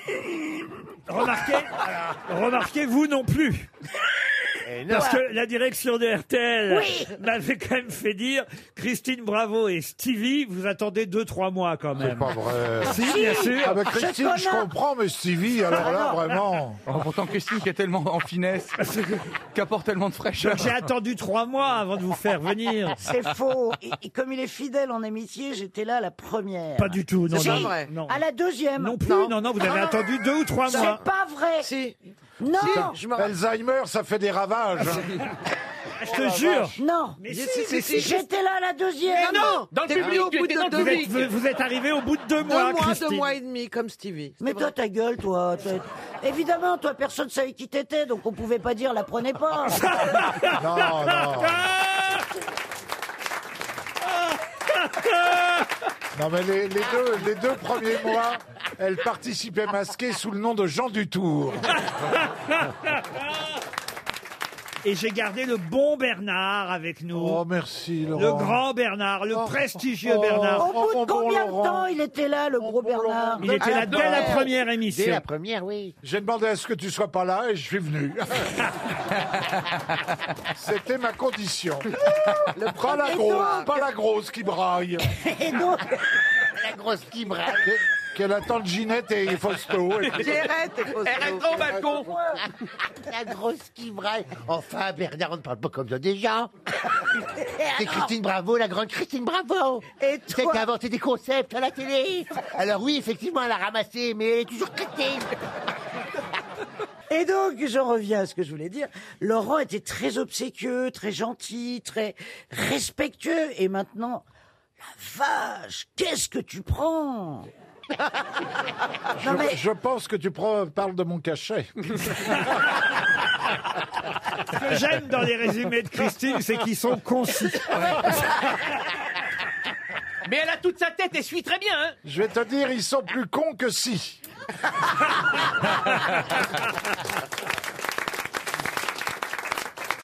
Remarquez, vous non plus. Parce que la direction de RTL Oui. m'avait quand même fait dire Christine Bravo et Stevie, vous attendez 2-3 mois quand même. C'est pas vrai. Si, bien sûr. Ah, bah, Christine, je comprends, mais Stevie, alors là, vraiment. Oh, pourtant, Christine qui est tellement en finesse, qui apporte tellement de fraîcheur. J'ai attendu 3 mois avant de vous faire venir. C'est faux. Et comme il est fidèle en amitié, j'étais là la première. Pas du tout, non, Si. non. vrai. Non. À la deuxième. Non plus, non, vous avez attendu 2 ou 3 C'est mois. pas vrai. Si. Non. Je me rappelle. Alzheimer, ça fait des ravages. Je te jure. Non. Mais Si. J'étais là à la deuxième. Non, Dans le t'es public, venu au tu bout étais de dans le deux public. mois. vous êtes arrivé au bout de 2 2 mois, mois, Christine. 2 mois et demi, comme Stevie. Mais toi, ta gueule, toi. Évidemment, toi, personne savait qui t'étais, donc on pouvait pas dire la prenez pas. Non, non. Non, mais les deux premiers mois, elle participait masquée sous le nom de Jean Dutour. Et j'ai gardé le bon Bernard avec nous. Oh, merci, Laurent. Le grand Bernard, le prestigieux Bernard. Au bout de bon combien de Laurent. temps il était là, le gros Bernard? Il était là dès la première émission. Dès la première, oui. J'ai demandé à ce que tu sois pas là et je suis venu. C'était ma condition. Pas la grosse qui braille. Et donc, La grosse qui braille. Qu'elle attend Ginette et Fausto. Et puis- Pierrette et Fausto. Elle reste au balcon. La grosse qui braille. Enfin, Bernard, on ne parle pas comme ça déjà. C'est Christine Bravo, la grande Christine Bravo. Et C'est toi qui a inventé des concepts à la télé. Alors oui, effectivement, elle a ramassé, mais elle est toujours Christine. Et donc, j'en reviens à ce que je voulais dire. Laurent était très obséquieux, très gentil, très respectueux. Et maintenant, la vache, qu'est-ce que tu prends? Non, mais Je pense que tu parles de mon cachet. Ce que j'aime dans les résumés de Christine, c'est qu'ils sont concis. Mais elle a toute sa tête et suit très bien. Hein. Je vais te dire, ils sont plus cons que si.